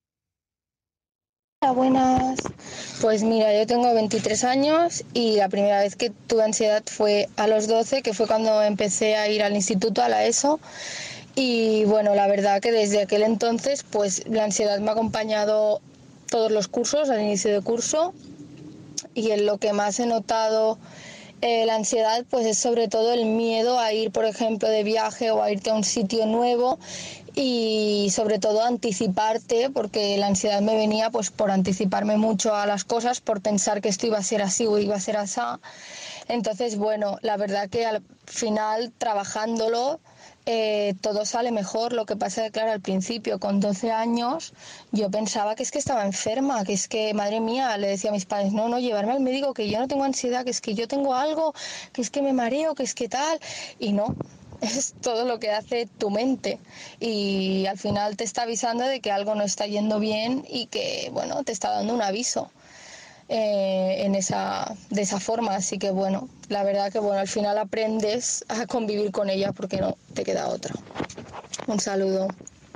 Hola, buenas. Pues mira, yo tengo veintitrés años y la primera vez que tuve ansiedad fue a los doce, que fue cuando empecé a ir al instituto, a la ESO. Y bueno, la verdad que desde aquel entonces, pues la ansiedad me ha acompañado todos los cursos, al inicio de curso. Y en lo que más he notado eh, la ansiedad, pues es sobre todo el miedo a ir, por ejemplo, de viaje o a irte a un sitio nuevo. Y sobre todo anticiparte, porque la ansiedad me venía pues por anticiparme mucho a las cosas, por pensar que esto iba a ser así o iba a ser así. Entonces, bueno, la verdad que al final, trabajándolo, eh, todo sale mejor. Lo que pasa es que, claro, al principio, con doce años, yo pensaba que es que estaba enferma, que es que, madre mía, le decía a mis padres, no, no, llevarme al médico, que yo no tengo ansiedad, que es que yo tengo algo, que es que me mareo, que es que tal, y no. Es todo lo que hace tu mente y al final te está avisando de que algo no está yendo bien y que, bueno, te está dando un aviso eh, en esa, de esa forma. Así que, bueno, la verdad que, bueno, al final aprendes a convivir con ella porque no te queda otra. Un saludo.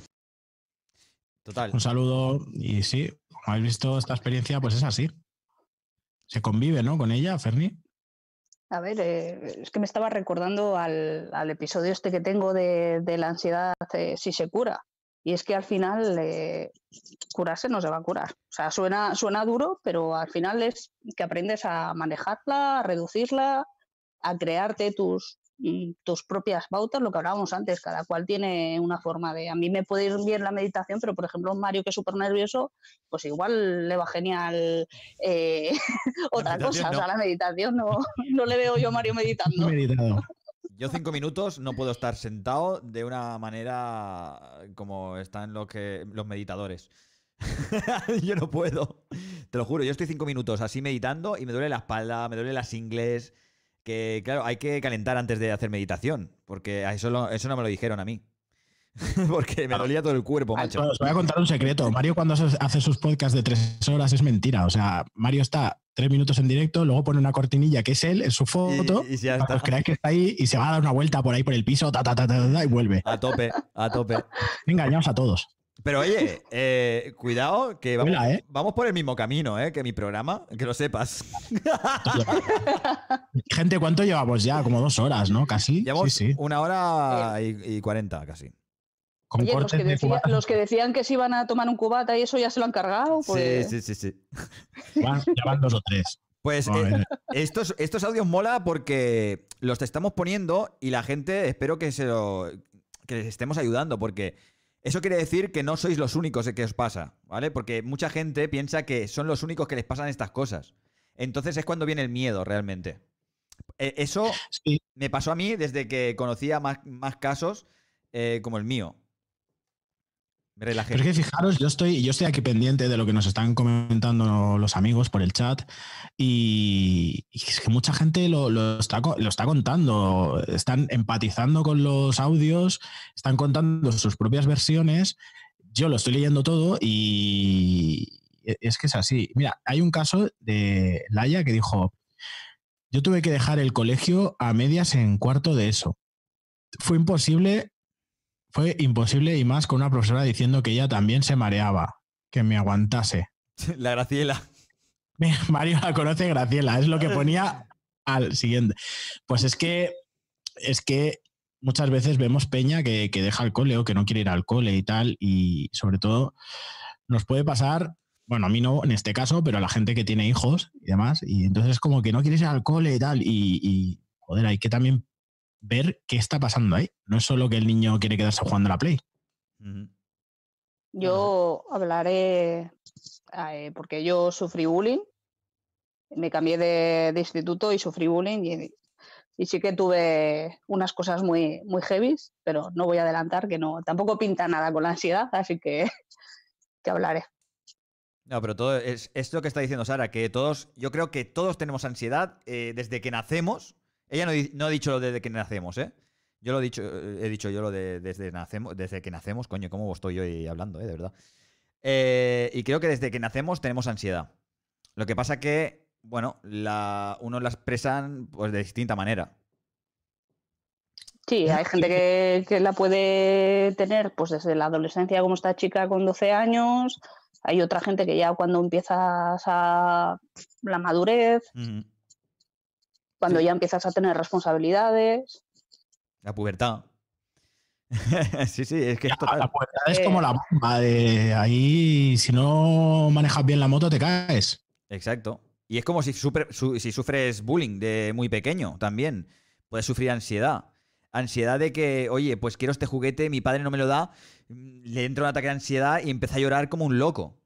Total. Un saludo y sí, como habéis visto, esta experiencia pues es así. Se convive, ¿no? Con ella, Ferni. A ver, eh, es que me estaba recordando al, al episodio este que tengo de, de la ansiedad, eh, si se cura. Y es que al final eh, curarse no se va a curar. O sea, suena, suena duro, pero al final es que aprendes a manejarla, a reducirla, a crearte tus, tus propias pautas, lo que hablábamos antes. Cada cual tiene una forma de... A mí me puede ir bien la meditación, pero por ejemplo Mario, que es súper nervioso, pues igual le va genial eh, otra cosa. No. O sea, la meditación no, no le veo yo a Mario meditando. Meditado. Yo cinco minutos no puedo estar sentado de una manera como están los, que, los meditadores. Yo no puedo. Te lo juro, yo estoy cinco minutos así meditando y me duele la espalda, me duele las ingles. Que claro, hay que calentar antes de hacer meditación. Porque eso, lo, eso no me lo dijeron a mí. Porque me dolía todo el cuerpo, macho. Os voy a contar un secreto. Mario, cuando hace sus podcasts de tres horas, es mentira. O sea, Mario está tres minutos en directo, luego pone una cortinilla que es él, en su foto, y, y ya para está. que os creáis que está ahí y se va a dar una vuelta por ahí por el piso, ta, ta, ta, ta, ta, y vuelve. A tope, a tope. Engañaos a todos. Pero oye, eh, cuidado, que vamos, Hola, ¿eh? vamos por el mismo camino, ¿eh? Que mi programa, que lo sepas. Gente, ¿cuánto llevamos ya? Como dos horas, ¿no? Casi. Llevamos sí, sí. una hora y, y cuarenta casi. Con Oye, los cortes que, de decía, cubata. los que decían que se iban a tomar un cubata y eso ya se lo han cargado. Pues... Sí, sí, sí, Ya sí. van, ya van dos o tres. Pues eh, estos, estos audios mola porque los te estamos poniendo y la gente espero que se lo, que les estemos ayudando, porque eso quiere decir que no sois los únicos que os pasa, ¿vale? Porque mucha gente piensa que son los únicos que les pasan estas cosas. Entonces es cuando viene el miedo realmente. Eh, eso sí. Me pasó a mí desde que conocía más, más casos eh, como el mío. Me relajé. Pero es que fijaros, yo estoy, yo estoy aquí pendiente de lo que nos están comentando los amigos por el chat y, y es que mucha gente lo, lo, está, lo está contando, están empatizando con los audios, están contando sus propias versiones. Yo lo estoy leyendo todo y es que es así. Mira, hay un caso de Laia que dijo, yo tuve que dejar el colegio a medias en cuarto de ESO. Fue imposible... Fue imposible y más con una profesora diciendo que ella también se mareaba, que me aguantase. La Graciela. Mario la conoce, Graciela, es lo que ponía al siguiente. Pues es que, es que muchas veces vemos peña que, que deja el cole o que no quiere ir al cole y tal, y sobre todo nos puede pasar, bueno, a mí no en este caso, pero a la gente que tiene hijos y demás, y entonces es como que no quieres ir al cole y tal, y, y joder, hay que también ver qué está pasando ahí. No es solo que el niño quiere quedarse jugando a la Play. Uh-huh. Yo hablaré eh, porque yo sufrí bullying. Me cambié de, de instituto y sufrí bullying y, y sí que tuve unas cosas muy, muy heavies, pero no voy a adelantar, que no, tampoco pinta nada con la ansiedad, así que, que hablaré. No, pero todo es esto que está diciendo Sara, que todos, yo creo que todos tenemos ansiedad eh, desde que nacemos. Ella no, no ha dicho lo de desde que nacemos, ¿eh? Yo lo he dicho, he dicho yo lo de desde nacemos, desde que nacemos, coño, cómo estoy yo ahí hablando, ¿eh? De verdad. Eh, y creo que desde que nacemos tenemos ansiedad. Lo que pasa que, bueno, la, unos la expresan pues, de distinta manera. Sí, hay gente que, que la puede tener pues desde la adolescencia, como esta chica con doce años. Hay otra gente que ya cuando empiezas a la madurez, Uh-huh. cuando Sí. ya empiezas a tener responsabilidades. La pubertad. sí, sí, es que es Ya, total. la pubertad es como la bomba de ahí, si no manejas bien la moto te caes. Exacto. Y es como si, super- su- si sufres bullying de muy pequeño también. Puedes sufrir ansiedad. Ansiedad de que, oye, pues quiero este juguete, mi padre no me lo da, le entra un ataque de ansiedad y empieza a llorar como un loco.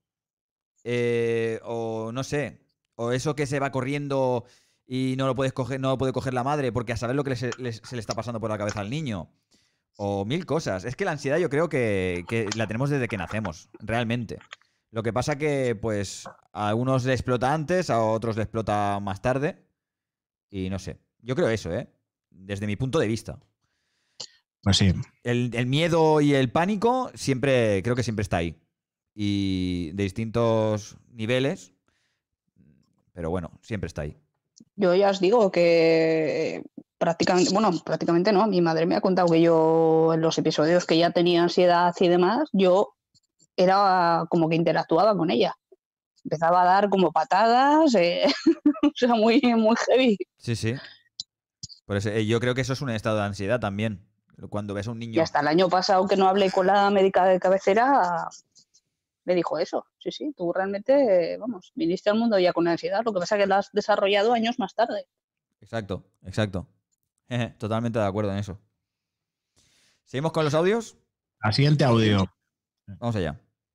Eh, o no sé. O eso que se va corriendo y no lo puedes coger, no lo puede coger la madre porque a saber lo que le se, le- se le está pasando por la cabeza al niño. O mil cosas. Es que la ansiedad yo creo que, que la tenemos desde que nacemos, realmente. Lo que pasa que, pues, a algunos le explota antes, a otros le explota más tarde. Y no sé. Yo creo eso, ¿eh? Desde mi punto de vista. Pues sí. El, el miedo y el pánico siempre, creo que siempre está ahí. Y de distintos niveles. Pero bueno, siempre está ahí. Yo ya os digo que prácticamente, bueno, prácticamente no, mi madre me ha contado que yo en los episodios que ya tenía ansiedad y demás, yo era como que interactuaba con ella. Empezaba a dar como patadas, eh, o sea, muy, muy heavy. Sí, sí. Por eso, eh, yo creo que eso es un estado de ansiedad también. Cuando ves a un niño... Y hasta el año pasado que no hablé con la médica de cabecera, me dijo eso. Sí, sí, tú realmente, vamos, viniste al mundo ya con ansiedad, lo que pasa es que la has desarrollado años más tarde. Exacto, exacto. Totalmente de acuerdo en eso. ¿Seguimos con los audios? Al siguiente audio. Vamos allá.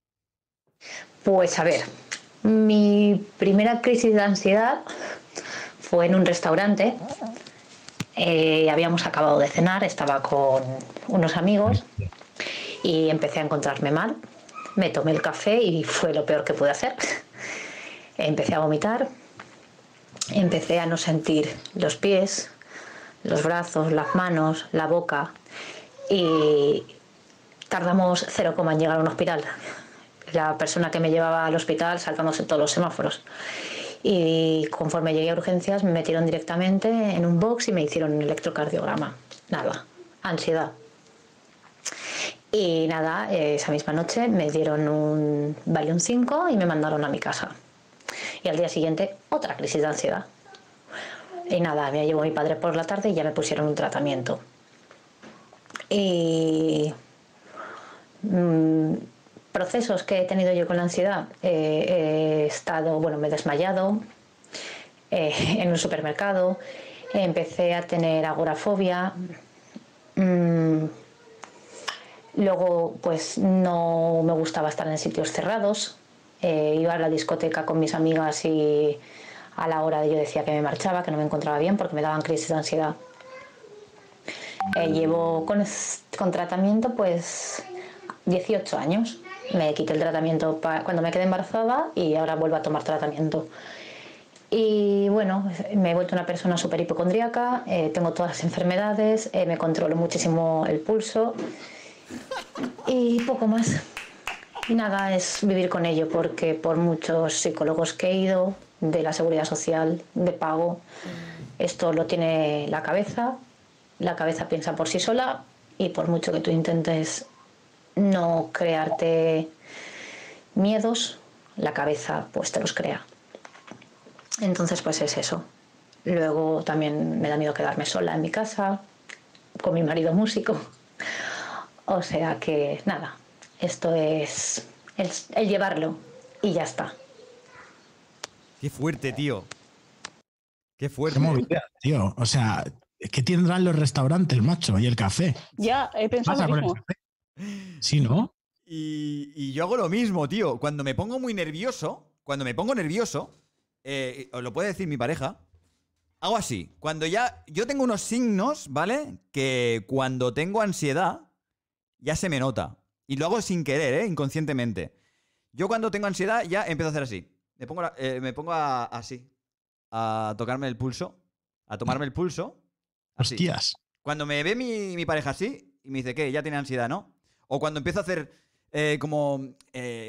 Pues a ver, mi primera crisis de ansiedad fue en un restaurante. Eh, habíamos acabado de cenar, estaba con unos amigos y empecé a encontrarme mal. Me tomé el café y fue lo peor que pude hacer. Empecé a vomitar, empecé a no sentir los pies, los brazos, las manos, la boca y tardamos cero coma en llegar a un hospital. La persona que me llevaba al hospital saltándose todos los semáforos. Y conforme llegué a urgencias me metieron directamente en un box y me hicieron un electrocardiograma. Nada, ansiedad. Y nada, esa misma noche me dieron un Valium cinco y me mandaron a mi casa. Y al día siguiente otra crisis de ansiedad. Y nada, me llevó mi padre por la tarde y ya me pusieron un tratamiento. Y... Mmm, procesos que he tenido yo con la ansiedad. Eh, he estado, bueno, me he desmayado eh, en un supermercado. Empecé a tener agorafobia. Mm, luego, pues no me gustaba estar en sitios cerrados. Eh, iba a la discoteca con mis amigas y a la hora de yo decía que me marchaba, que no me encontraba bien porque me daban crisis de ansiedad. Eh, llevo con, con tratamiento pues dieciocho años. Me quité el tratamiento pa- cuando me quedé embarazada y ahora vuelvo a tomar tratamiento. Y bueno, me he vuelto una persona súper hipocondríaca, eh, tengo todas las enfermedades, eh, me controlo muchísimo el pulso y poco más. Y nada, es vivir con ello porque por muchos psicólogos que he ido, de la seguridad social, de pago, esto lo tiene la cabeza, la cabeza piensa por sí sola y por mucho que tú intentes no crearte miedos, la cabeza pues te los crea. Entonces pues es eso. Luego también me da miedo quedarme sola en mi casa, con mi marido músico. O sea que nada, esto es el, el llevarlo y ya está. Qué fuerte, tío. Qué fuerte. Qué movida, tío. O sea, ¿qué tendrán los restaurantes, macho? Y el café. Ya he pensado Pasa lo con el mismo. café. Sí, ¿no? Y, y yo hago lo mismo, tío. Cuando me pongo muy nervioso, cuando me pongo nervioso, eh, os lo puede decir mi pareja, hago así. Cuando ya... Yo tengo unos signos, ¿vale? Que cuando tengo ansiedad, ya se me nota. Y lo hago sin querer, ¿eh? Inconscientemente. Yo cuando tengo ansiedad ya empiezo a hacer así. Me pongo, la- eh, me pongo a- así. A tocarme el pulso. A tomarme el pulso. Así. Hostias. Cuando me ve mi, mi pareja así y me dice, ¿qué? Ya tiene ansiedad, ¿no? O cuando empiezo a hacer eh, como... eh,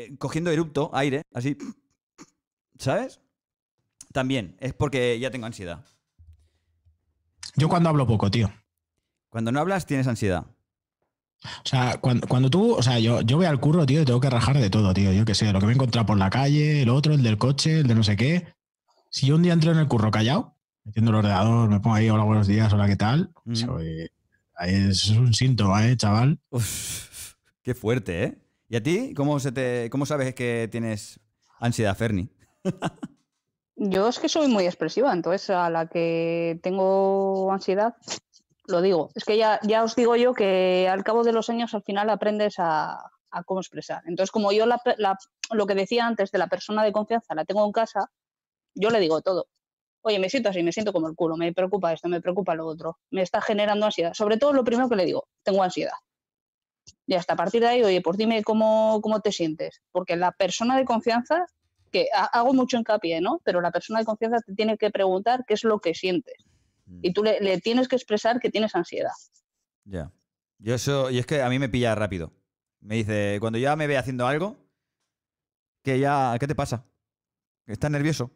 eh, cogiendo erupto, aire, así, ¿sabes? También, es porque ya tengo ansiedad. Yo cuando hablo poco, tío. Cuando no hablas tienes ansiedad. O sea, cuando, cuando tú, o sea, yo, yo voy al curro, tío, y tengo que rajar de todo, tío. Yo qué sé, lo que me he encontrado por la calle, el otro, el del coche, el de no sé qué. Si yo un día entro en el curro callado, metiendo el ordenador, me pongo ahí, hola, buenos días, hola, ¿qué tal? Mm. Soy, es un síntoma, ¿eh, chaval? Uf, qué fuerte, ¿eh? ¿Y a ti? ¿Cómo, se te, cómo sabes que tienes ansiedad, Ferni? Yo es que soy muy expresiva, entonces a la que tengo ansiedad, lo digo. Es que ya, ya os digo yo que al cabo de los años al final aprendes a, a cómo expresar. Entonces, como yo la, la, lo que decía antes de la persona de confianza la tengo en casa, yo le digo todo. Oye, me siento así, me siento como el culo, me preocupa esto, me preocupa lo otro, me está generando ansiedad. Sobre todo lo primero que le digo, tengo ansiedad. Y hasta a partir de ahí, oye, pues dime cómo, cómo te sientes. Porque la persona de confianza, que hago mucho hincapié, ¿no? Pero la persona de confianza te tiene que preguntar qué es lo que sientes. Y tú le, le tienes que expresar que tienes ansiedad. Ya. Yo eso, y es que a mí me pilla rápido. Me dice, cuando ya me ve haciendo algo, que ya, ¿qué te pasa? ¿Estás nervioso?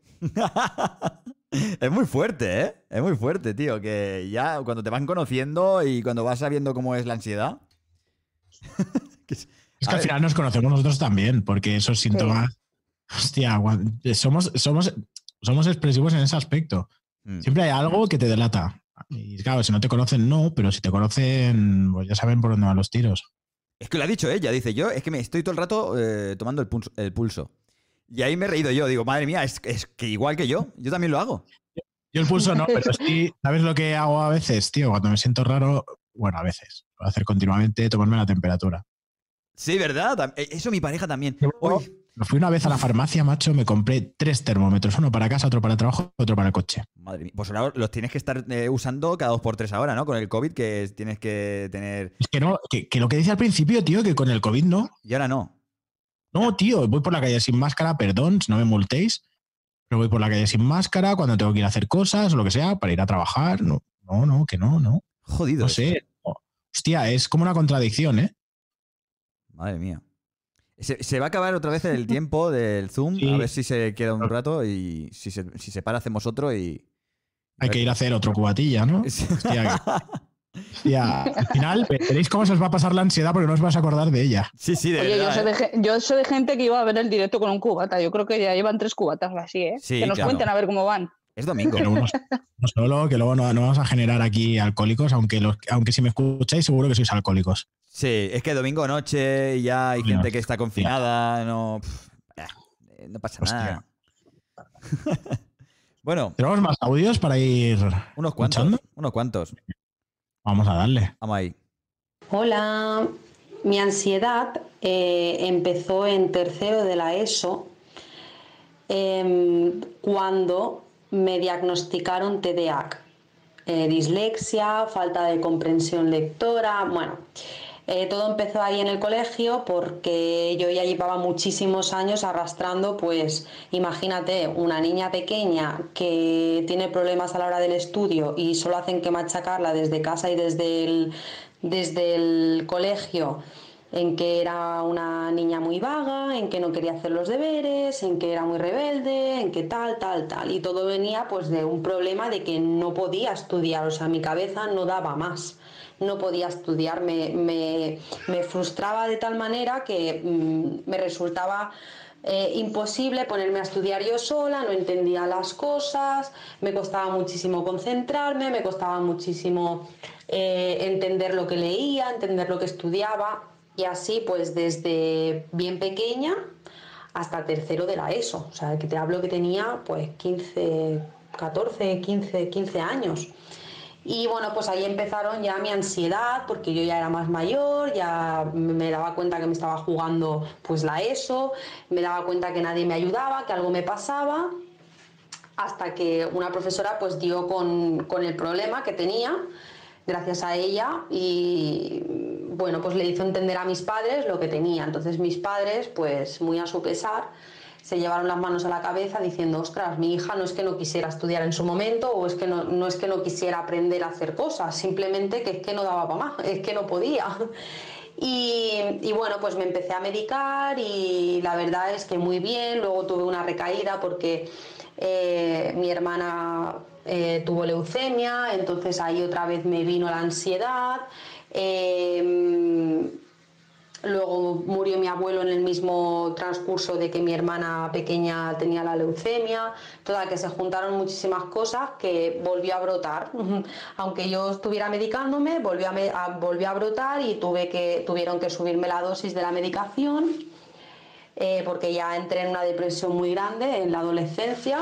Es muy fuerte, ¿eh? Es muy fuerte, tío. Que ya cuando te van conociendo y cuando vas sabiendo cómo es la ansiedad... es que al final nos conocemos nosotros también, porque esos síntomas... Sí. Hostia, somos, somos, somos expresivos en ese aspecto. Mm. Siempre hay algo que te delata. Y claro, si no te conocen, no, pero si te conocen, pues ya saben por dónde van los tiros. Es que lo ha dicho ella, dice yo, es que me estoy todo el rato eh, tomando el pulso, el pulso. Y ahí me he reído yo, digo, madre mía, es, es que igual que yo, yo también lo hago. Yo el pulso no, pero sí, ¿sabes lo que hago a veces, tío? Cuando me siento raro, bueno, a veces, lo voy a hacer continuamente, tomarme la temperatura. Sí, ¿verdad? Eso mi pareja también. Uy. Me fui una vez a la farmacia, macho, me compré tres termómetros, uno para casa, otro para el trabajo, otro para el coche. Madre mía, pues ahora los tienes que estar eh, usando cada dos por tres ahora, ¿no? Con el COVID que tienes que tener... Es que no, que, que lo que dice al principio, tío, que con el COVID no. Y ahora no. No, tío, voy por la calle sin máscara, perdón, no me multéis, pero voy por la calle sin máscara cuando tengo que ir a hacer cosas o lo que sea, para ir a trabajar. No, no, no, que no, no. Jodido. No sé. No. Hostia, es como una contradicción, ¿eh? Madre mía. Se, se va a acabar otra vez el tiempo del Zoom, sí. A ver si se queda un rato y si se, si se para hacemos otro y... Hay que ir a hacer otro cubatilla, ¿no? Hostia, que... Hostia, al final veréis cómo se os va a pasar la ansiedad porque no os vais a acordar de ella. Sí, sí, de Oye, verdad. Yo soy, ¿eh? de, yo soy de gente que iba a ver el directo con un cubata. Yo creo que ya llevan tres cubatas así, ¿eh? Sí, que nos claro. cuenten a ver cómo van. Es domingo. Pero uno, no solo, que luego no, no vamos a generar aquí alcohólicos, aunque, los, aunque si me escucháis seguro que sois alcohólicos. Sí, es que domingo noche y ya hay gente que está confinada, no, pff, no pasa Hostia. nada. Bueno. ¿Tenemos más audios para ir unos cuantos, escuchando? Unos cuantos. Vamos a darle. Vamos ahí. Hola, mi ansiedad eh, empezó en tercero de la ESO eh, cuando me diagnosticaron T D A H, eh, dislexia, falta de comprensión lectora, bueno... Eh, todo empezó ahí en el colegio porque yo ya llevaba muchísimos años arrastrando, pues imagínate, una niña pequeña que tiene problemas a la hora del estudio y solo hacen que machacarla desde casa y desde el, desde el colegio, en que era una niña muy vaga, en que no quería hacer los deberes, en que era muy rebelde, en que tal, tal, tal. Y todo venía pues de un problema de que no podía estudiar, o sea, mi cabeza no daba más. No podía estudiar, me, me, me frustraba de tal manera que mmm, me resultaba eh, imposible ponerme a estudiar yo sola, no entendía las cosas, me costaba muchísimo concentrarme, me costaba muchísimo eh, entender lo que leía, entender lo que estudiaba, y así pues desde bien pequeña hasta tercero de la ESO, o sea, que te hablo que tenía pues quince, catorce, quince, quince años. Y bueno, pues ahí empezaron ya mi ansiedad, porque yo ya era más mayor, ya me daba cuenta que me estaba jugando pues la ESO, me daba cuenta que nadie me ayudaba, que algo me pasaba, hasta que una profesora pues dio con, con el problema que tenía, gracias a ella, y bueno, pues le hizo entender a mis padres lo que tenía. Entonces mis padres, pues muy a su pesar, se llevaron las manos a la cabeza diciendo, ostras, mi hija no es que no quisiera estudiar en su momento o es que no, no es que no quisiera aprender a hacer cosas, simplemente que es que no daba para más, es que no podía. Y, y bueno, pues me empecé a medicar y la verdad es que muy bien. Luego tuve una recaída porque eh, mi hermana eh, tuvo leucemia, entonces ahí otra vez me vino la ansiedad. Eh, Luego murió mi abuelo en el mismo transcurso de que mi hermana pequeña tenía la leucemia. Toda que se juntaron muchísimas cosas que volvió a brotar. Aunque yo estuviera medicándome, volvió a, me a, volvió a brotar y tuve que, tuvieron que subirme la dosis de la medicación eh, porque ya entré en una depresión muy grande en la adolescencia.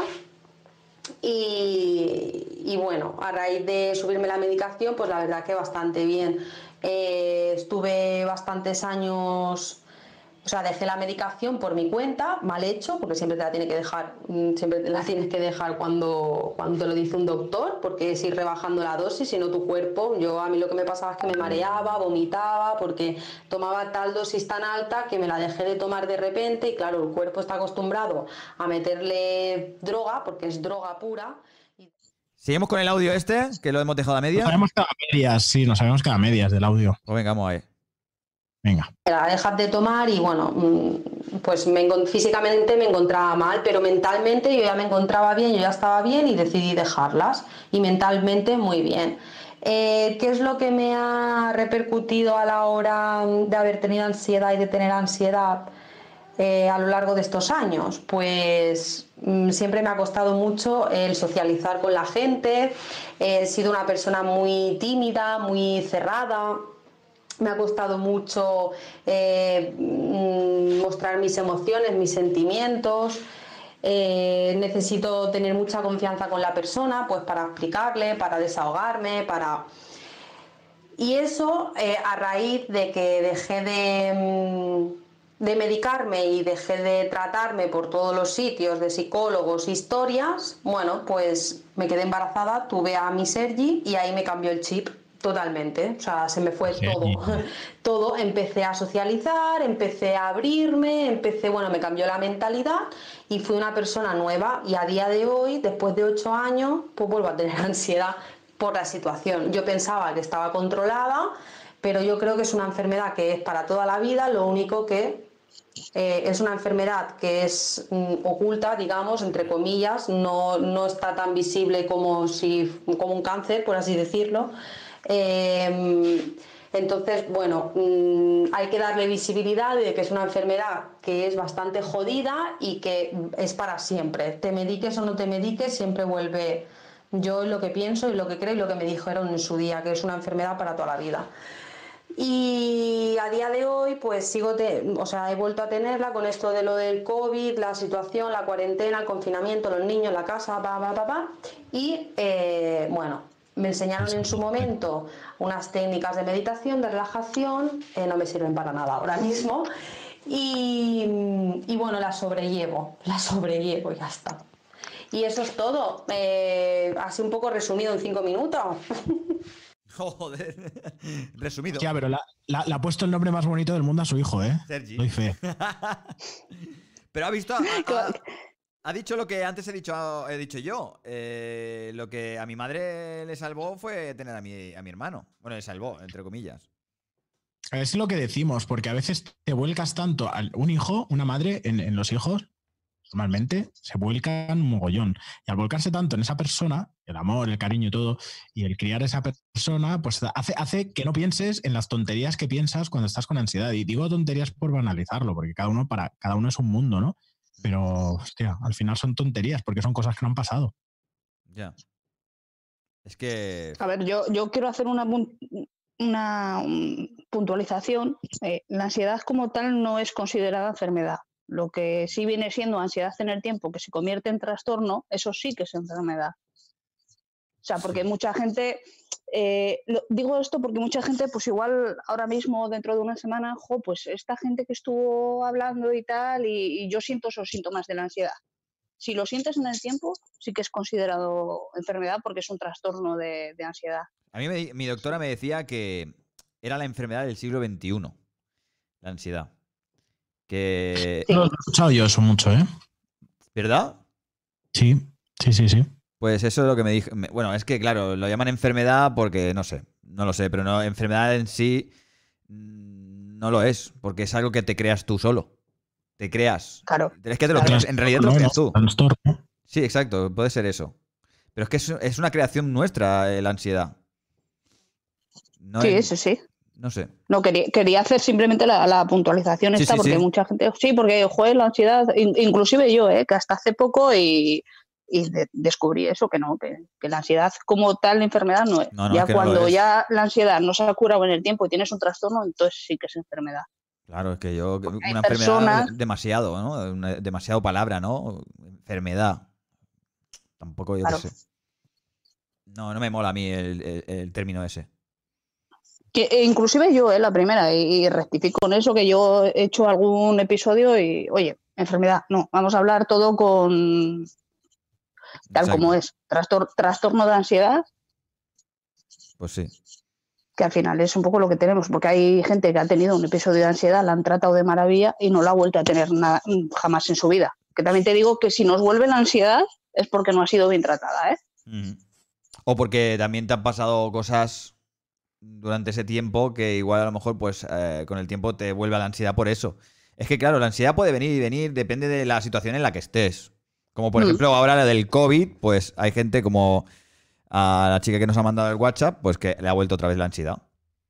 Y, y bueno, a raíz de subirme la medicación, pues la verdad que bastante bien. Eh, estuve bastantes años, o sea, dejé la medicación por mi cuenta, mal hecho, porque siempre te la tienes que dejar, siempre te la tienes que dejar cuando, cuando te lo dice un doctor, porque es ir rebajando la dosis, si no tu cuerpo, yo a mí lo que me pasaba es que me mareaba, vomitaba, porque tomaba tal dosis tan alta que me la dejé de tomar de repente y claro, el cuerpo está acostumbrado a meterle droga, porque es droga pura. ¿Seguimos con el audio este, que lo hemos dejado a medias? Nos habíamos quedado a medias, sí, nos habíamos quedado a medias del audio. Pues venga, vamos a ver. Venga. La dejas de tomar y bueno, pues me, físicamente me encontraba mal, pero mentalmente yo ya me encontraba bien, yo ya estaba bien y decidí dejarlas. Y mentalmente muy bien. Eh, ¿Qué es lo que me ha repercutido a la hora de haber tenido ansiedad y de tener ansiedad? Eh, a lo largo de estos años, pues mmm, siempre me ha costado mucho el socializar con la gente, he sido una persona muy tímida, muy cerrada, me ha costado mucho eh, mostrar mis emociones, mis sentimientos. Eh, necesito tener mucha confianza con la persona, pues para explicarle, para desahogarme, para... Y eso eh, a raíz de que dejé de... Mmm, de medicarme y dejé de tratarme por todos los sitios de psicólogos, historias, bueno, pues me quedé embarazada, tuve a mi Sergi y ahí me cambió el chip totalmente, o sea, se me fue sí. todo, todo, empecé a socializar, empecé a abrirme, empecé, bueno, me cambió la mentalidad y fui una persona nueva y a día de hoy, después de ocho años, pues vuelvo a tener ansiedad por la situación. Yo pensaba que estaba controlada, pero yo creo que es una enfermedad que es para toda la vida, lo único que Eh, es una enfermedad que es mm, oculta, digamos, entre comillas, no, no está tan visible como, si, como un cáncer, por así decirlo. Eh, entonces, bueno, mmm, hay que darle visibilidad de que es una enfermedad que es bastante jodida y que es para siempre. Te mediques o no te mediques, siempre vuelve. Yo lo que pienso y lo que creo y lo que me dijeron en su día, que es una enfermedad para toda la vida. Y a día de hoy pues sigo, te, o sea, he vuelto a tenerla con esto de lo del COVID, la situación, la cuarentena, el confinamiento, los niños, la casa, pa, pa, pa, pa. Y eh, bueno, me enseñaron en su momento unas técnicas de meditación, de relajación, eh, no me sirven para nada ahora mismo. Y, y bueno, la sobrellevo, la sobrellevo y ya está. Y eso es todo, eh, así un poco resumido en cinco minutos. Joder, resumido. Ya, pero le ha la, puesto el nombre más bonito del mundo a su hijo, ¿eh? Sergi. Doy fe. Pero ha visto, ha, ha, ha dicho lo que antes he dicho, he dicho yo. Eh, lo que a mi madre le salvó fue tener a mi, a mi hermano. Bueno, le salvó, entre comillas. Es lo que decimos, porque a veces te vuelcas tanto a un hijo, una madre, en, en los hijos, normalmente se vuelcan un mogollón. Y al volcarse tanto en esa persona, el amor, el cariño y todo, y el criar a esa persona, pues hace, hace que no pienses en las tonterías que piensas cuando estás con ansiedad. Y digo tonterías por banalizarlo, porque cada uno, para, cada uno es un mundo, ¿no? Pero, hostia, al final son tonterías, porque son cosas que no han pasado. Ya. Es que... A ver, yo, yo quiero hacer una, una puntualización. Eh, la ansiedad como tal no es considerada enfermedad. Lo que sí viene siendo ansiedad en el tiempo, que se convierte en trastorno, eso sí que es enfermedad. O sea, porque mucha gente, eh, lo, digo esto porque mucha gente, pues igual ahora mismo, dentro de una semana, jo, pues esta gente que estuvo hablando y tal, y, y yo siento esos síntomas de la ansiedad. Si lo sientes en el tiempo, sí que es considerado enfermedad porque es un trastorno de, de ansiedad. A mí me, mi doctora me decía que era la enfermedad del siglo veintiuno, la ansiedad. Que... Sí. Lo he escuchado yo eso mucho, ¿eh? ¿Verdad? Sí, sí, sí, sí. Pues eso es lo que me dijo. Bueno, es que claro, lo llaman enfermedad porque, no sé, no lo sé, pero no, enfermedad en sí No lo es, porque es algo que te creas tú solo. Te creas. Claro. Es que te lo claro. creas, en realidad te lo No, creas no, tú. trastorno. Sí, exacto, puede ser eso. Pero es que es, es una creación nuestra, eh, la ansiedad. No Sí, es- sí, sí. No sé. No, quería, quería hacer simplemente la, la puntualización Sí, esta, sí, porque sí. mucha gente. Sí, porque, joder, la ansiedad, in- inclusive yo, eh, que hasta hace poco y, y de- descubrí eso, que no, que, que la ansiedad como tal enfermedad no es. No, no, ya es que no lo cuando es. ya la ansiedad no se ha curado en el tiempo y tienes un trastorno, entonces sí que es enfermedad. Claro, es que yo. hay Una enfermedad personas- demasiado, ¿no? Una- demasiado palabra, ¿no? Enfermedad. Tampoco yo Claro. qué sé. No, no me mola a mí el, el- el término ese. Que, e inclusive yo, eh, la primera, y, y rectifico con eso, que yo he hecho algún episodio y, oye, enfermedad, no, vamos a hablar todo con tal Exacto. como es, trastor- trastorno de ansiedad, Pues sí. que al final es un poco lo que tenemos, porque hay gente que ha tenido un episodio de ansiedad, la han tratado de maravilla y no la ha vuelto a tener nada, jamás en su vida. Que también te digo que si nos vuelve la ansiedad es porque no ha sido bien tratada, ¿eh? Ujú. O porque también te han pasado cosas durante ese tiempo que igual a lo mejor pues eh, con el tiempo te vuelve a la ansiedad por eso. Es que claro, la ansiedad puede venir y venir, depende de la situación en la que estés. Como por Mm. ejemplo ahora la del COVID, pues hay gente como a la chica que nos ha mandado el WhatsApp, pues que le ha vuelto otra vez la ansiedad.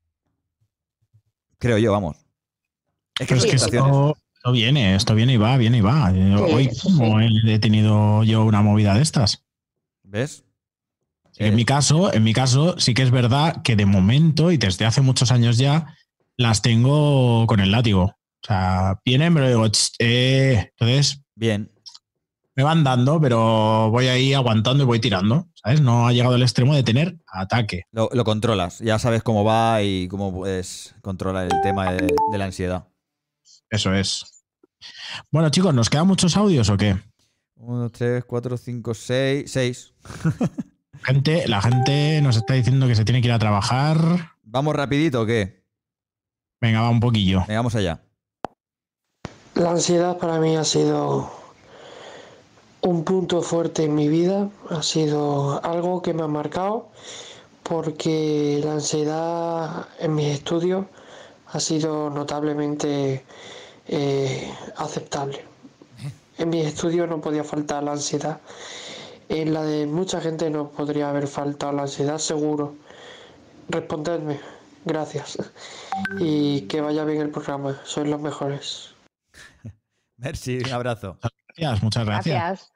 Creo yo, vamos. Es que Pero es son que situaciones. esto, esto viene, esto viene y va, viene y va. Eh, Sí, Hoy sí, mismo he tenido yo una movida de estas. ¿Ves? Sí, en Eh, mi caso, en mi caso, sí que es verdad que de momento, y desde hace muchos años ya, las tengo con el látigo. O sea, vienen, pero digo, "Ch, eh". Entonces, Bien. me van dando, pero voy ahí aguantando y voy tirando. ¿Sabes? No ha llegado al extremo de tener ataque. Lo, lo controlas. Ya sabes cómo va y cómo puedes controlar el tema de, de la ansiedad. Eso es. Bueno, chicos, ¿nos quedan muchos audios o qué? Uno, tres, cuatro, cinco, seis. Seis. Gente, la gente nos está diciendo que se tiene que ir a trabajar. ¿Vamos rapidito o qué? Venga, va un poquillo. Venga, vamos allá. La ansiedad para mí ha sido un punto fuerte en mi vida, ha sido algo que me ha marcado porque la ansiedad en mis estudios ha sido notablemente eh, aceptable. En mis estudios no podía faltar la ansiedad. En la de mucha gente no podría haber faltado la ansiedad, seguro. Respondedme, gracias. Y que vaya bien el programa, sois los mejores. Merci, un abrazo. Gracias, muchas gracias. Gracias.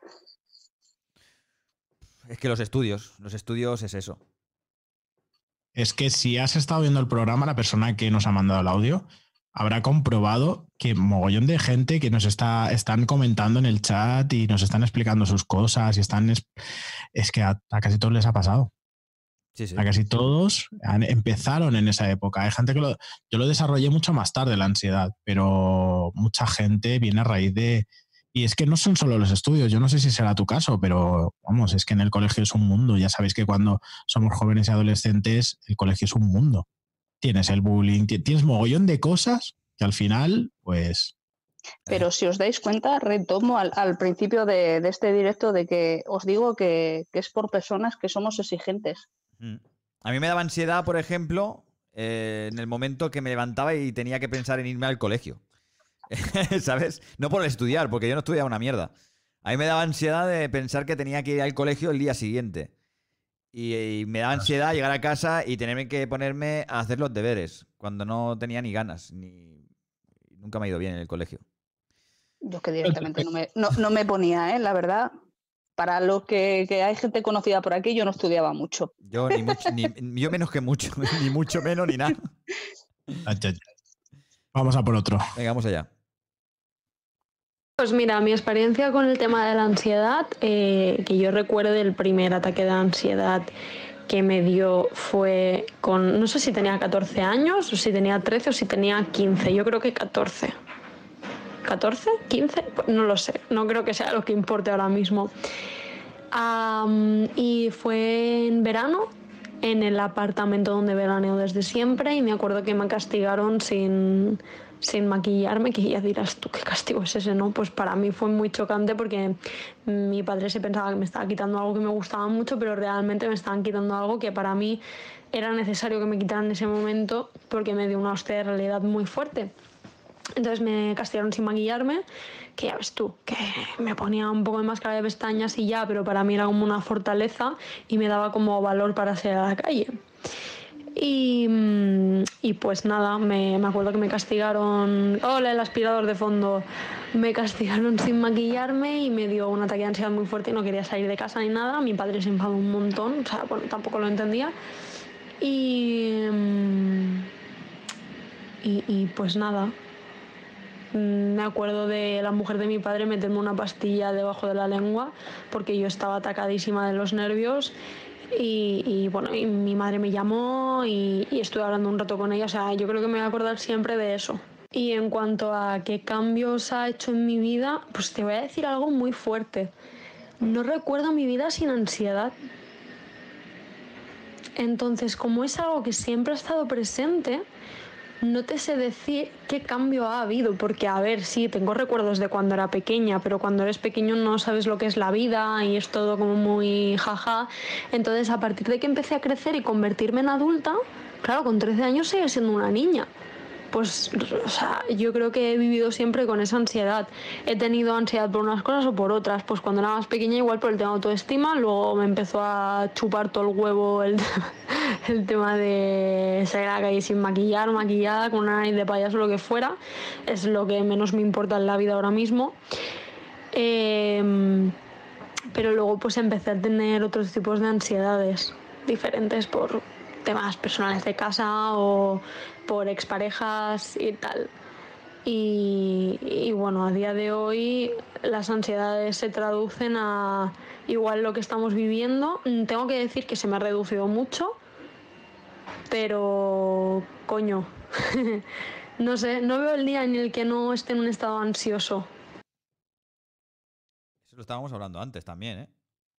Es que los estudios, los estudios es eso. Es que si has estado viendo el programa, la persona que nos ha mandado el audio habrá comprobado que mogollón de gente que nos está están comentando en el chat y nos están explicando sus cosas y están es, es que a, a casi todos les ha pasado. Sí, sí. A casi todos han- empezaron en esa época. Hay gente que lo, yo lo desarrollé mucho más tarde, la ansiedad, pero mucha gente viene a raíz de... Y es que no son solo los estudios, yo no sé si será tu caso, pero vamos, es que en el colegio es un mundo. Ya sabéis que cuando somos jóvenes y adolescentes, el colegio es un mundo. Tienes el bullying, ti- tienes mogollón de cosas que al final, pues... Pero si os dais cuenta, retomo al, al principio de, de este directo de que os digo que, que es por personas que somos exigentes. Mm. A mí me daba ansiedad, por ejemplo, eh, en el momento que me levantaba y tenía que pensar en irme al colegio. ¿Sabes? No por estudiar, porque yo no estudiaba una mierda. A mí me daba ansiedad de pensar que tenía que ir al colegio el día siguiente. Y, y me daba ansiedad llegar a casa y tenerme que ponerme a hacer los deberes, cuando no tenía ni ganas, ni nunca me ha ido bien en el colegio. Yo que directamente no me, no, no me ponía, ¿eh? La verdad. Para lo que, que hay gente conocida por aquí, yo no estudiaba mucho. Yo ni mucho, ni, yo menos que mucho, ni mucho menos ni nada. Vamos a por otro. Venga, vamos allá. Pues mira, mi experiencia con el tema de la ansiedad, eh, que yo recuerdo el primer ataque de ansiedad que me dio fue con, no sé si tenía catorce años, o si tenía trece, o si tenía quince, yo creo que catorce. ¿catorce? ¿quince? No lo sé, no creo que sea lo que importe ahora mismo. Um, y fue en verano, en el apartamento donde veraneo desde siempre, y me acuerdo que me castigaron sin, sin maquillarme, que ya dirás tú, ¿qué castigo es ese, no? Pues para mí fue muy chocante porque mi padre se pensaba que me estaba quitando algo que me gustaba mucho, pero realmente me estaban quitando algo que para mí era necesario que me quitaran en ese momento porque me dio una hostia de realidad muy fuerte. Entonces me castigaron sin maquillarme, que ya ves tú, que me ponía un poco de máscara de pestañas y ya, pero para mí era como una fortaleza y me daba como valor para salir a la calle. Y, y pues nada, me, me acuerdo que me castigaron, hola, el aspirador de fondo, me castigaron sin maquillarme y me dio un ataque de ansiedad muy fuerte y no quería salir de casa ni nada. Mi padre se enfadó un montón, o sea, bueno, tampoco lo entendía. Y, y, y pues nada, me acuerdo de la mujer de mi padre meterme una pastilla debajo de la lengua porque yo estaba atacadísima de los nervios. Y, y bueno, y mi madre me llamó y, y estuve hablando un rato con ella. O sea, yo creo que me voy a acordar siempre de eso. Y en cuanto a qué cambios ha hecho en mi vida, pues te voy a decir algo muy fuerte. No recuerdo mi vida sin ansiedad. Entonces, como es algo que siempre ha estado presente, no te sé decir qué cambio ha habido, porque a ver, sí, tengo recuerdos de cuando era pequeña, pero cuando eres pequeño no sabes lo que es la vida y es todo como muy jaja. Entonces, a partir de que empecé a crecer y convertirme en adulta, claro, con trece años sigue siendo una niña. Pues, o sea, yo creo que he vivido siempre con esa ansiedad. He tenido ansiedad por unas cosas o por otras. Pues cuando era más pequeña igual por el tema de autoestima, luego me empezó a chupar todo el huevo el, el tema de salir a la calle sin maquillar, maquillada, con una nariz de payaso o lo que fuera. Es lo que menos me importa en la vida ahora mismo. Eh, pero luego pues empecé a tener otros tipos de ansiedades diferentes por temas personales de casa o por exparejas y tal. Y, y bueno, a día de hoy las ansiedades se traducen a igual lo que estamos viviendo. Tengo que decir que se me ha reducido mucho, pero coño, no sé, no veo el día en el que no esté en un estado ansioso. Eso lo estábamos hablando antes también, ¿eh?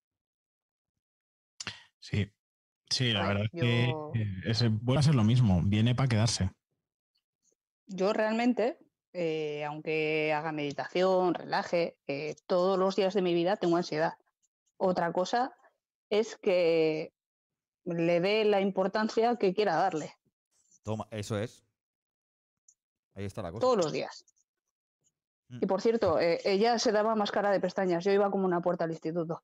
Sí. Sí, la Ay, verdad yo... es que ese vuelve a ser lo mismo, viene para quedarse. Yo realmente, eh, aunque haga meditación, relaje, eh, todos los días de mi vida tengo ansiedad. Otra cosa es que le dé la importancia que quiera darle. Toma, eso es. Ahí está la cosa. Todos los días. Mm. Y por cierto, eh, ella se daba máscara de pestañas, yo iba como una puerta al instituto.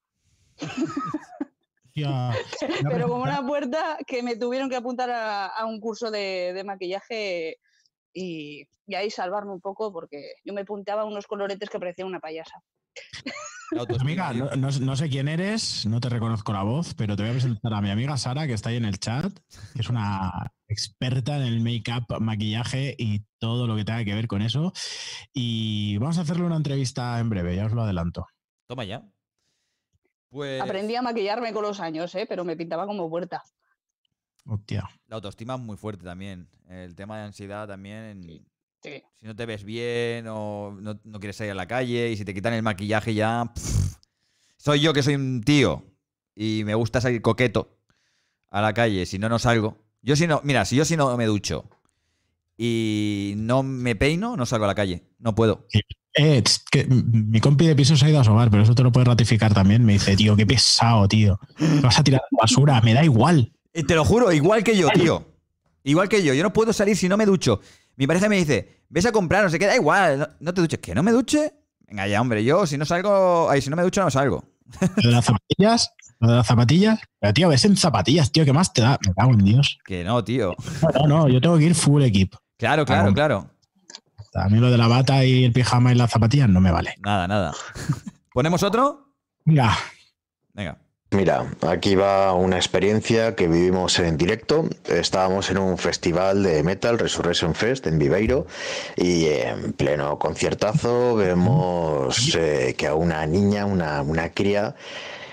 Ya, pero como una puerta que me tuvieron que apuntar a, a un curso de, de maquillaje y, y ahí salvarme un poco porque yo me punteaba unos coloretes que parecían una payasa. Amiga, no, no, no sé quién eres, no te reconozco la voz, pero te voy a presentar a mi amiga Sara, que está ahí en el chat, que es una experta en el make-up, maquillaje y todo lo que tenga que ver con eso. Y vamos a hacerle una entrevista en breve, ya os lo adelanto. Toma ya. Pues... Aprendí a maquillarme con los años, ¿eh? Pero me pintaba como puerta. Hostia. La autoestima es muy fuerte también. El tema de ansiedad también. Sí. Sí. Si no te ves bien o no, no quieres salir a la calle y si te quitan el maquillaje ya... Pff, soy yo que soy un tío y me gusta salir coqueto a la calle. Si no, no salgo. Yo si no... Mira, si yo si no me ducho y no me peino, no salgo a la calle. No puedo. Sí. Eh, que mi compi de piso se ha ido a sobar, pero eso te lo puedes ratificar también. Me dice, tío, qué pesado, tío. Me vas a tirar basura, me da igual. Eh, te lo juro, igual que yo, tío. Igual que yo. Yo no puedo salir si no me ducho. Mi pareja me dice, ves a comprar, no sé qué, da igual, no, no te duches. ¿Que no me duche? Venga ya, hombre, yo si no salgo... Ay, si no me ducho, no salgo. ¿Lo de las zapatillas? ¿Lo de las zapatillas? Pero, tío, ves en zapatillas, tío, ¿qué más te da? Me cago en Dios. Que no, tío. No, no, no, yo tengo que ir full equip. Claro, claro, claro. A mí lo de la bata y el pijama y las zapatillas no me vale. Nada, nada. ¿Ponemos otro? Venga. Venga. Mira, aquí va una experiencia que vivimos en directo. Estábamos en un festival de metal, Resurrection Fest, en Viveiro, y en pleno conciertazo vemos eh, que a una niña, una, una cría,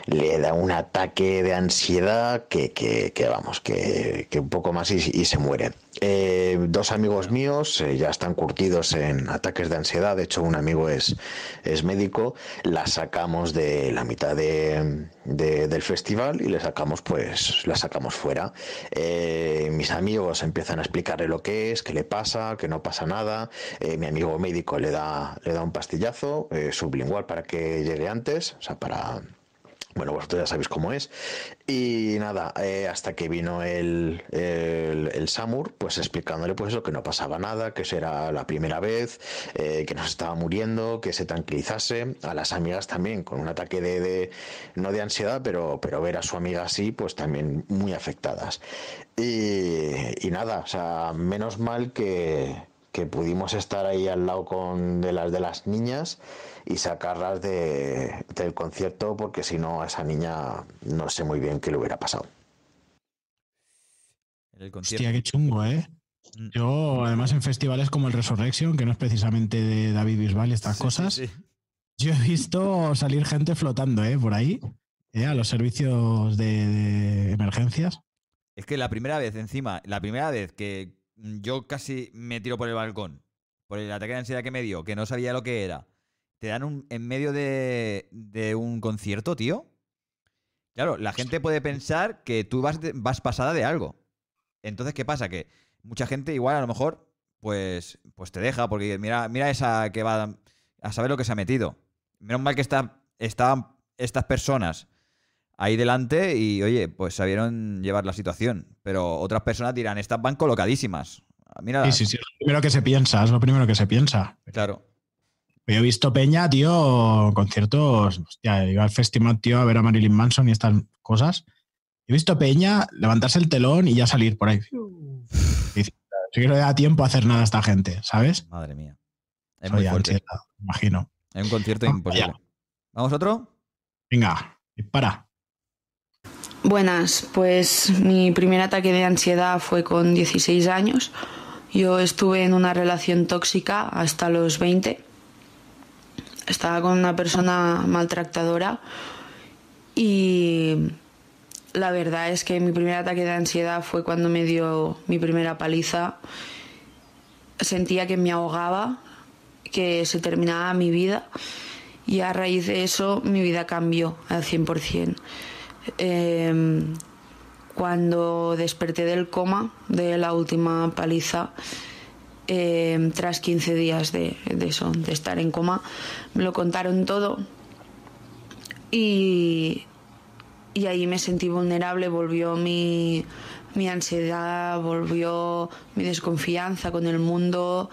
le da un ataque de ansiedad que, que, que vamos, que, que un poco más y, y se muere. Eh, dos amigos míos eh, ya están curtidos en ataques de ansiedad. De hecho, un amigo es, es médico. La sacamos de la mitad de, de, del festival y le sacamos, pues, la sacamos fuera. Eh, mis amigos empiezan a explicarle lo que es, qué le pasa, que no pasa nada. Eh, mi amigo médico le da, le da un pastillazo eh, sublingual para que llegue antes, o sea, para... Bueno, vosotros ya sabéis cómo es. Y nada, eh, hasta que vino el, el, el Samur, pues explicándole pues eso, que no pasaba nada, que eso era la primera vez, eh, que nos estaba muriendo, que se tranquilizase. A las amigas también, con un ataque de, de no de ansiedad, pero, pero ver a su amiga así, pues también muy afectadas. Y, y nada, o sea, menos mal que, que pudimos estar ahí al lado con de las de las niñas y sacarlas de, del concierto, porque si no a esa niña no sé muy bien qué le hubiera pasado. El concierto. Hostia, qué chungo, ¿eh? Mm. Yo, además, en festivales como el Resurrection, que no es precisamente de David Bisbal y estas Sí, cosas, sí, sí. yo he visto salir gente flotando, ¿eh? Por ahí, ¿eh? A los servicios de, de emergencias. Es que la primera vez, encima, la primera vez que yo casi me tiro por el balcón, por el ataque de ansiedad que me dio, que no sabía lo que era, te dan un, en medio de, de un concierto, tío. Claro, la gente puede pensar que tú vas, de- vas pasada de algo. Entonces, ¿qué pasa? Que mucha gente igual a lo mejor pues, pues te deja, porque mira, mira esa que va a saber lo que se ha metido. Menos mal que está, estaban estas personas ahí delante y, oye, pues sabieron llevar la situación. Pero otras personas dirán, estas van colocadísimas. Mira, Sí, sí, sí. Es lo primero que se piensa, es lo primero que se piensa. claro. Yo he visto peña, tío, conciertos. Hostia, iba al festival, tío, a ver a Marilyn Manson y estas cosas. He visto peña levantarse el telón y ya salir por ahí. Y dice, "Si que no le da tiempo a hacer nada a esta gente, ¿sabes?" Madre mía. Es Soy muy fuerte. ansiedad, me imagino. Es un concierto Vamos imposible. allá. ¿Vamos otro? Venga, dispara. Buenas, pues mi primer ataque de ansiedad fue con dieciséis años. Yo estuve en una relación tóxica hasta los veinte. Estaba con una persona maltratadora y la verdad es que mi primer ataque de ansiedad fue cuando me dio mi primera paliza. Sentía que me ahogaba, que se terminaba mi vida y a raíz de eso mi vida cambió al cien por ciento. Eh, cuando desperté del coma de la última paliza, eh, tras quince días de, de eso, de estar en coma, me lo contaron todo y, y ahí me sentí vulnerable, volvió mi, mi ansiedad, volvió mi desconfianza con el mundo.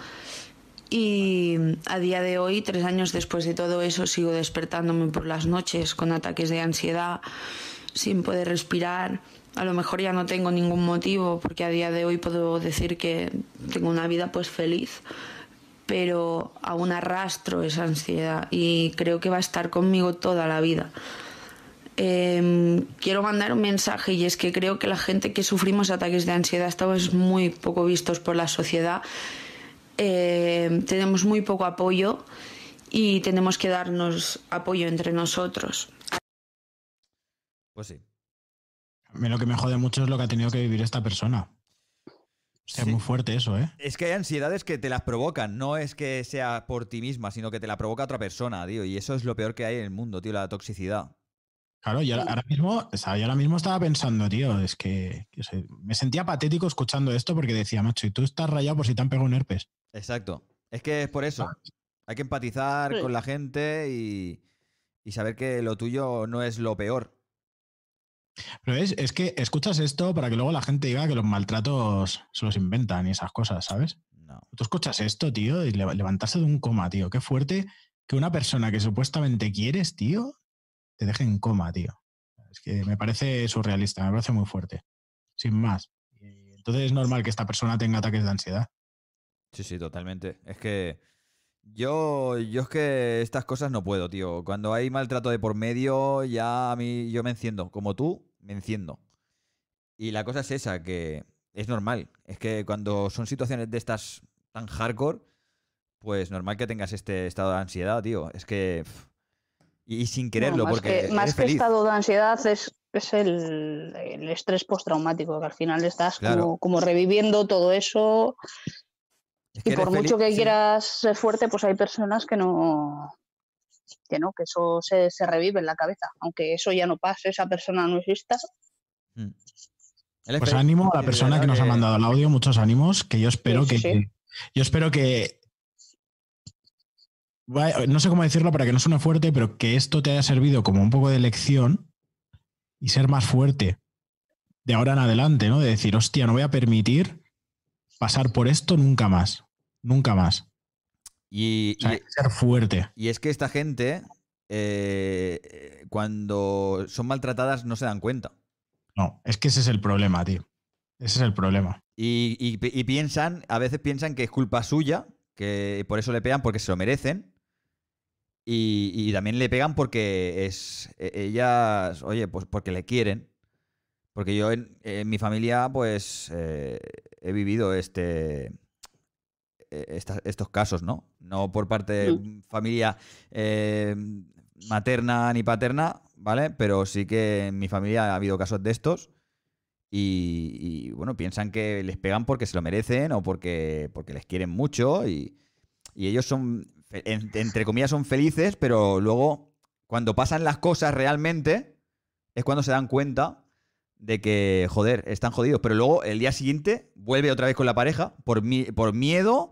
Y a día de hoy, tres años después de todo eso, sigo despertándome por las noches con ataques de ansiedad, sin poder respirar. A lo mejor ya no tengo ningún motivo, porque a día de hoy puedo decir que tengo una vida pues feliz, pero aún arrastro esa ansiedad y creo que va a estar conmigo toda la vida. Eh, quiero mandar un mensaje y es que creo que la gente que sufrimos ataques de ansiedad estamos muy poco vistos por la sociedad. Eh, tenemos muy poco apoyo y tenemos que darnos apoyo entre nosotros. Pues sí. A mí lo que me jode mucho es lo que ha tenido que vivir esta persona. O sea, Sí. es muy fuerte eso, ¿eh? Es que hay ansiedades que te las provocan, no es que sea por ti misma, sino que te la provoca otra persona, tío. Y eso es lo peor que hay en el mundo, tío, la toxicidad. Claro, yo ahora, ahora mismo, o sea, yo ahora mismo estaba pensando, tío, es que, que sé, me sentía patético escuchando esto porque decía, macho, y tú estás rayado por si te han pegado un herpes. Exacto. Es que es por eso. Hay que empatizar Sí. con la gente y, y saber que lo tuyo no es lo peor. Pero es, es que escuchas esto para que luego la gente diga que los maltratos se los inventan y esas cosas, ¿sabes? No. Tú escuchas esto, tío, y le- levantarse de un coma, tío. Qué fuerte que una persona que supuestamente quieres, tío, te deje en coma, tío. Es que me parece surrealista, me parece muy fuerte. Sin más. Y entonces es normal que esta persona tenga ataques de ansiedad. Sí, sí, totalmente. Es que yo, yo es que estas cosas no puedo, tío. Cuando hay maltrato de por medio, ya a mí yo me enciendo. Como tú, me enciendo. Y la cosa es esa, que es normal. Es que cuando son situaciones de estas tan hardcore, pues normal que tengas este estado de ansiedad, tío. Es que pff, Y, y sin quererlo, No, más porque que, más eres que feliz. estado de ansiedad es, es el, el estrés postraumático, que al final estás Claro. como, como reviviendo todo eso. Es que Y por eres mucho feliz, que sí. quieras ser fuerte, pues hay personas que no, que no, que eso se, se revive en la cabeza. Aunque eso ya no pase, esa persona no exista. Mm. Él es Pues feliz. ánimo a la Sí, de persona que verdad nos ha que- mandado el audio, muchos ánimos, que yo espero Sí, sí, que. sí. Yo espero que. Vaya- No sé cómo decirlo para que no suene fuerte, pero que esto te haya servido como un poco de lección y ser más fuerte de ahora en adelante, ¿no? De decir, hostia, no voy a permitir pasar por esto nunca más. Nunca más. Y, O sea, y- hay que ser fuerte. y es que esta gente, eh, cuando son maltratadas, no se dan cuenta. No, es que ese es el problema, tío. Ese es el problema. Y, y- y piensan, a veces piensan que es culpa suya, que por eso le pegan, porque se lo merecen. Y, y también le pegan porque es e- ellas, oye, pues porque le quieren. Porque yo en, en mi familia, pues, eh, he vivido este eh, esta- estos casos, ¿no? No por parte de Mm. familia eh, materna ni paterna, ¿vale? Pero sí que en mi familia ha habido casos de estos. Y, y, bueno, piensan que les pegan porque se lo merecen o porque, porque les quieren mucho. Y, y ellos son, fe- en- entre comillas, son felices, pero luego, cuando pasan las cosas realmente, es cuando se dan cuenta de que, joder, están jodidos. Pero luego, el día siguiente, vuelve otra vez con la pareja por, mi- por miedo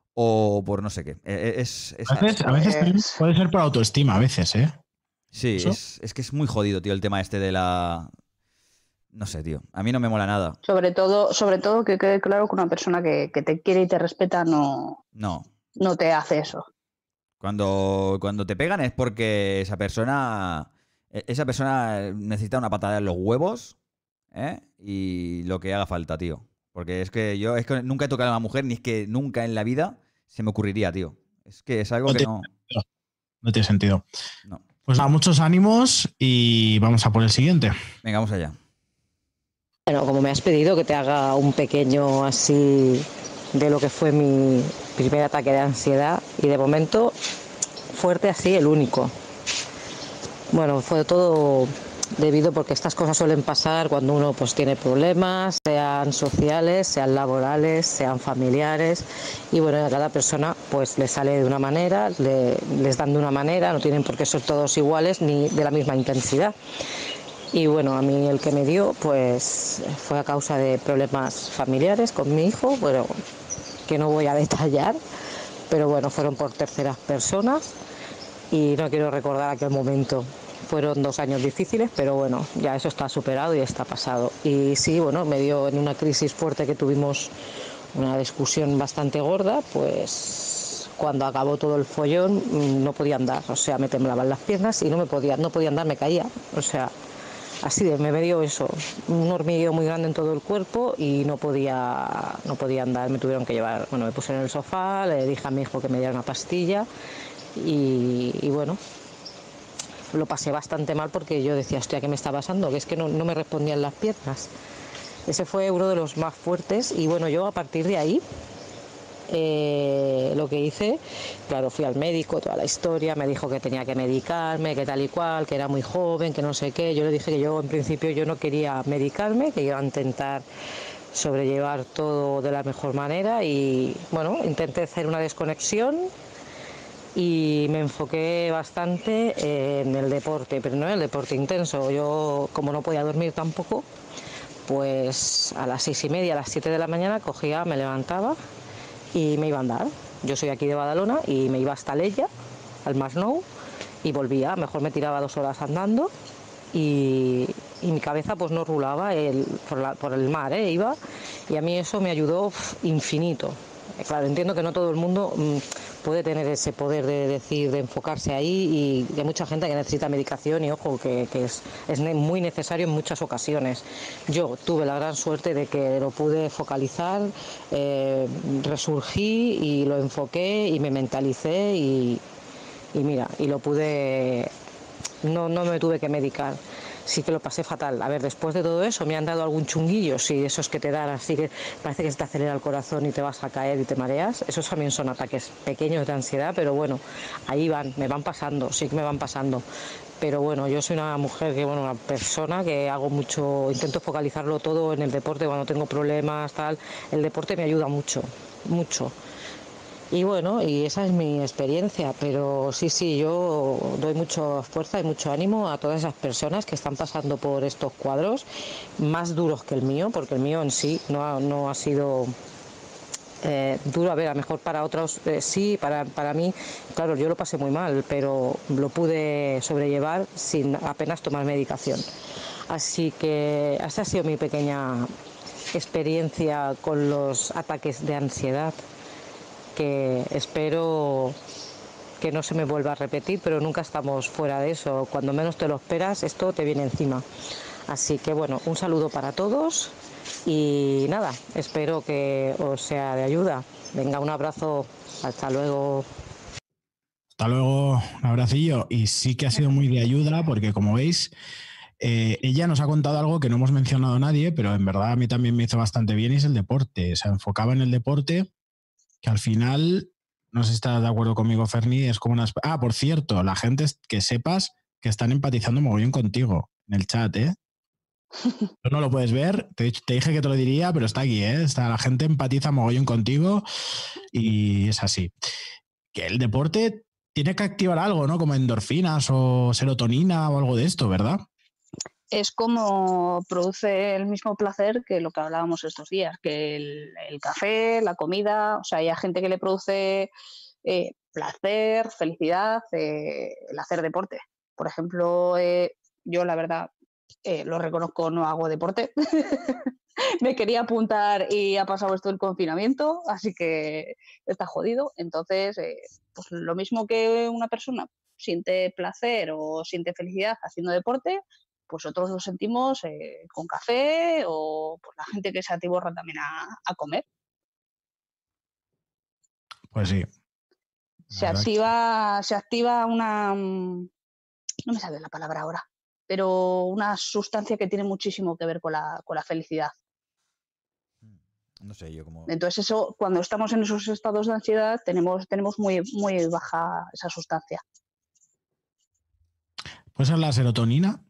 o por no sé qué. Eh, Es, es- A veces, a veces también puede ser por autoestima, a veces, ¿eh? sí, ¿Eso? es, es que es muy jodido, tío, el tema este de la... No sé, tío. A mí no me mola nada. Sobre todo, sobre todo que quede claro que una persona que, que te quiere y te respeta no, No. no te hace eso. Cuando, cuando te pegan es porque esa persona... e- Esa persona necesita una patada en los huevos, ¿eh? Y lo que haga falta, tío. Porque es que yo es que nunca he tocado a una mujer, ni es que nunca en la vida se me ocurriría, tío. Es que es algo No que te- no... No tiene sentido. No. Pues nada, muchos ánimos y vamos a por el siguiente. Venga, vamos allá. Bueno, como me has pedido que te haga un pequeño así de lo que fue mi primer ataque de ansiedad y de momento fuerte así el único. Bueno, fue todo debido porque estas cosas suelen pasar cuando uno pues tiene problemas, sean sociales, sean laborales, sean familiares y bueno, a cada persona pues le sale de una manera, le- les dan de una manera, no tienen por qué ser todos iguales ni de la misma intensidad. Y bueno, a mí el que me dio pues fue a causa de problemas familiares con mi hijo, bueno, que no voy a detallar, pero bueno, fueron por terceras personas y no quiero recordar aquel momento. Fueron dos años difíciles, pero bueno, ya eso está superado y está pasado. Y sí, bueno, me dio en una crisis fuerte que tuvimos una discusión bastante gorda, pues cuando acabó todo el follón mm, no podía andar, o sea, me temblaban las piernas y no me podía, no podía andar, me caía, o sea, así de, me dio eso, un hormigueo muy grande en todo el cuerpo y no podía, no podía andar, me tuvieron que llevar, bueno, me puse en el sofá, le dije a mi hijo que me diera una pastilla y, y bueno, lo pasé bastante mal porque yo decía, hostia, ¿qué me está pasando? Que es que no, no me respondían las piernas. Ese fue uno de los más fuertes y bueno, yo a partir de ahí eh, lo que hice, claro, fui al médico, toda la historia, me dijo que tenía que medicarme, que tal y cual, que era muy joven, que no sé qué. Yo le dije que yo en principio yo no quería medicarme, que iba a intentar sobrellevar todo de la mejor manera y bueno, intenté hacer una desconexión y me enfoqué bastante en el deporte, pero no en el deporte intenso. Yo, como no podía dormir tampoco, pues a las seis y media, a las siete de la mañana cogía, me levantaba y me iba a andar. Yo soy aquí de Badalona y me iba hasta Leia, al Masnou, y volvía. Mejor me tiraba dos horas andando y, y mi cabeza pues no rulaba el, por, la, por el mar, ¿eh? Iba, y a mí eso me ayudó uf, infinito. Claro, entiendo que no todo el mundo mmm, puede tener ese poder de decir, de enfocarse ahí y hay mucha gente que necesita medicación y ojo, que, que es, es muy necesario en muchas ocasiones. Yo tuve la gran suerte de que lo pude focalizar, eh, resurgí y lo enfoqué y me mentalicé y, y mira, y lo pude, no, no me tuve que medicar. sí que lo pasé fatal. A ver, después de todo eso me han dado algún chunguillo, sí, esos que te dan así que parece que se te acelera el corazón y te vas a caer y te mareas. Esos también son ataques pequeños de ansiedad, pero bueno, ahí van, me van pasando, sí que me van pasando. Pero bueno, yo soy una mujer que, bueno, una persona que hago mucho, intento focalizarlo todo en el deporte cuando tengo problemas, tal. El deporte me ayuda mucho, mucho. Y bueno, y esa es mi experiencia, pero sí, sí, yo doy mucha fuerza y mucho ánimo a todas esas personas que están pasando por estos cuadros, más duros que el mío, porque el mío en sí no ha, no ha sido eh, duro. A ver, a lo mejor para otros eh, sí, para, para mí, claro, yo lo pasé muy mal, pero lo pude sobrellevar sin apenas tomar medicación. Así que esa ha sido mi pequeña experiencia con los ataques de ansiedad, que espero que no se me vuelva a repetir, pero nunca estamos fuera de eso. Cuando menos te lo esperas, esto te viene encima. Así que bueno, un saludo para todos y nada, espero que os sea de ayuda. Venga, un abrazo, hasta luego. Hasta luego, un abracillo. Y sí que ha sido muy de ayuda porque, como veis, eh, ella nos ha contado algo que no hemos mencionado a nadie, pero en verdad a mí también me hizo bastante bien, y es el deporte. Se enfocaba en el deporte, que al final, no sé si estás de acuerdo conmigo, Ferni, es como una... Ah, por cierto, la gente, que sepas que están empatizando mogollón contigo en el chat, ¿eh? Tú no lo puedes ver, te, te dije que te lo diría, pero está aquí, ¿eh? Está, la gente empatiza mogollón contigo y es así. Que el deporte tiene que activar algo, ¿no? Como endorfinas o serotonina o algo de esto, ¿verdad? Es como produce el mismo placer que lo que hablábamos estos días, que el, el café, la comida, o sea, hay gente que le produce eh, placer, felicidad, eh, el hacer deporte. Por ejemplo, eh, yo la verdad eh, lo reconozco, no hago deporte. Me quería apuntar y ha pasado esto el confinamiento, así que está jodido. Entonces, eh, pues lo mismo que una persona siente placer o siente felicidad haciendo deporte, pues otros lo sentimos eh, con café, o pues la gente que se atiborra también a, a comer. Pues sí. Se activa, se activa una... No me sale la palabra ahora, pero una sustancia que tiene muchísimo que ver con la, con la felicidad. No sé, yo como... Entonces eso, cuando estamos en esos estados de ansiedad, tenemos, tenemos muy, muy baja esa sustancia. ¿Puede ser la serotonina?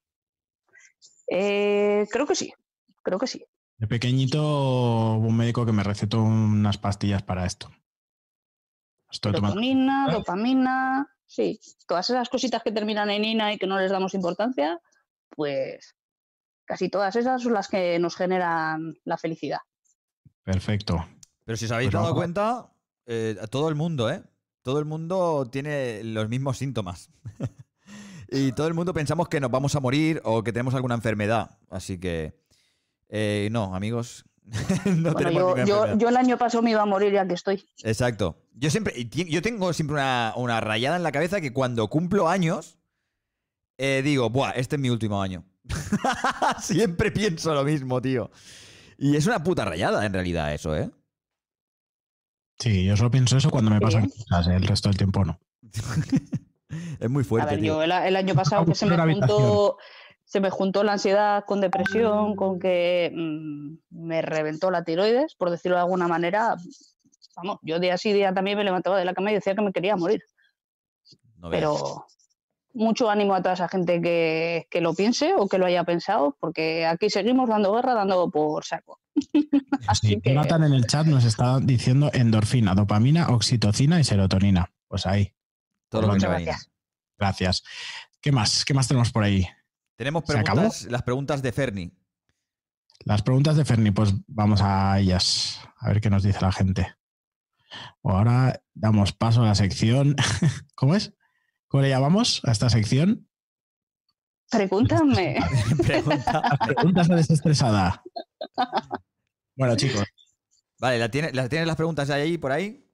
Eh, creo que sí, creo que sí. De pequeñito hubo un médico que me recetó unas pastillas para esto. Estoy Serotonina, tomando... dopamina, sí. Todas esas cositas que terminan en ina y que no les damos importancia, pues casi todas esas son las que nos generan la felicidad. Perfecto. Pero si os habéis Pues dado vamos. cuenta, eh, todo el mundo, ¿eh? Todo el mundo tiene los mismos síntomas. Y todo el mundo pensamos que nos vamos a morir o que tenemos alguna enfermedad. Así que, eh, no, amigos, no Bueno, tenemos yo, ninguna yo, enfermedad. yo el año pasado me iba a morir, ya que estoy. Exacto. Yo siempre, y ti- yo tengo siempre una, una rayada en la cabeza que cuando cumplo años, eh, digo, buah, este es mi último año. Siempre pienso lo mismo, tío. Y es una puta rayada, en realidad, eso, ¿eh? Sí, yo solo pienso eso cuando me pasan cosas, el resto del tiempo no. Es muy A fuerte, ver, tío. yo el, el año pasado que se me Una habitación. juntó, se me juntó la ansiedad con depresión, con que mmm, me reventó la tiroides, por decirlo de alguna manera. Vamos, yo día sí día también me levantaba de la cama y decía que me quería morir. No veas. Pero mucho ánimo a toda esa gente que, que lo piense o que lo haya pensado, porque aquí seguimos dando guerra, dando por saco. Así Sí, que Jonathan en el chat nos está diciendo endorfina, dopamina, oxitocina y serotonina. Pues ahí. Todo Pues lo que muchas me vaina. gracias. Gracias. ¿Qué más? ¿Qué más tenemos por ahí? Tenemos ¿Se acabó? preguntas, las preguntas de Ferni. Las preguntas de Ferni, pues vamos a ellas. A ver qué nos dice la gente. Ahora damos paso a la sección. ¿Cómo es? ¿Cómo le llamamos a esta sección? Pregúntame. Pregunta. Las preguntas de desestresada. Bueno, chicos. Vale, ¿la tiene- ¿las tienes las preguntas ahí, por ahí?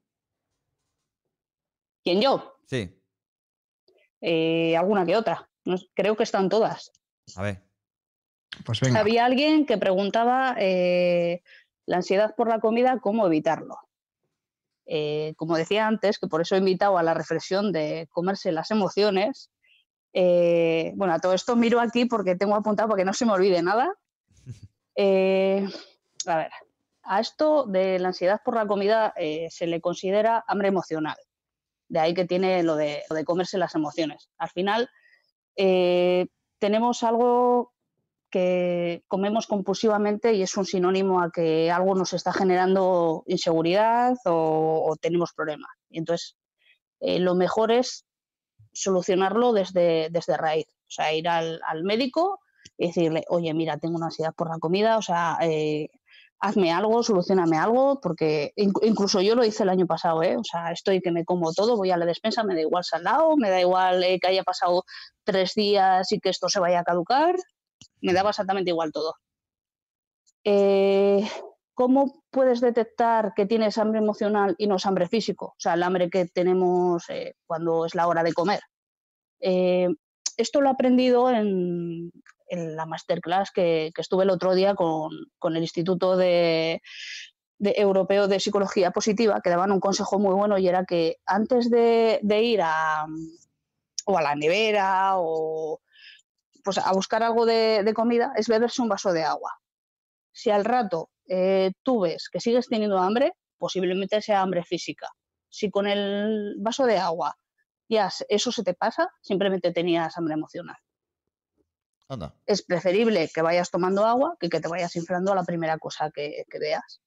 ¿Quién yo? Sí. Eh, alguna que otra. No, creo que están todas. A ver. Pues venga. Había alguien que preguntaba eh, la ansiedad por la comida, ¿cómo evitarlo? Eh, como decía antes, que por eso he invitado a la reflexión de comerse las emociones, Eh, bueno, a todo esto miro aquí porque tengo apuntado para que no se me olvide nada. Eh, a ver, a esto de la ansiedad por la comida eh, se le considera hambre emocional. De ahí que tiene lo de, lo de comerse las emociones. Al final, eh, tenemos algo que comemos compulsivamente y es un sinónimo a que algo nos está generando inseguridad o, o tenemos problemas. Y entonces, eh, lo mejor es solucionarlo desde, desde raíz. O sea, ir al, al médico y decirle, oye, mira, tengo una ansiedad por la comida, o sea, eh, hazme algo, solucioname algo, porque inc- incluso yo lo hice el año pasado, ¿eh? O sea, estoy que me como todo, voy a la despensa, me da igual salado, me da igual eh, que haya pasado tres días y que esto se vaya a caducar, me daba exactamente igual todo. Eh, ¿Cómo puedes detectar que tienes hambre emocional y no es hambre físico? O sea, el hambre que tenemos eh, cuando es la hora de comer. Eh, esto lo he aprendido en, en la masterclass que, que estuve el otro día con, con el Instituto de, de Europeo de Psicología Positiva, que daban un consejo muy bueno y era que antes de, de ir a, o a la nevera o pues, a buscar algo de, de comida es beberse un vaso de agua. Si al rato eh, tú ves que sigues teniendo hambre, posiblemente sea hambre física. Si con el vaso de agua ya eso se te pasa, simplemente tenías hambre emocional. Anda. Es preferible que vayas tomando agua que que te vayas inflando a la primera cosa que, que veas.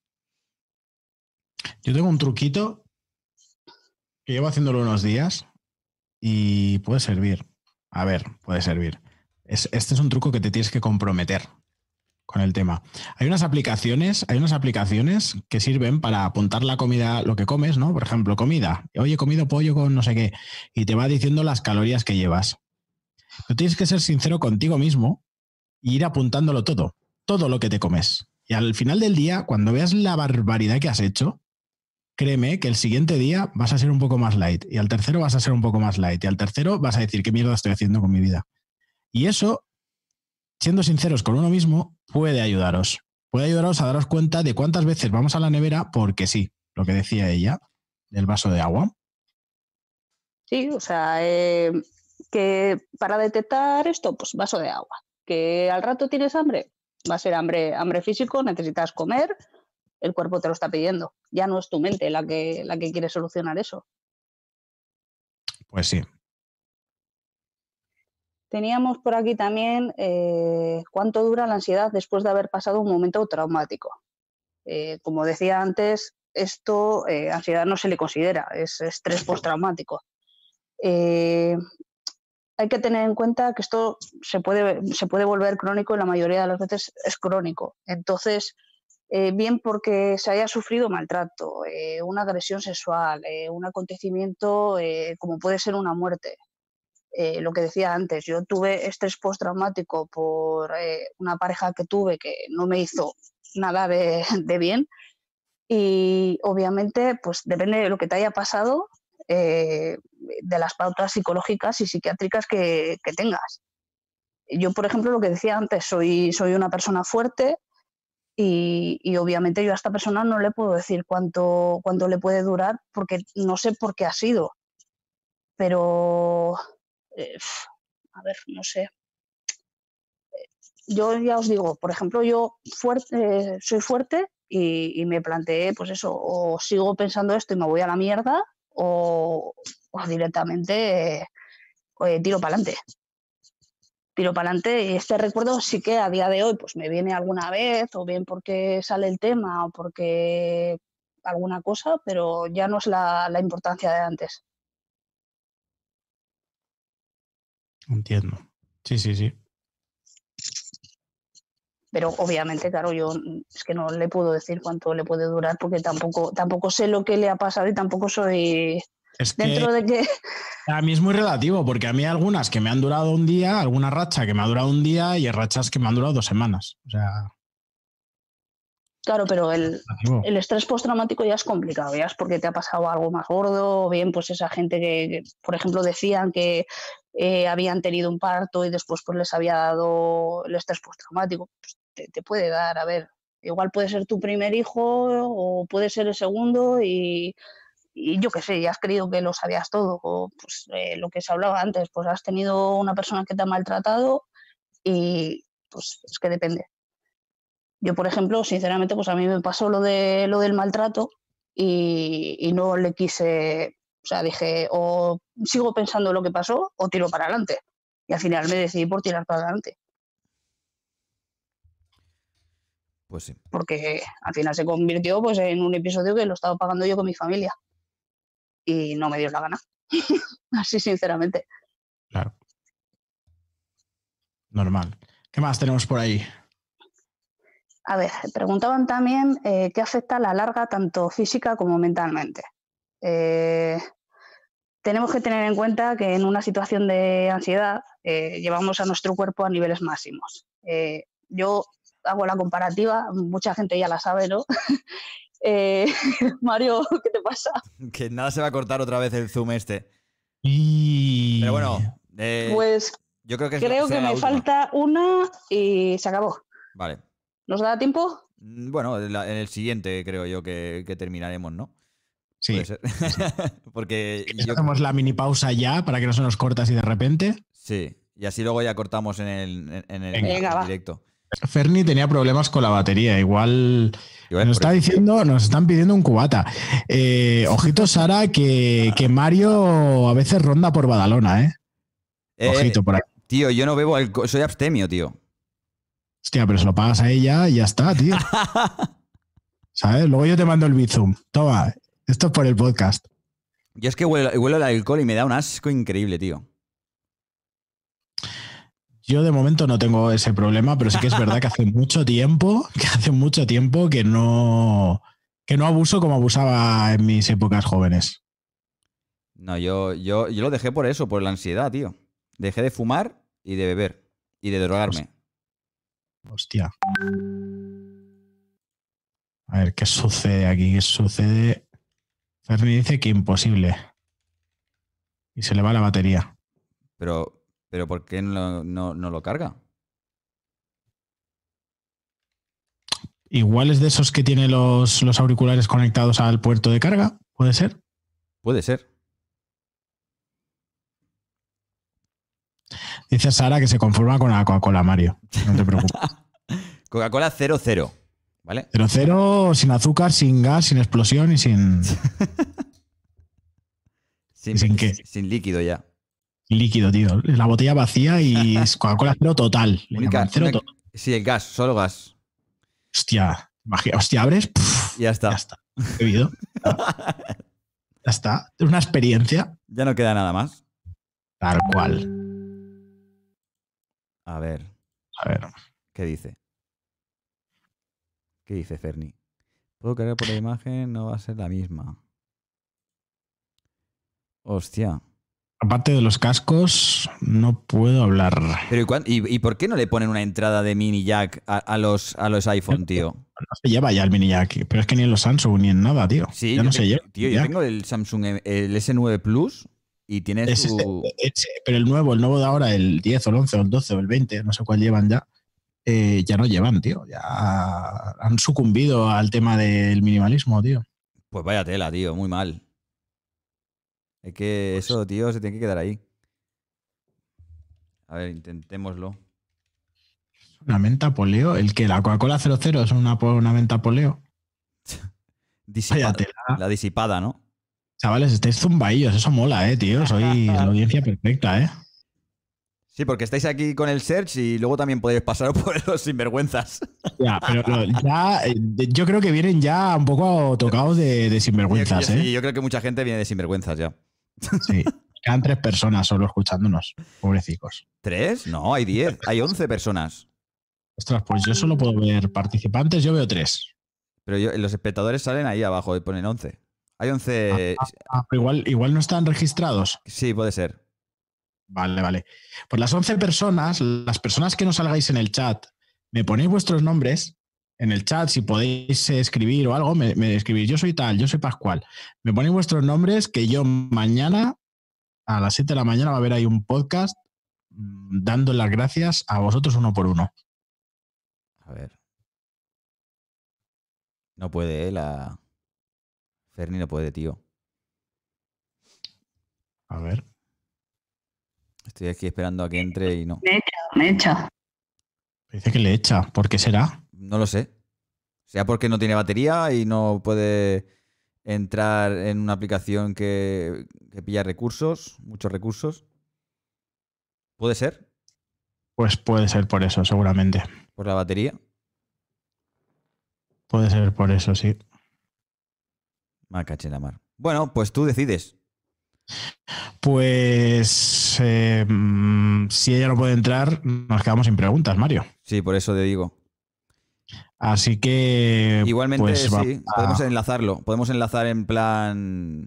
Yo tengo un truquito que llevo haciéndolo unos días y puede servir. A ver, puede servir. Es, este es un truco que te tienes que comprometer con el tema. Hay unas aplicaciones, hay unas aplicaciones que sirven para apuntar la comida, lo que comes, ¿no? Por ejemplo, comida. Oye, he comido pollo con no sé qué. Y te va diciendo las calorías que llevas. Tú tienes que ser sincero contigo mismo e ir apuntándolo todo. Todo lo que te comes. Y al final del día, cuando veas la barbaridad que has hecho, créeme que el siguiente día vas a ser un poco más light. Y al tercero vas a ser un poco más light. Y al tercero vas a decir, ¿qué mierda estoy haciendo con mi vida? Y eso, siendo sinceros con uno mismo, puede ayudaros. Puede ayudaros a daros cuenta de cuántas veces vamos a la nevera porque sí, lo que decía ella, del vaso de agua. Sí, o sea, eh, que para detectar esto, pues vaso de agua. Que al rato tienes hambre, va a ser hambre, hambre físico, necesitas comer, el cuerpo te lo está pidiendo. Ya no es tu mente la que, la que quiere solucionar eso. Pues sí. Teníamos por aquí también eh, cuánto dura la ansiedad después de haber pasado un momento traumático. Eh, como decía antes, esto, eh, ansiedad no se le considera, es estrés postraumático. Eh, hay que tener en cuenta que esto se puede, se puede volver crónico y la mayoría de las veces es crónico. Entonces, eh, bien porque se haya sufrido maltrato, eh, una agresión sexual, eh, un acontecimiento eh, como puede ser una muerte. Eh, lo que decía antes, yo tuve estrés postraumático por eh, una pareja que tuve que no me hizo nada de, de bien y obviamente pues depende de lo que te haya pasado, eh, de las pautas psicológicas y psiquiátricas que, que tengas. Yo, por ejemplo, lo que decía antes, soy, soy una persona fuerte y, y obviamente yo a esta persona no le puedo decir cuánto, cuánto le puede durar porque no sé por qué ha sido, pero eh, a ver, no sé. Yo ya os digo, por ejemplo, yo fuerte, eh, soy fuerte y, y me planteé, pues eso, o sigo pensando esto y me voy a la mierda o, o directamente eh, eh, tiro para adelante. Tiro para adelante y este recuerdo sí que a día de hoy pues me viene alguna vez o bien porque sale el tema o porque alguna cosa, pero ya no es la, la importancia de antes. Entiendo. Sí, sí, sí. Pero obviamente, claro, yo es que no le puedo decir cuánto le puede durar porque tampoco, tampoco sé lo que le ha pasado y tampoco soy Es dentro que de que... a mí es muy relativo, porque a mí hay algunas que me han durado un día, alguna racha que me ha durado un día y hay rachas que me han durado dos semanas. O sea, Claro, pero el, el estrés postraumático ya es complicado, ya es porque te ha pasado algo más gordo, o bien pues esa gente que, que por ejemplo, decían que eh, habían tenido un parto y después pues les había dado el estrés postraumático, pues te, te puede dar, a ver, igual puede ser tu primer hijo o puede ser el segundo y y yo qué sé, ya has creído que lo sabías todo, o pues eh, lo que se hablaba antes, pues has tenido una persona que te ha maltratado y pues es que depende. Yo, por ejemplo, sinceramente, pues a mí me pasó lo, de, lo del maltrato y, y no le quise, o sea, dije, o sigo pensando lo que pasó o tiro para adelante. Y al final me decidí por tirar para adelante. Pues sí. Porque al final se convirtió pues, en un episodio que lo estaba pagando yo con mi familia. Y no me dio la gana. Así, sinceramente. Claro. Normal. ¿Qué más tenemos por ahí? A ver, preguntaban también eh, qué afecta a la larga tanto física como mentalmente. Eh, tenemos que tener en cuenta que en una situación de ansiedad eh, llevamos a nuestro cuerpo a niveles máximos. Eh, yo hago la comparativa, mucha gente ya la sabe, ¿no? eh, Mario, ¿qué te pasa? Que nada se va a cortar otra vez el zoom este. Y... Pero bueno, eh, pues yo creo que, es, creo que me falta una y se acabó. Vale. ¿Nos da tiempo? Bueno, en el siguiente creo yo que, que terminaremos, ¿no? Sí. Puede ser. Porque yo... hacemos la mini pausa ya para que no se nos corte así de repente. Sí, y así luego ya cortamos en el, en el, Venga, en el va. directo. Ferni tenía problemas con la batería. Igual Igual nos por está eso. diciendo, nos están pidiendo un cubata. Eh, ojito, Sara, que, que Mario a veces ronda por Badalona, ¿eh? Eh, Ojito por ahí. Tío, yo no bebo alcohol, soy abstemio, tío. Hostia, pero se lo pagas a ella y ya está, tío. ¿Sabes? Luego yo te mando el Bizum. Toma, esto es por el podcast. Yo es que huelo, huelo el alcohol y me da un asco increíble, tío. Yo de momento no tengo ese problema, pero sí que es verdad que hace mucho tiempo, que hace mucho tiempo que no, que no abuso como abusaba en mis épocas jóvenes. No, yo, yo, yo lo dejé por eso, por la ansiedad, tío. Dejé de fumar y de beber. Y de drogarme. Hostia. A ver, ¿qué sucede aquí? ¿Qué sucede? Ferni dice que imposible. Y se le va la batería. Pero, pero ¿por qué no, no, no lo carga? Igual es de esos que tiene los, los auriculares conectados al puerto de carga, ¿puede ser? Puede ser. Dice Sara que se conforma con la Coca-Cola, Mario. No te preocupes. Coca-Cola cero cero, ¿vale? Cero cero, sin azúcar, sin gas, sin explosión y sin... sin, ¿Y sin qué? Sin líquido ya. Líquido, tío. La botella vacía y es Coca-Cola cero total. Le Única, llaman, cero una- total. Sí, el gas, solo gas. Hostia, imagina, hostia, abres, puf, Ya está. ya está. Bebido. Ya está. Es una experiencia. Ya no queda nada más. Tal cual. A ver, A ver. ¿qué dice? ¿Qué dice Ferni? Puedo cargar por la imagen, no va a ser la misma. Hostia. Aparte de los cascos, no puedo hablar. Pero ¿y, cuán- y- y por qué no le ponen una entrada de mini jack a, a los, a los iPhone, tío? No se lleva ya el mini jack, pero es que ni en los Samsung ni en nada, tío. Sí, ya yo no te- se lleva. Tío, yo ya. tengo el Samsung, M- el S nueve Plus y tiene Ese- su... ese- pero el nuevo, el nuevo de ahora, el diez o el once o el doce o el veinte, no sé cuál llevan ya, eh, ya no llevan, tío. Ya han sucumbido al tema del minimalismo, tío. Pues vaya tela, tío, muy mal. Es que eso, tío, se tiene que quedar ahí. A ver, intentémoslo. Una menta poleo. ¿El que ¿La Coca-Cola cero cero es una, una menta poleo? Disipada, Vaya tela. la disipada, ¿no? Chavales, estáis zumbaillos, eso mola, eh, tío. Sois la audiencia perfecta, eh. Sí, porque estáis aquí con el search y luego también podéis pasar por los sinvergüenzas. Ya, pero lo- ya, eh, yo creo que vienen ya un poco tocados de, de sinvergüenzas, Yo- yo- eh. sí, yo creo que mucha gente viene de sinvergüenzas ya. Sí. Quedan tres personas solo escuchándonos, pobrecicos. ¿Tres? No, hay diez. Hay once personas. Ostras, pues yo solo puedo ver participantes, yo veo tres. Pero yo- los espectadores salen ahí abajo y ponen once. Hay once... Ah, pero igual, igual no están registrados. Sí, puede ser. Vale, vale. Pues las once personas, las personas que no salgáis en el chat, me ponéis vuestros nombres en el chat, si podéis eh, escribir o algo, me, me escribís, yo soy tal, yo soy Pascual. Me ponéis vuestros nombres que yo mañana a las siete de la mañana va a haber ahí un podcast mm, dando las gracias a vosotros uno por uno. A ver. No puede, ¿eh? La... Ferni no puede, tío. A ver. Estoy aquí esperando a que entre y no. Me echa, me echa. Dice que le echa. ¿Por qué será? No lo sé. Sea porque no tiene batería y no puede entrar en una aplicación que, que pilla recursos, muchos recursos. ¿Puede ser? Pues puede ser por eso, seguramente. ¿Por la batería? Puede ser por eso, sí. Me caché la mar. Bueno, pues tú decides. Pues eh, si ella no puede entrar, nos quedamos sin preguntas, Mario. Sí, por eso te digo. Así que... Igualmente, pues, sí, a... podemos enlazarlo. Podemos enlazar en plan...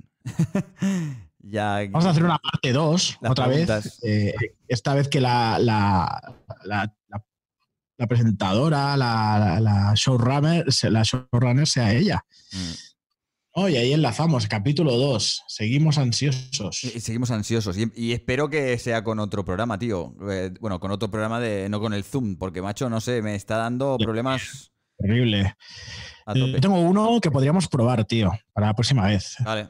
ya, vamos a hacer una parte dos, otra preguntas. vez. Eh, esta vez que la, la, la, la, la presentadora, la, la, showrunner, la showrunner sea ella. Mm. Oh, y ahí enlazamos, capítulo dos. Seguimos ansiosos. Y seguimos ansiosos. Y, y espero que sea con otro programa, tío. Eh, bueno, con otro programa de no con el Zoom, porque, macho, no sé, me está dando problemas. Terrible. Yo tengo uno que podríamos probar, tío, para la próxima vez. Vale.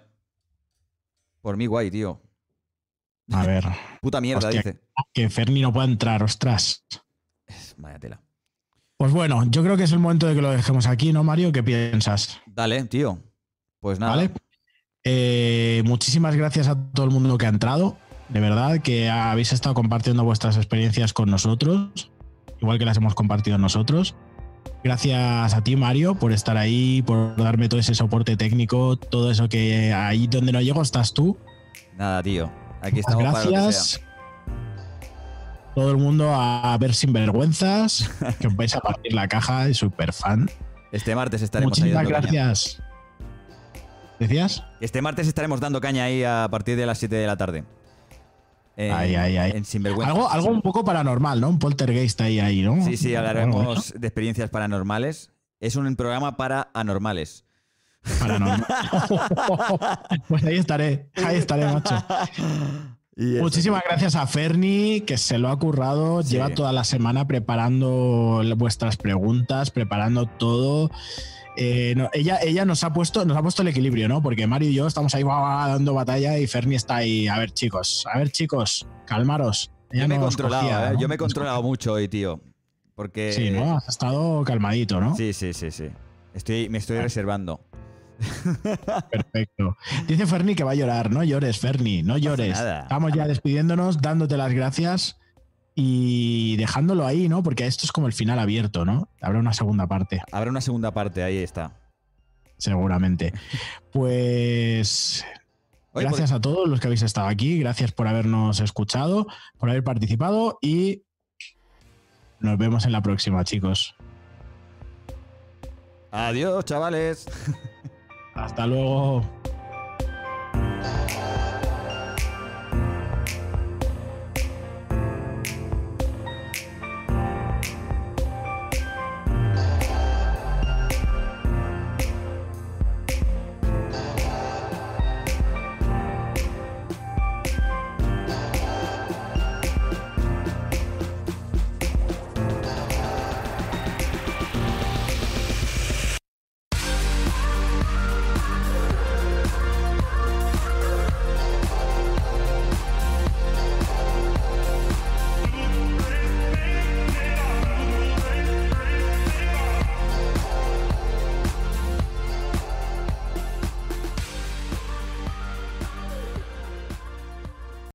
Por mí, guay, tío. A ver. Puta mierda, hostia, dice. Que Ferni no pueda entrar, ostras. Vaya tela. Pues bueno, yo creo que es el momento de que lo dejemos aquí, ¿no, Mario? ¿Qué piensas? Dale, tío. Pues nada. Vale. Eh, muchísimas gracias a todo el mundo que ha entrado. De verdad, que habéis estado compartiendo vuestras experiencias con nosotros, igual que las hemos compartido nosotros. Gracias a ti, Mario, por estar ahí, por darme todo ese soporte técnico, todo eso que ahí donde no llego estás tú. Nada, tío. Aquí estamos. Gracias. Para lo que sea. Todo el mundo a ver Sinvergüenzas, que os vais a partir la caja, es súper fan. Este martes estaremos Muchísimas ahí dando gracias. Caña. ¿Decías? Este martes estaremos dando caña ahí a partir de las siete de la tarde. En, ay, ay, ay. En Sinvergüenza. Algo, algo un poco paranormal, ¿no? Un poltergeist ahí, ahí, ¿no? Sí, sí, hablaremos bueno. de experiencias paranormales. Es un programa para anormales. Paranormal. Pues ahí estaré, ahí estaré, macho. Muchísimas gracias a Ferni, que se lo ha currado. Sí. Lleva toda la semana preparando vuestras preguntas, preparando todo. Eh, no, ella, ella nos ha puesto, nos ha puesto el equilibrio, ¿no? Porque Mario y yo estamos ahí dando batalla y Ferni está ahí. A ver, chicos, a ver, chicos, calmaros. Ella yo me he controlado, cogía, ¿eh? ¿no? Yo me he controlado mucho hoy, tío. Porque... Sí, ¿no? Has estado calmadito, ¿no? Sí, sí, sí, sí. Estoy, me estoy reservando. Perfecto. Dice Ferni que va a llorar. No llores, Ferni, no llores. No nada. Estamos ya despidiéndonos, dándote las gracias y dejándolo ahí, ¿no? Porque esto es como el final abierto, ¿no? Habrá una segunda parte. Habrá una segunda parte, ahí está. Seguramente. Pues... Oye, gracias por... a todos los que habéis estado aquí. Gracias por habernos escuchado, por haber participado y nos vemos en la próxima, chicos. Adiós, chavales. Hasta luego.